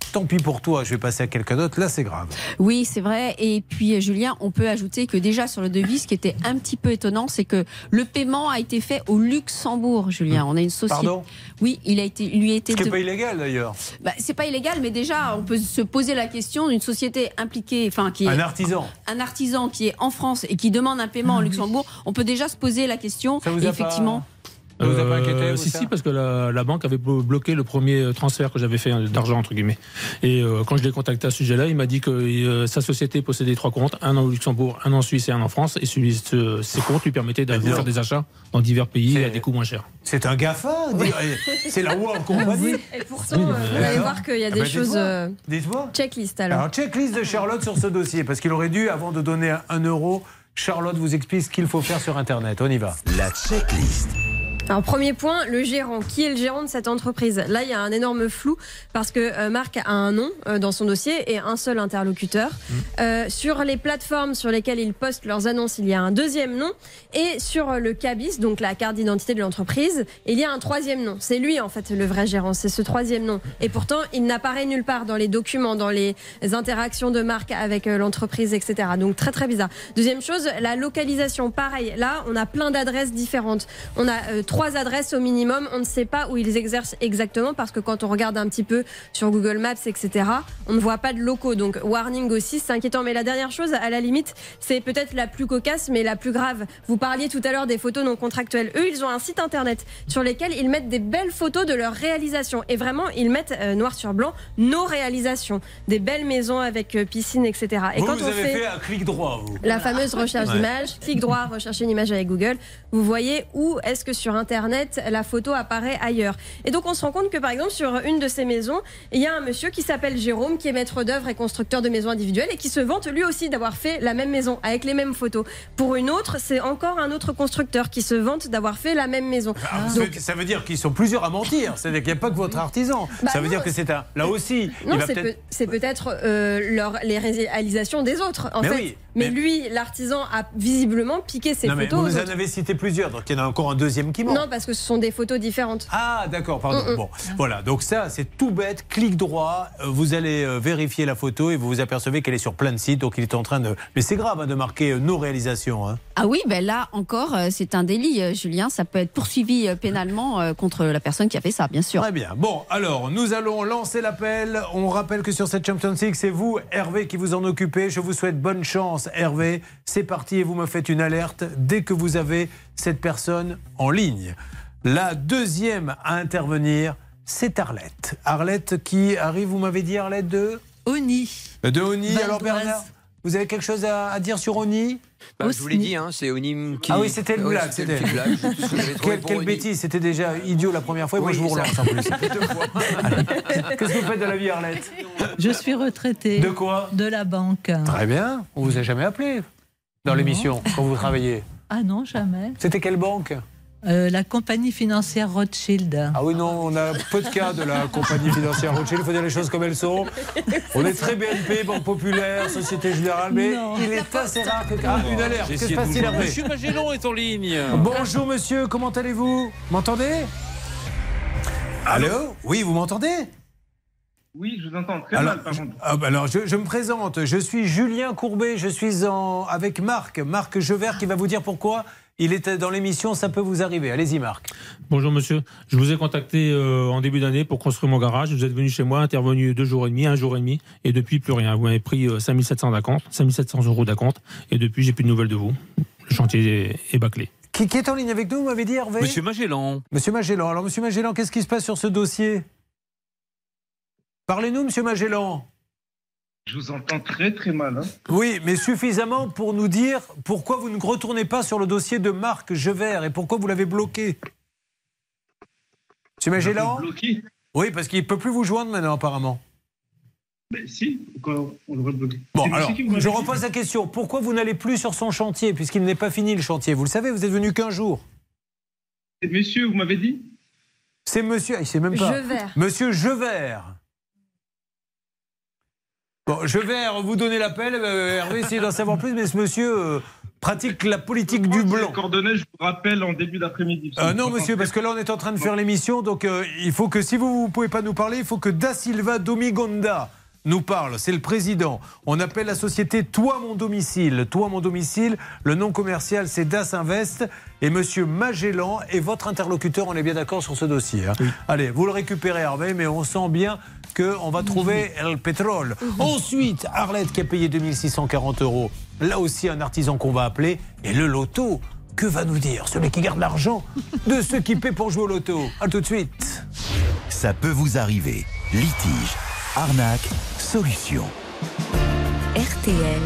tant pis pour toi, je vais passer à quelqu'un d'autre, là c'est grave. Oui, c'est vrai. Et puis, Julien, on peut ajouter que déjà sur le devis, ce qui était un petit peu étonnant, c'est que le paiement a été fait au Luxembourg, Julien. On a une société. Pardon ? Oui, lui a été. Ce qui n'est pas illégal d'ailleurs. Bah, c'est pas illégal, mais déjà, on peut se poser la question d'une société impliquée, enfin qui est un artisan. Un artisan qui est en France et qui demande un paiement au Luxembourg. On peut déjà se poser la question. Ça vous a effectivement. Ça vous a pas inquiété, vous, ça Si, parce que la banque avait bloqué le premier transfert que j'avais fait d'argent, entre guillemets. Et quand je l'ai contacté à ce sujet-là, il m'a dit que sa société possédait 3 comptes, un au Luxembourg, un en Suisse et un en France. Et ces comptes lui permettaient de faire des achats dans divers pays à des coûts moins chers. C'est un GAFA. C'est la World Company. Et pourtant, vous allez voir qu'il y a des choses. Dites-moi. Checklist alors. Alors, checklist de Charlotte sur ce dossier, parce qu'il aurait dû, avant de donner 1 euro, Charlotte vous explique ce qu'il faut faire sur Internet. On y va. La checklist. Alors, premier point, le gérant. Qui est le gérant de cette entreprise ? Là, il y a un énorme flou parce que Marc a un nom dans son dossier et un seul interlocuteur. Sur les plateformes sur lesquelles ils postent leurs annonces, il y a un deuxième nom. Et sur le CABIS, donc la carte d'identité de l'entreprise, il y a un troisième nom. C'est lui, en fait, le vrai gérant. C'est ce troisième nom. Et pourtant, il n'apparaît nulle part dans les documents, dans les interactions de Marc avec l'entreprise, etc. Donc, très, très bizarre. Deuxième chose, la localisation. Pareil, là, on a plein d'adresses différentes. On a 3 adresses au minimum. On ne sait pas où ils exercent exactement parce que quand on regarde un petit peu sur Google Maps, etc., on ne voit pas de locaux. Donc, warning aussi, c'est inquiétant. Mais la dernière chose, à la limite, c'est peut-être la plus cocasse, mais la plus grave. Vous parliez tout à l'heure des photos non contractuelles. Eux, ils ont un site internet sur lequel ils mettent des belles photos de leurs réalisations. Et vraiment, ils mettent noir sur blanc nos réalisations. Des belles maisons avec piscine, etc. Et vous quand on avez fait un clic droit, vous. La fameuse recherche d'image, clic droit, rechercher une image avec Google. Vous voyez où est-ce que sur Internet, la photo apparaît ailleurs. Et donc, on se rend compte que, par exemple, sur une de ces maisons, il y a un monsieur qui s'appelle Jérôme, qui est maître d'œuvre et constructeur de maisons individuelles et qui se vante lui aussi d'avoir fait la même maison avec les mêmes photos. Pour une autre, c'est encore un autre constructeur qui se vante d'avoir fait la même maison. Donc, ça veut dire qu'ils sont plusieurs à mentir. C'est-à-dire qu'il n'y a pas que votre artisan. Ça veut dire que c'est un. Là aussi. Non, c'est peut-être les réalisations des autres, en fait. Oui, mais lui, l'artisan, a visiblement piqué ses photos. Mais vous en avez cité plusieurs, donc il y en a encore un deuxième qui ment. Non, parce que ce sont des photos différentes. Ah, d'accord, pardon. Bon, voilà, donc ça, c'est tout bête. Clic droit, vous allez vérifier la photo et vous vous apercevez qu'elle est sur plein de sites. Donc il est en train de. Mais c'est grave de marquer nos réalisations. Hein. Ah oui, ben là encore, c'est un délit, Julien. Ça peut être poursuivi pénalement contre la personne qui a fait ça, bien sûr. Très bien. Bon, alors, nous allons lancer l'appel. On rappelle que sur cette Champions League, c'est vous, Hervé, qui vous en occupez. Je vous souhaite bonne chance, Hervé. C'est parti et vous me faites une alerte dès que vous avez cette personne en ligne. La deuxième à intervenir, c'est Arlette. Arlette qui arrive, vous m'avez dit, Arlette, de Oni. De Oni. Alors, Bernard, vous avez quelque chose à dire sur Oni? Je vous l'ai dit, hein, c'est Onim qui... Ah oui, c'était une blague. C'était une blague. Quelle bêtise, c'était déjà idiot la première fois et moi je vous relance en plus. Qu'est-ce que vous faites de la vie, Arlette? Je suis retraitée. De quoi? De la banque. Très bien. On vous a jamais appelé dans l'émission quand vous travailliez? Ah non, jamais. C'était quelle banque? La compagnie financière Rothschild. Ah oui, non, on a peu de cas de la compagnie financière Rothschild. Il faut dire les choses comme elles sont. On est très BNP, Banque Populaire, Société Générale, mais il est assez rare que... Ah, une alerte. Qu'est-ce qui se passe-t-il, Hervé? Monsieur Magellan est en ligne. Bonjour, monsieur. Comment allez-vous? M'entendez? Allô? Oui, vous m'entendez? Oui, je vous entends très mal, par contre. Alors, je me présente. Je suis Julien Courbet. Je suis avec Marc Gevert qui va vous dire pourquoi il était dans l'émission. Ça peut vous arriver. Allez-y, Marc. Bonjour, monsieur. Je vous ai contacté en début d'année pour construire mon garage. Vous êtes venu chez moi, intervenu 2 jours et demi, 1 jour et demi, et depuis, plus rien. Vous m'avez pris 5 700 € d'acompte, et depuis, j'ai plus de nouvelles de vous. Le chantier est bâclé. Qui est en ligne avec nous, vous m'avez dit, Hervé? Monsieur Magellan. Monsieur Magellan. Alors, monsieur Magellan, qu'est-ce qui se passe sur ce dossier? Parlez-nous, monsieur Magellan. Je vous entends très très mal. Hein. Oui, mais suffisamment pour nous dire pourquoi vous ne retournez pas sur le dossier de Marc Gevert et pourquoi vous l'avez bloqué. Monsieur Magellan? Bloqué? Oui, parce qu'il ne peut plus vous joindre maintenant, apparemment. Ben si, pourquoi on l'aurait bloqué? Bon, alors, je repose la question. Pourquoi vous n'allez plus sur son chantier, puisqu'il n'est pas fini le chantier? Vous le savez, vous êtes venu qu'1 jour. C'est monsieur, vous m'avez dit? C'est monsieur, il ne sait même pas. Gevert. Monsieur Gevert. Bon, Gevert, vous donnez l'appel. Hervé, essayez d'en savoir plus, mais ce monsieur, pratique la politique du blanc. Les coordonnées, je vous rappelle en début d'après-midi. Non, monsieur, parce que là, on est en train de faire l'émission. Donc, il faut que, si vous ne pouvez pas nous parler, il faut que Da Silva Domingonda nous parle. C'est le président. On appelle la société Toi Mon Domicile. Toi Mon Domicile, le nom commercial, c'est Das Invest. Et monsieur Magellan est votre interlocuteur. On est bien d'accord sur ce dossier. Hein. Oui. Allez, vous le récupérez, Hervé, mais on sent bien qu'on va trouver le pétrole. Ensuite, Arlette qui a payé 2640 €. Là aussi, un artisan qu'on va appeler. Et le loto, que va nous dire celui qui garde l'argent de ceux qui paient pour jouer au loto? A tout de suite. Ça peut vous arriver. Litige, arnaque, solution. RTL.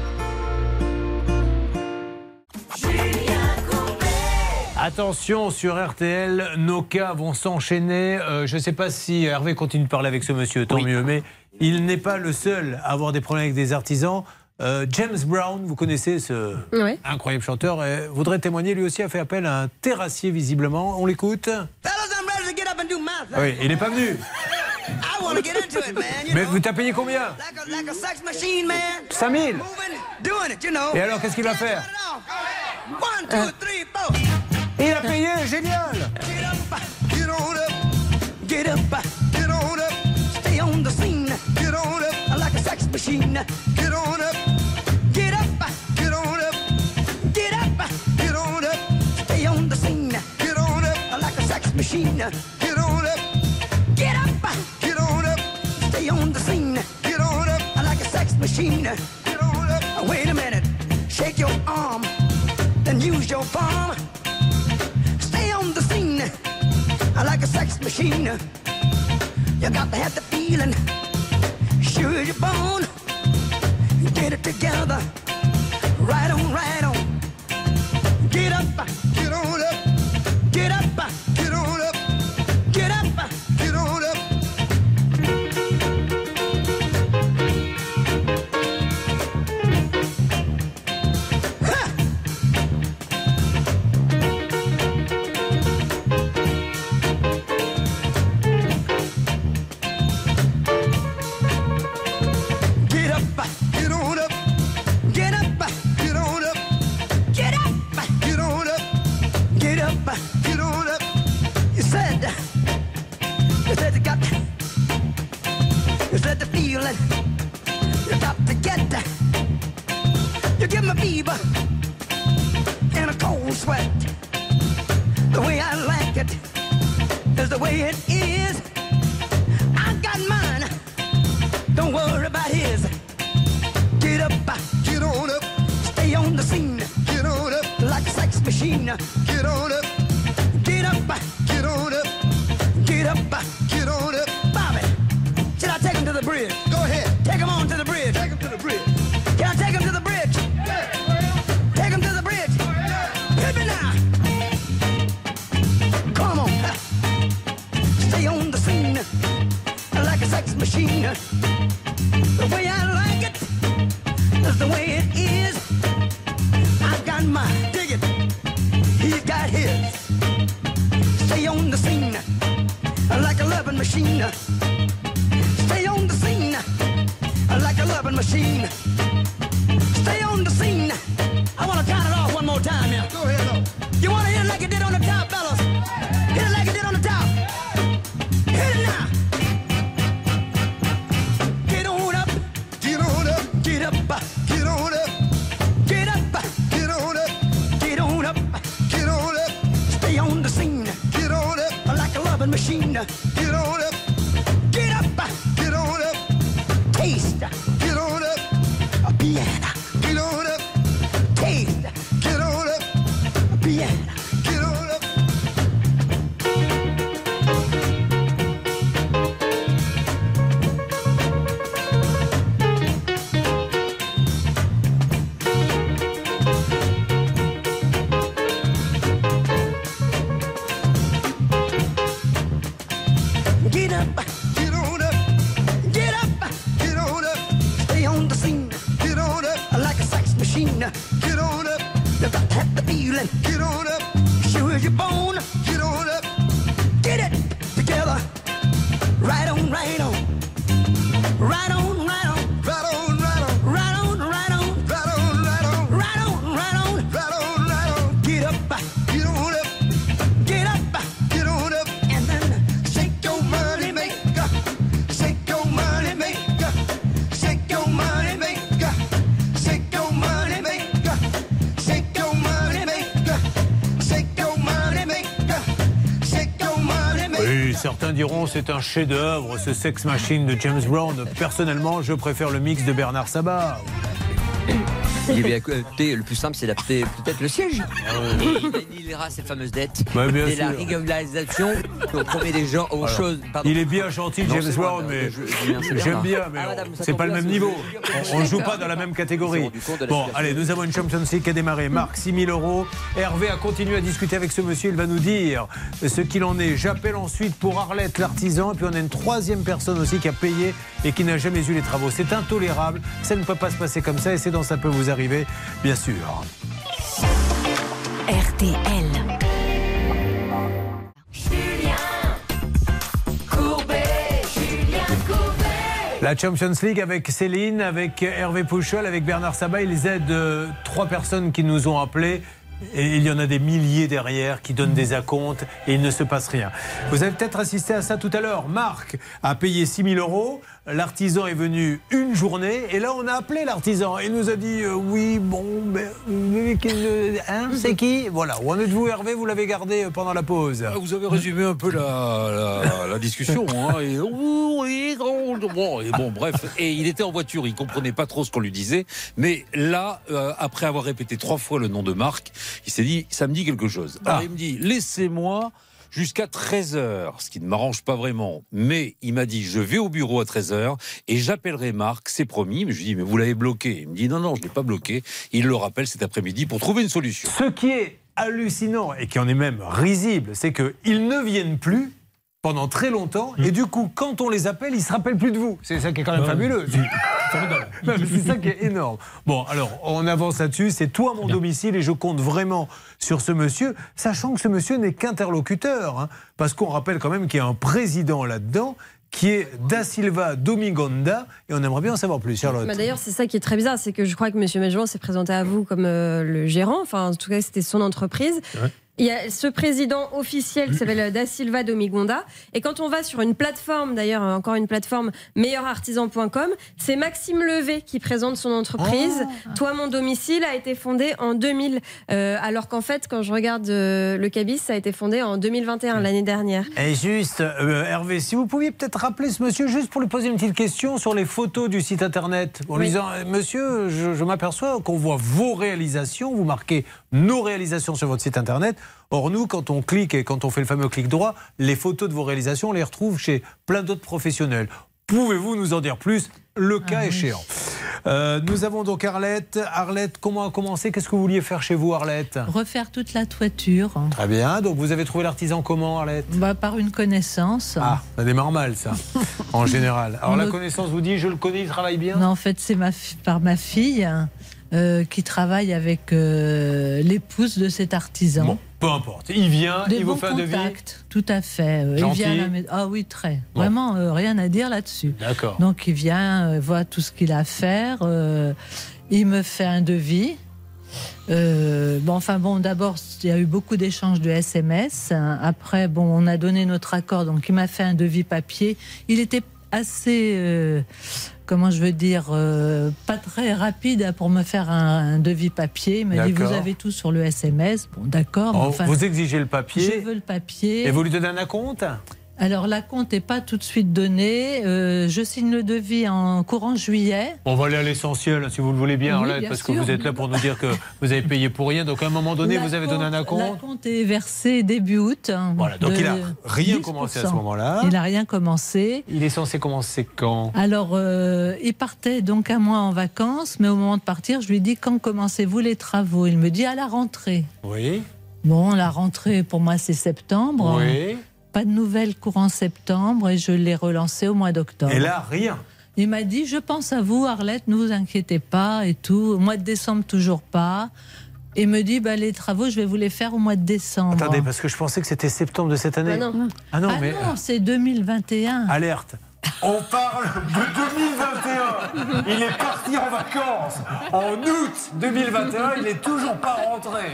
Attention, sur RTL, nos cas vont s'enchaîner. Je ne sais pas si Hervé continue de parler avec ce monsieur, tant mieux, mais il n'est pas le seul à avoir des problèmes avec des artisans. James Brown, vous connaissez ce incroyable chanteur, voudrait témoigner, lui aussi a fait appel à un terrassier visiblement. On l'écoute. Oui, il n'est pas venu. Mais vous t'as payé combien? 5 000. Et alors, qu'est-ce qu'il va faire? Il a payé, génial. Get up, stay on the scene. Get on up, like a sex machine. Get on up, get up, get on up, get up, get on up, stay on the scene. Get on up, like a sex machine. Get on up, get up, get on up, stay on the scene. Get on up, like a sex machine. Get on up. Wait a minute, shake your arm, then use your palm. Stay on the scene, like a sex machine. You got to have the feeling, sure as you're born. Get it together, right on, right on. Get up, get on up, get up, get on up, get up, get on up. You got to get that. You give me fever and a cold sweat. The way I like it is the way it is. I got mine, don't worry about his. Get up, get on up, stay on the scene. Get on up, like a sex machine. Get on up, get up, get on up, get up, get on up. Bobby, should I take him to the bridge? Go ahead. Take him on to the bridge. Take him to the bridge. Can I take him to the bridge? Yeah. Take him to the bridge. Hit me now. Come on. Stay on the scene like a sex machine. The way I like it is the way it is. I got mine. Dig it. He's got his. Stay on the scene like a loving machine. Stay on the scene like a loving machine. Stay on the scene. I want to count it off one more time here. Go ahead, though. You want to hit it like it did on the top, fellas? Hit it like it did on the top. Hit it now. Get on up. Get on up. Get up. Get on up. Get up. Get on up. Get on up. Get on up. Stay on the scene. Get on up like a loving machine. Get on up. Get up. Get on up. Taste. Get on up. A piano. Get on up. Taste. Get on up. A piano. Get on up. Get up. Get on up. Get up. Get on up. Stay on the scene. Get on up like a sex machine. Get on up. You got to have the feeling. Get on up. Sure as you're born. Get on up. Get it together. Right on, right on. Right on, right on. Right on, right on. Right on, right on. Right on, right on. Right on, right on. certains diront c'est un chef-d'œuvre, ce Sex Machine de James Brown. Personnellement, je préfère le mix de Bernard Sabat. Le plus simple, c'est d'adapter peut-être le siège. Il ira ses fameuses dettes. Bien et sûr. la régularisation, on promet des gens aux choses. Il est bien gentil, James Brown, mais j'aime bien, mais c'est pas le même niveau. On ne joue pas dans la même catégorie. Bon, allez, nous avons une Champions League qui a démarré. Marc, 6 000 €. Hervé a continué à discuter avec ce monsieur. Il va nous dire ce qu'il en est. J'appelle ensuite pour Arlette, l'artisan. Et puis on a une troisième personne aussi qui a payé et qui n'a jamais eu les travaux. C'est intolérable. Ça ne peut pas se passer comme ça. Et c'est dans Ça peut vous arriver, bien sûr. RTL. La Champions League avec Céline, avec Hervé Pouchol, avec Bernard Sabat. Ils aident 3 personnes qui nous ont appelés. Et il y en a des milliers derrière qui donnent des acomptes et il ne se passe rien. Vous avez peut-être assisté à ça tout à l'heure. Marc a payé 6 000 €. L'artisan est venu une journée et là on a appelé l'artisan. Il nous a dit oui, bon, c'est qui? Voilà. Où en êtes-vous, Hervé? Vous l'avez gardé pendant la pause. Vous avez résumé un peu la discussion. Hein, et bon, bref. Et il était en voiture, il comprenait pas trop ce qu'on lui disait. Mais là, après avoir répété 3 fois le nom de Marc, il s'est dit, ça me dit quelque chose. Alors il me dit, laissez-moi jusqu'à 13h, ce qui ne m'arrange pas vraiment. Mais il m'a dit, je vais au bureau à 13h et j'appellerai Marc, c'est promis. Mais je lui dis, mais vous l'avez bloqué. Il me dit, non, je ne l'ai pas bloqué. Il le rappelle cet après-midi pour trouver une solution. Ce qui est hallucinant et qui en est même risible, c'est qu'ils ne viennent plus pendant très longtemps et du coup, quand on les appelle, ils ne se rappellent plus de vous. C'est ça qui est quand même fabuleux. C'est ça qui est énorme. Bon, alors, on avance là-dessus. C'est toi mon domicile et je compte vraiment sur ce monsieur, sachant que ce monsieur n'est qu'interlocuteur. Hein, parce qu'on rappelle quand même qu'il y a un président là-dedans qui est Da Silva Domingonda et on aimerait bien en savoir plus, Charlotte. D'ailleurs, c'est ça qui est très bizarre, c'est que je crois que M. Magellan s'est présenté à vous comme le gérant, enfin en tout cas c'était son entreprise. Ouais. Il y a ce président officiel qui s'appelle Da Silva Domingonda. Et quand on va sur une plateforme, d'ailleurs, encore une plateforme, meilleurartisan.com, c'est Maxime Levé qui présente son entreprise. Toi, mon domicile a été fondé en 2000. Alors qu'en fait, quand je regarde le cabis, ça a été fondé en 2021, l'année dernière. Et juste, Hervé, si vous pouviez peut-être rappeler ce monsieur, juste pour lui poser une petite question sur les photos du site internet. En lui disant, monsieur, je m'aperçois qu'on voit vos réalisations, vous marquez nos réalisations sur votre site internet. Or, nous, quand on clique et quand on fait le fameux clic droit, les photos de vos réalisations, on les retrouve chez plein d'autres professionnels. Pouvez-vous nous en dire plus, le cas échéant? Nous avons donc Arlette. Arlette, comment a commencé? Qu'est-ce que vous vouliez faire chez vous, Arlette? Refaire toute la toiture. Très bien. Donc, vous avez trouvé l'artisan comment, Arlette? Par une connaissance. Ah, ça démarre mal, ça, en général. Alors, la connaissance vous dit, je le connais, il travaille bien? Non, en fait, c'est par ma fille qui travaille avec l'épouse de cet artisan. Bon. Peu importe. Il vient, il vous fait un devis. Tout à fait. Gentil. Il vient à la... Ah oui, très. Bon. Vraiment, rien à dire là-dessus. D'accord. Donc il vient, voit tout ce qu'il a à faire. Il me fait un devis. D'abord, il y a eu beaucoup d'échanges de SMS. Après, on a donné notre accord. Donc il m'a fait un devis papier. Il était assez... pas très rapide pour me faire un devis papier. Il m'a dit, vous avez tout sur le SMS. Bon, d'accord. Vous exigez le papier. Je veux le papier. Et vous lui donnez un acompte? Alors, l'acompte n'est pas tout de suite donné. Je signe le devis en courant juillet. On va aller à l'essentiel, si vous le voulez bien, Arlette, parce que vous êtes là pour nous dire que vous avez payé pour rien. Donc, à un moment donné, vous avez donné un acompte. L'acompte est versé début août. Voilà, donc il n'a rien commencé à ce moment-là. Il n'a rien commencé. Il est censé commencer quand? Alors, il partait donc un mois en vacances, mais au moment de partir, je lui dis, quand commencez-vous les travaux? Il me dit, à la rentrée. Oui. Bon, la rentrée, pour moi, c'est septembre. Oui. Pas de nouvelles courant septembre et je l'ai relancé au mois d'octobre. Et là, rien. Il m'a dit, je pense à vous, Arlette, ne vous inquiétez pas et tout. Au mois de décembre, toujours pas. Et me dit, les travaux, je vais vous les faire au mois de décembre. Attendez, parce que je pensais que c'était septembre de cette année. Non, c'est 2021. Alerte. On parle de 2021. Il est parti en vacances en août 2021. Il n'est toujours pas rentré.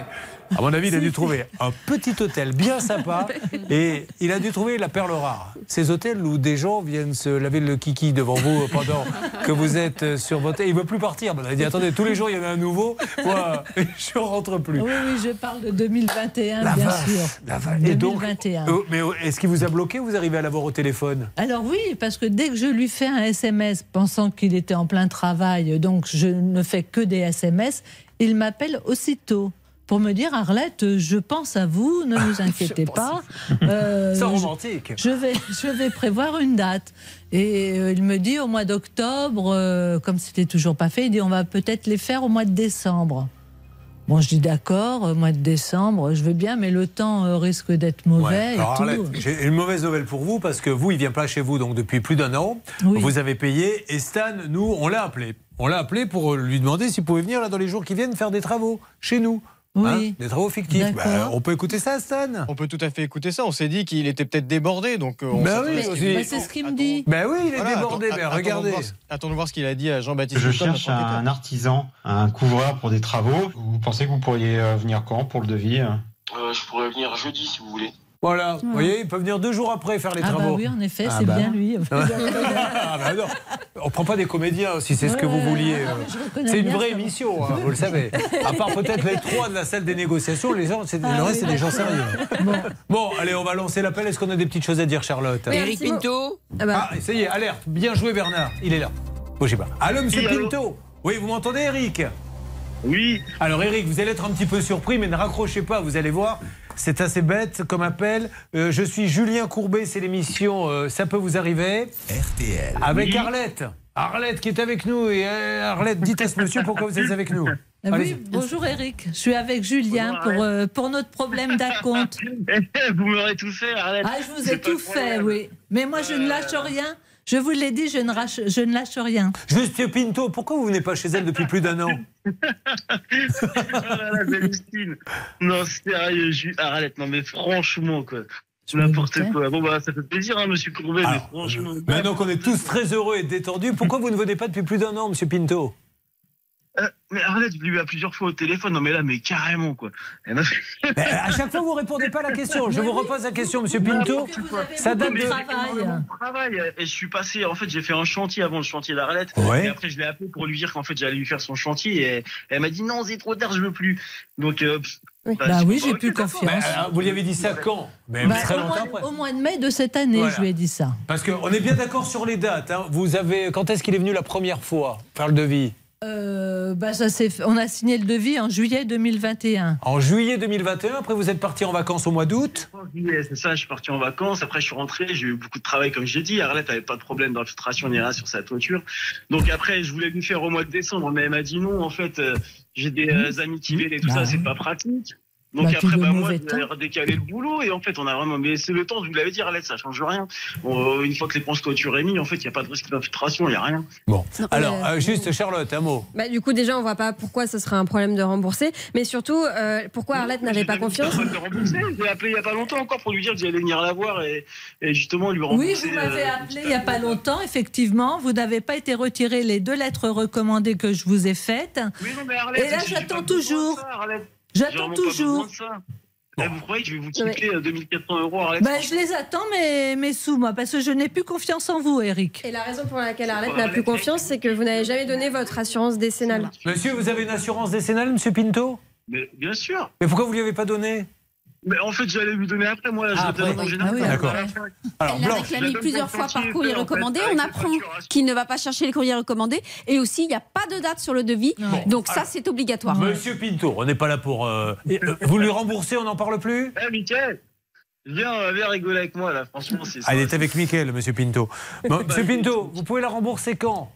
À mon avis, il a dû trouver un petit hôtel bien sympa et il a dû trouver la perle rare. Ces hôtels où des gens viennent se laver le kiki devant vous pendant que vous êtes sur votre... Il ne veut plus partir. Il a dit, attendez, tous les jours, il y en a un nouveau. Moi, je ne rentre plus. Oui, je parle de 2021, La bien vache, sûr. la vache. Et donc, 2021. mais est-ce qu'il vous a bloqué ou vous arrivez à l'avoir au téléphone? Alors oui, parce que dès que je lui fais un SMS pensant qu'il était en plein travail, donc je ne fais que des SMS, il m'appelle aussitôt pour me dire, Arlette, je pense à vous, ne vous inquiétez pas. C'est romantique. Je vais prévoir une date. Et il me dit au mois d'octobre, comme c'était toujours pas fait, il dit on va peut-être les faire au mois de décembre. Bon, je dis d'accord, au mois de décembre, je veux bien, mais le temps risque d'être mauvais. Alors, et tout. Arlette, j'ai une mauvaise nouvelle pour vous, parce que vous, il ne vient pas chez vous donc depuis plus d'1 an. Oui. Vous avez payé, et Stan, nous, on l'a appelé. On l'a appelé pour lui demander s'il pouvait venir là, dans les jours qui viennent faire des travaux chez nous. Oui. Des travaux fictifs. On peut écouter ça, Stan? On peut tout à fait écouter ça. On s'est dit qu'il était peut-être débordé. Donc on c'est ce qu'il me dit. Ben oui, il est débordé. Regardez. Attendons de voir ce qu'il a dit à Jean-Baptiste. Je cherche un artisan, un couvreur pour des travaux. Vous pensez que vous pourriez venir quand pour le devis? Je pourrais venir jeudi si vous voulez. Voilà, vous voyez, il peut venir 2 jours après faire les travaux. Bah oui, en effet, c'est bien lui. Ah bah non. On ne prend pas des comédiens si c'est ce que vous vouliez. C'est une vraie émission, hein, vous le savez. À part peut-être les 3 de la salle des négociations, le reste, c'est des gens sérieux. Bon, allez, on va lancer l'appel. Est-ce qu'on a des petites choses à dire, Charlotte? Éric Pinto. Ah, ça y est, alerte. Bien joué, Bernard. Il est là. Bougez pas. Allô, monsieur Pinto. Oui, vous m'entendez, Éric? Oui. Alors, Éric, vous allez être un petit peu surpris, mais ne raccrochez pas, vous allez voir. C'est assez bête comme appel. Je suis Julien Courbet, c'est l'émission Ça peut vous arriver. RTL. Avec Arlette. Arlette qui est avec nous. Et Arlette, dites à ce monsieur pourquoi vous êtes avec nous. Oui, bonjour Eric. Je suis avec Julien pour notre problème d'acompte. Vous m'aurez tout fait, Arlette. Ah, je vous ai tout fait, oui. Mais moi, je ne lâche rien. Je vous l'ai dit, je ne lâche rien. Juste Pinto, pourquoi vous venez pas chez elle depuis plus d'1 an? Non, sérieux, Arlette, non mais franchement, quoi. N'importe quoi. Bon, bah, ça fait plaisir, hein, monsieur Courbet, mais franchement. Maintenant qu'on est tous très heureux et détendus, pourquoi vous ne venez pas depuis plus d'1 an, monsieur Pinto? Mais Arlette, je l'ai eu à plusieurs fois au téléphone. Non, mais là, mais carrément, quoi. À chaque fois, vous ne répondez pas à la question. Je vous repose la question, monsieur Pinto. Ça date de travail. Et je suis passé, en fait, j'ai fait un chantier avant le chantier d'Arlette. Ouais. Et après, je l'ai appelé pour lui dire qu'en fait, j'allais lui faire son chantier. Et elle m'a dit non, c'est trop tard, je veux plus. Donc, oui, j'ai plus confiance. Vous lui avez dit ça quand? Très longtemps après. Au mois de mai de cette année, Voilà. je lui ai dit ça. Parce qu'on est bien d'accord sur les dates. Hein. Quand est-ce qu'il est venu la première fois faire le devis? On a signé le devis en juillet 2021. En juillet 2021, après vous êtes parti en vacances au mois d'août? C'est ça, je suis parti en vacances, après je suis rentré, j'ai eu beaucoup de travail comme j'ai dit, Arlette n'avait pas de problème d'infiltration ni rien sur sa toiture. Donc après je voulais lui faire au mois de décembre, mais elle m'a dit non, en fait j'ai des amis qui viennent et tout ça, c'est pas pratique. Donc après, moi, j'ai redécalé le boulot et en fait, on a vraiment. Mais c'est le temps, je vous l'avais dit, Arlette, ça change rien. Bon, une fois que les ponces toiture est mis, en fait, il n'y a pas de risque d'infiltration, il n'y a rien. Bon. Alors, juste Charlotte, un mot. Du coup, déjà, on ne voit pas pourquoi ce serait un problème de rembourser, mais surtout, pourquoi Arlette n'avait pas confiance. J'ai appelé il n'y a pas longtemps encore pour lui dire que j'allais venir la voir et justement lui rembourser. Oui, vous m'avez appelé il n'y a pas longtemps, effectivement. Vous n'avez pas été retiré les 2 lettres recommandées que je vous ai faites. Oui, non, mais Arlette, et là, j'attends toujours. J'attends toujours. Vous croyez que je vais vous quitter 2400 €, Arlette? Je les attends, mes sous, moi, parce que je n'ai plus confiance en vous, Eric. Et la raison pour laquelle Arlette n'a plus confiance, c'est que vous n'avez jamais donné votre assurance décennale. Monsieur, vous avez une assurance décennale, monsieur Pinto? Mais bien sûr. Mais pourquoi vous ne lui avez pas donné? Mais en fait, j'allais lui donner après, moi. D'accord. Elle l'a réclamé plusieurs fois par courrier recommandé. On apprend qu'il ne va pas chercher les courriers recommandés. Et aussi, il n'y a pas de date sur le devis. Donc ça, c'est obligatoire. Monsieur Pinto, on n'est pas là pour... vous lui remboursez, on n'en parle plus? Mickaël, viens rigoler avec moi, là. Franchement, c'est ça. Elle est avec Mickaël, monsieur Pinto. Monsieur Pinto, vous pouvez la rembourser quand?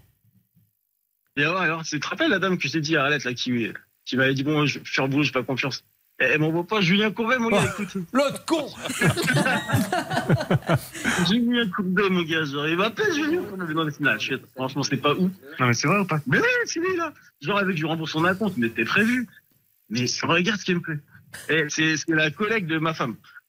Et alors, tu te rappelles la dame que je t'ai dit, Arlette, là, qui m'avait dit, bon, je vais faire le boulot, je n'ai pas confiance. Elle m'envoie pas Julien Courbet, mon gars, écoute. L'autre con. Julien Courbet, mon gars, genre, il m'appelle Julien Courbet. Non, mais franchement, c'est pas où. Non, mais c'est vrai ou pas? Mais oui, c'est lui, là. Genre, avec je lui rembourse son acompte, mais c'était prévu. Mais regarde ce qu'il me fait. C'est la collègue de ma femme.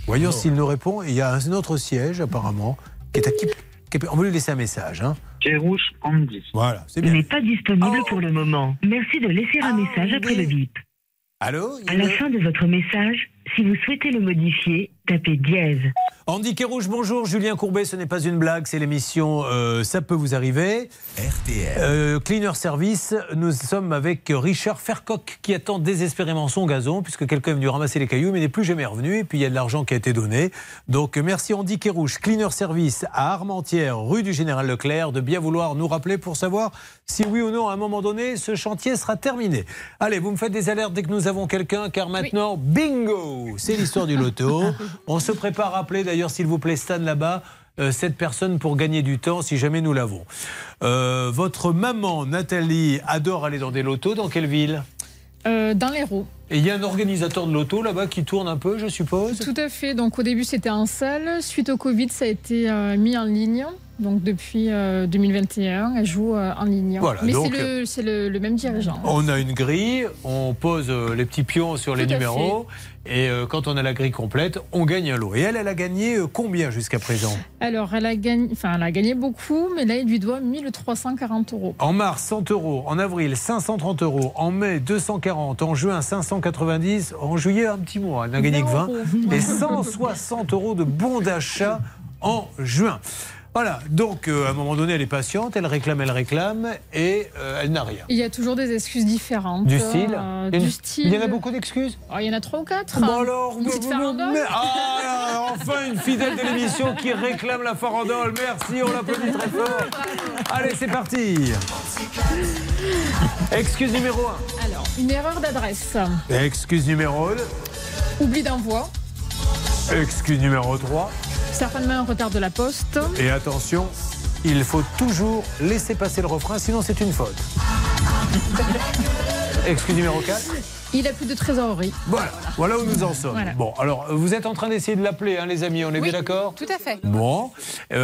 Voyons s'il nous répond. Il y a un autre siège, apparemment, qui est à on va lui laisser un message. Kérouche Andy. Voilà, c'est bien. N'est pas disponible pour le moment. Merci de laisser un message après le bip. Allô? À la fin de votre message, si vous souhaitez le modifier, tapez dièse. Andy Kérouche, bonjour. Julien Courbet, ce n'est pas une blague, c'est l'émission Ça peut vous arriver. RTL. Cleaner Service, nous sommes avec Richard Fercoq qui attend désespérément son gazon puisque quelqu'un est venu ramasser les cailloux mais n'est plus jamais revenu et puis il y a de l'argent qui a été donné. Donc merci Andy Kérouche, Cleaner Service à Armentières, rue du Général Leclerc, de bien vouloir nous rappeler pour savoir si oui ou non à un moment donné ce chantier sera terminé. Allez, vous me faites des alertes dès que nous avons quelqu'un car maintenant, bingo, c'est l'histoire du loto. On se prépare à appeler d'ailleurs s'il vous plaît Stan là-bas. Cette personne pour gagner du temps si jamais nous l'avons. Votre maman Nathalie adore aller dans des lotos. Dans quelle ville? Dans l'Hérault. Et il y a un organisateur de loto là-bas qui tourne un peu, je suppose? Tout à fait. Donc au début c'était en salle. Suite au Covid ça a été mis en ligne. Donc depuis 2021 elle joue en ligne. Voilà, mais donc, c'est le même dirigeant. On a une grille, on pose les petits pions sur les numéros. Et quand on a la grille complète, on gagne un lot. Et elle a gagné combien jusqu'à présent? Alors, elle a gagné beaucoup, mais là, il lui doit 1340 €. En mars, 100 €. En avril, 530 €. En mai, 240. En juin, 590. En juillet, un petit mois. Elle n'a gagné que 20. Et 160 € de bons d'achat en juin. Voilà, donc à un moment donné, elle est patiente, elle réclame, et elle n'a rien. Il y a toujours des excuses différentes. Du style Il y en a beaucoup d'excuses? Il y en a 3 ou 4. Bon alors, enfin une fidèle de l'émission qui réclame la farandole. Merci, on l'applaudit très fort. Allez, c'est parti. Excuse numéro 1. Alors, une erreur d'adresse. Excuse numéro 2. Oubli d'envoi. Excuse numéro 3. Certainement un retard de la poste. Et attention, il faut toujours laisser passer le refrain, sinon c'est une faute. Excuse numéro 4. Il a plus de trésorerie. Voilà où nous en sommes. Voilà. Bon, alors vous êtes en train d'essayer de l'appeler, hein, les amis, on est bien d'accord? Tout à fait. Bon.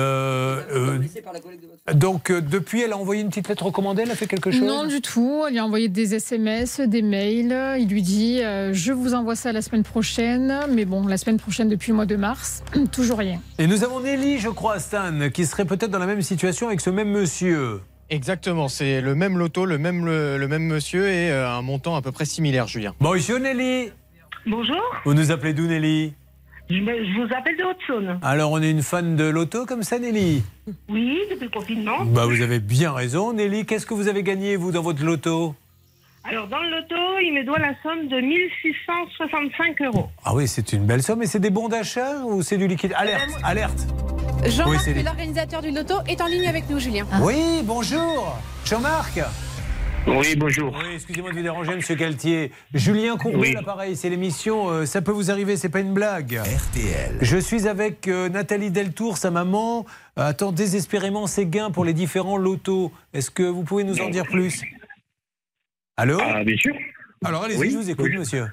Donc depuis, elle a envoyé une petite lettre recommandée, elle a fait quelque chose? Non du tout, elle lui a envoyé des SMS, des mails. Il lui dit je vous envoie ça la semaine prochaine. Mais bon, la semaine prochaine depuis le mois de mars, toujours rien. Et nous avons Nelly, je crois, Stan, qui serait peut-être dans la même situation avec ce même monsieur. Exactement, c'est le même loto, le même monsieur et un montant à peu près similaire, Julien. Bonjour Nelly. Bonjour. Vous nous appelez d'où, Nelly? Je vous appelle de Haute-Saône. Alors on est une fan de loto comme ça, Nelly? Oui, depuis le confinement. Vous avez bien raison, Nelly. Qu'est-ce que vous avez gagné, vous, dans votre loto? Alors dans le loto, il me doit la somme de 1665 €. Ah oui, c'est une belle somme. Et c'est des bons d'achat ou c'est du liquide? Alerte. Jean-Marc, l'organisateur du loto, est en ligne avec nous, Julien. Oui, bonjour. Jean-Marc. Oui, bonjour. Oui, excusez-moi de vous déranger, monsieur Galtier. Julien Courbet, l'appareil, c'est l'émission Ça peut vous arriver, c'est pas une blague. RTL. Je suis avec Nathalie Deltour, sa maman, attend désespérément ses gains pour les différents lotos. Est-ce que vous pouvez nous en dire plus? Allô? Bien sûr. Alors allez-y, je vous écoute, monsieur.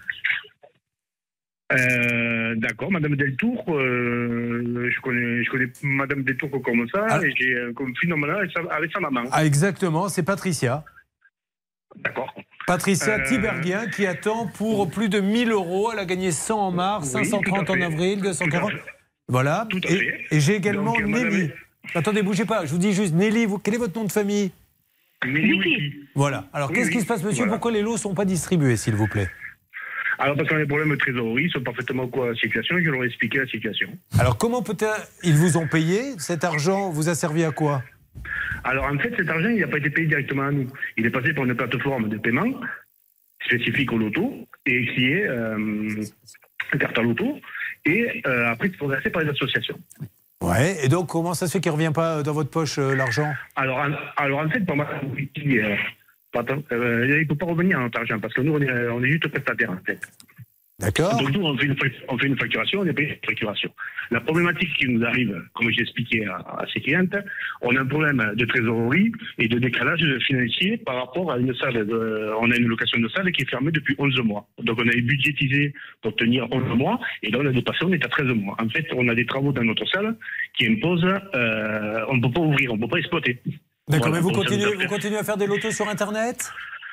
D'accord, Madame Deltour, je connais Madame Deltour comme ça, et j'ai un conflit normal avec sa maman. Ah, exactement, c'est Patricia. D'accord. Patricia Tiberghien qui attend pour plus de 1000 €. Elle a gagné 100 en mars, 530 en avril, 240. Voilà. Tout à fait. Et j'ai également Donc, Nelly. Attendez, bougez pas. Je vous dis juste, Nelly, quel est votre nom de famille? Nelly. Voilà. Alors, qu'est-ce qui se passe, monsieur? Pourquoi les lots ne sont pas distribués, s'il vous plaît? Alors, parce qu'on a des problèmes de trésorerie, ils sont parfaitement quoi la situation, et je leur ai expliqué la situation. Alors, comment peut-être ils vous ont payé? Cet argent vous a servi à quoi? Alors, en fait, cet argent, il n'a pas été payé directement à nous. Il est passé par une plateforme de paiement spécifique au loto, et qui est carte à loto, et après, il faut passer par les associations. Ouais, et donc, comment ça se fait qu'il ne revient pas dans votre poche, l'argent? Alors, en fait, pour moi, il ne peut pas revenir en notre argent, parce que nous, on est juste prestataire, en fait. D'accord. Donc, nous, on fait une facturation, on est payé une facturation. La problématique qui nous arrive, comme j'ai expliqué à ces clientes, on a un problème de trésorerie et de décalage financier par rapport à une salle. On a une location de salle qui est fermée depuis 11 mois. Donc, on avait budgétisé pour tenir 11 mois, et là, on a dépassé, on est à 13 mois. En fait, on a des travaux dans notre salle qui imposent, on ne peut pas ouvrir, on ne peut pas exploiter. D'accord, Voilà, mais vous continuez à faire des lotos sur Internet?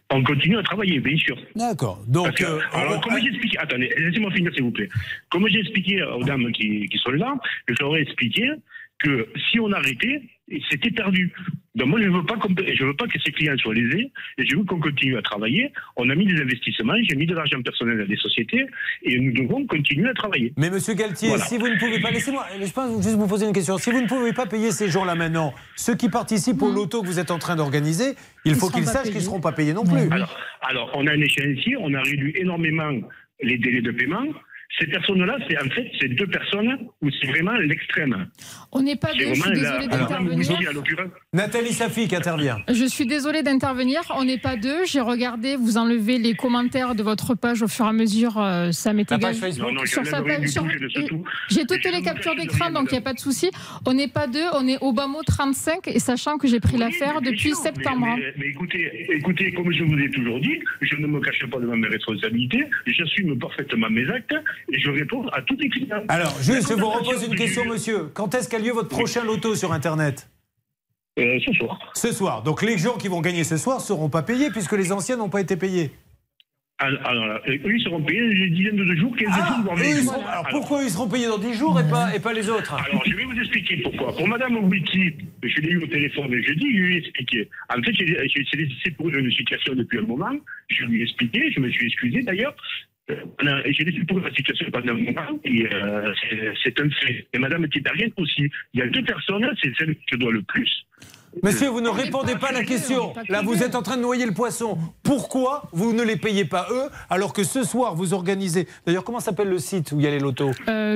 On continue à travailler, bien sûr. D'accord. Donc, alors, comme j'ai expliqué, attendez, laissez-moi finir, s'il vous plaît. Comme j'ai expliqué aux dames qui sont là, je leur ai expliqué que si on arrêtait, c'était perdu. Donc moi, je veux pas que ces clients soient lésés, et je veux qu'on continue à travailler. On a mis des investissements, j'ai mis de l'argent personnel à des sociétés, et nous devons continuer à travailler. Mais Monsieur Galtier, Voilà. si vous ne pouvez pas, laissez-moi juste vous poser une question. Si vous ne pouvez pas payer ces gens-là maintenant, ceux qui participent au loto que vous êtes en train d'organiser, il faut qu'ils sachent qu'ils ne seront pas payés non plus. Alors, on a un échéancier, on a réduit énormément les délais de paiement. Ces personnes-là, c'est deux personnes où c'est vraiment l'extrême. On n'est pas deux, je suis désolée d'intervenir. Nathalie Safi qui intervient. Je suis désolée d'intervenir, on n'est pas deux. J'ai regardé, vous enlevez les commentaires de votre page au fur et à mesure, ça m'est égal. Page Facebook. Non, sur sa page, j'ai toutes les captures d'écran, donc il n'y a pas de souci. On n'est pas deux, on est Obama 35, et sachant que j'ai pris l'affaire depuis septembre. Mais écoutez, comme je vous ai toujours dit, je ne me cache pas devant mes responsabilités, j'assume parfaitement mes actes, et je réponds à tous les clients. Alors, juste, je vous repose une question, monsieur. Quand est-ce qu'a lieu votre prochain loto sur Internet ? Ce soir. Ce soir. Donc les gens qui vont gagner ce soir ne seront pas payés puisque les anciens n'ont pas été payés. Alors, eux, ils seront payés des dizaines de jours, 15 jours, voire 20 jours. Alors pourquoi ils seront payés dans 10 jours et pas les autres ? Alors, je vais vous expliquer pourquoi. Pour Madame Wiki, je l'ai eu au téléphone jeudi, je lui ai expliqué. En fait, j'ai laissé pour une situation depuis un moment. Je lui ai expliqué, je me suis excusé d'ailleurs. J'ai laissé pour la situation pendant un moment, et c'est un fait. Et Madame Tibergen aussi. Il y a deux personnes, c'est celle que je dois le plus. Monsieur, vous ne répondez pas à la question. Là, vous êtes en train de noyer le poisson. Pourquoi vous ne les payez pas eux, alors que ce soir, vous organisez... D'ailleurs, comment s'appelle le site où il y a les lotos ?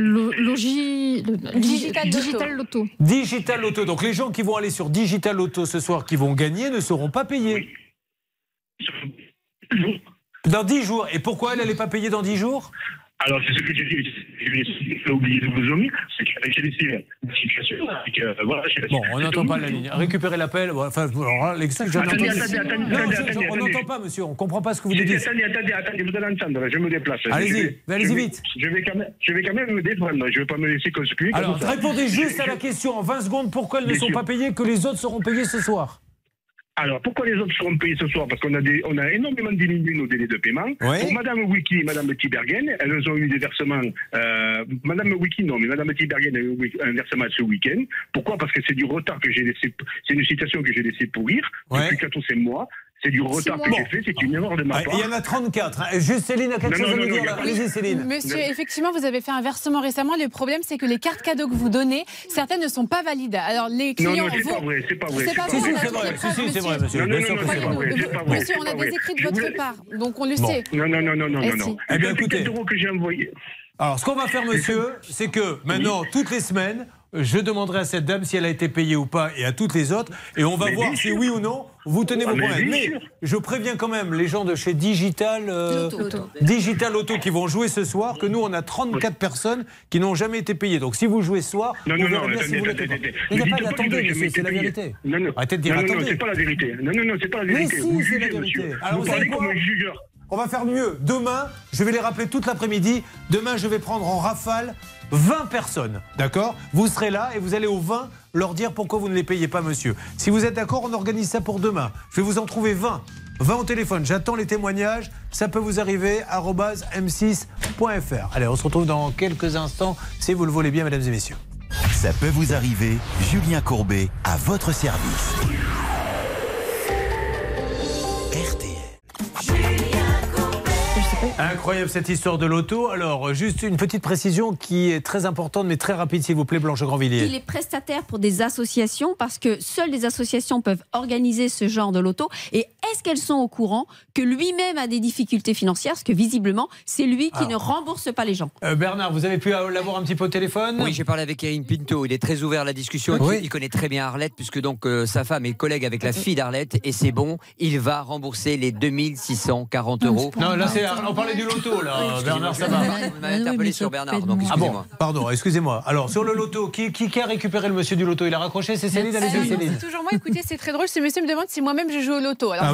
Digital Loto. Digital Loto. Donc, les gens qui vont aller sur Digital Loto ce soir, qui vont gagner, ne seront pas payés. Dans 10 jours. Et pourquoi elle n'est pas payée dans 10 jours ? Alors, c'est ce que j'ai oublié de vous donner, c'est que j'ai laissé une situation. Bon, on n'entend pas la ligne. Récupérez l'appel. Enfin, alors, l'excuse, on n'entend pas, monsieur. On ne comprend pas ce que vous nous dites. Attendez, vous allez entendre. Je me déplace. Allez-y vite. Je vais quand même me défendre. Je ne vais pas me laisser conspuer. Alors, répondez juste à la question en 20 secondes. Pourquoi elles ne sont pas payées, que les autres seront payés ce soir ? Alors, pourquoi les autres seront payés ce soir ? Parce qu'on a énormément diminué nos délais de paiement. Oui. Pour Madame Wiki et Madame Tibergen, elles ont eu des versements. Madame Wiki, non, mais Madame Tibergen a eu un versement ce week-end. Pourquoi ? Parce que c'est du retard que j'ai laissé. C'est une situation que j'ai laissé pourrir depuis 4 ou 5 mois. C'est du retard que j'ai fait, c'est une erreur de ma part. Il y en a 34. Juste Céline a quelque chose à nous dire. Allez-y Céline. Monsieur, effectivement, vous avez fait un versement récemment. Le problème, c'est que les cartes cadeaux que vous donnez, certaines ne sont pas valides. Alors les clients... Non, c'est pas vrai. C'est pas vrai. Si, c'est vrai, monsieur. Monsieur, on a des écrits de votre part, donc on le sait. Non. Eh bien, écoutez. Que j'ai envoyé. Alors, ce qu'on va faire, monsieur, c'est que maintenant, toutes les semaines, je demanderai à cette dame si elle a été payée ou pas et à toutes les autres. Et on va voir si oui ou non, vous tenez vos promesses. Mais je préviens quand même les gens de chez Digital Auto qui vont jouer ce soir, que nous, on a 34 personnes qui n'ont jamais été payées. Donc, si vous jouez ce soir, vous verrez bien si vous l'êtes pas. Il n'y a pas d'attendez, monsieur, c'est la vérité. Arrêtez de dire attendez. Non, c'est pas la vérité. Non, c'est pas la vérité. Mais si, c'est la vérité. Alors, vous savez quoi ? On va faire mieux. Demain, je vais les rappeler toute l'après-midi. Demain, je vais prendre en rafale 20 personnes, d'accord ? Vous serez là et vous allez aux 20 leur dire pourquoi vous ne les payez pas, monsieur. Si vous êtes d'accord, on organise ça pour demain. Je vais vous en trouver 20. 20 au téléphone. J'attends les témoignages. Ça peut vous arriver, @m6.fr. Allez, on se retrouve dans quelques instants, si vous le voulez bien, mesdames et messieurs. Ça peut vous arriver. Julien Courbet, à votre service. Incroyable cette histoire de loto. Alors, juste une petite précision qui est très importante, mais très rapide, s'il vous plaît, Blanche Grandvilliers. Il est prestataire pour des associations parce que seules des associations peuvent organiser ce genre de loto. Et est-ce qu'elles sont au courant que lui-même a des difficultés financières ? Parce que visiblement, c'est lui qui ne rembourse pas les gens. Bernard, vous avez pu l'avoir un petit peu au téléphone ? Oui, j'ai parlé avec Erin Pinto. Il est très ouvert à la discussion. Il connaît très bien Arlette, puisque donc sa femme est collègue avec la fille d'Arlette. Et c'est bon, il va rembourser les 2640 €. Non, là, on parlait du loto, là. Bernard, ça va. Vous m'avez interpellé sur Bernard, donc excusez-moi. Pardon, excusez-moi. Alors, sur le loto, qui a récupéré le monsieur du loto ? Il a raccroché, c'est Céline. Allez-y, Céline. C'est toujours moi. Écoutez, c'est très drôle. Ce monsieur me demande si moi-même je joue au loto. Alors,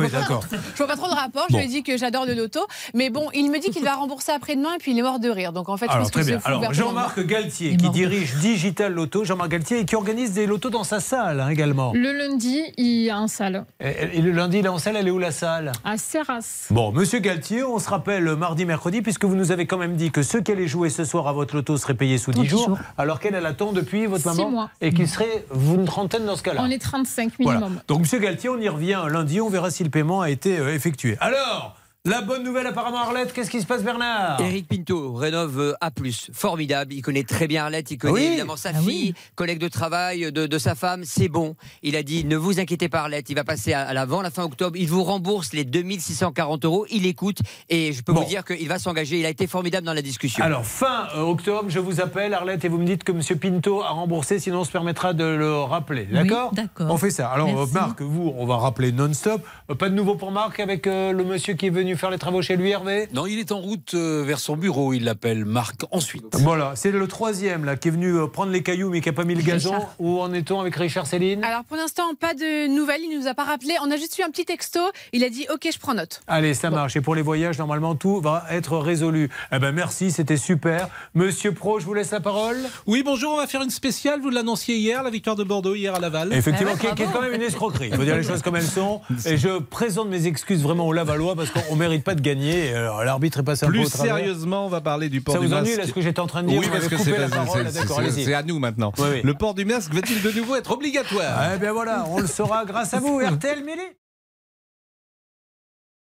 oui, d'accord. Je vois pas trop le rapport. Je lui ai dit que j'adore le loto. Mais bon, il me dit qu'il va rembourser après-demain et puis il est mort de rire. Donc en fait, je Alors pense très que bien. c'est Alors Jean-Marc Galtier qui dirige Digital Loto, Jean-Marc Galtier, et qui organise des lotos dans sa salle également. Le lundi, il y a un salle. Et le lundi, il est en salle, elle est où la salle? À Serras. Bon, monsieur Galtier, on se rappelle mardi, mercredi, puisque vous nous avez quand même dit que ceux qui allaient jouer ce soir à votre loto seraient payés sous 10 jours, alors qu'elle attend depuis votre 6 maman mois. et qu'il serait une trentaine dans ce cas-là. On est 35 minimum. Voilà. Donc monsieur Galtier, on y revient lundi, on verra si le paiement a été effectué. Alors, la bonne nouvelle apparemment, Arlette, qu'est-ce qui se passe, Bernard? Éric Pinto rénove A+, formidable, il connaît très bien Arlette, il connaît évidemment sa fille, collègue de travail de sa femme, c'est bon. Il a dit, ne vous inquiétez pas Arlette, il va passer à l'avant, la fin octobre, il vous rembourse les 2640 €, il écoute, et je peux vous dire qu'il va s'engager, il a été formidable dans la discussion. Alors, fin octobre, je vous appelle, Arlette, et vous me dites que monsieur Pinto a remboursé, sinon on se permettra de le rappeler, d'accord? Oui, d'accord. On fait ça. Alors, Merci. Marc, vous, on va rappeler non-stop. Pas de nouveau pour Marc avec le monsieur qui est venu faire les travaux chez lui, Hervé? Non, il est en route vers son bureau. Il l'appelle Marc ensuite. Voilà, c'est le troisième là qui est venu prendre les cailloux mais qui n'a pas mis le gazon. Richard. Où en est-on avec Richard, Céline? Alors pour l'instant, pas de nouvelles. Il ne nous a pas rappelé. On a juste eu un petit texto. Il a dit OK, je prends note. Allez, ça marche. Et pour les voyages, normalement, tout va être résolu. Eh ben, merci, c'était super. Monsieur Pro, je vous laisse la parole. Oui, bonjour, on va faire une spéciale. Vous l'annonciez hier, la victoire de Bordeaux hier à Laval. Effectivement, qui est quand même une escroquerie. Il faut dire les choses comme elles sont. Et je présente mes excuses vraiment aux Lavallois parce qu'on ne mérite pas de gagner. L'arbitre est passé un peu Plus au travers. sérieusement, on va parler du port du masque. Ça vous ennuie, là, ce que j'étais en train de dire? Oui, parce que c'est à nous maintenant. Oui, oui. Le port du masque va-t-il de nouveau être obligatoire? Eh bien voilà, on le saura grâce à vous, RTL Midi.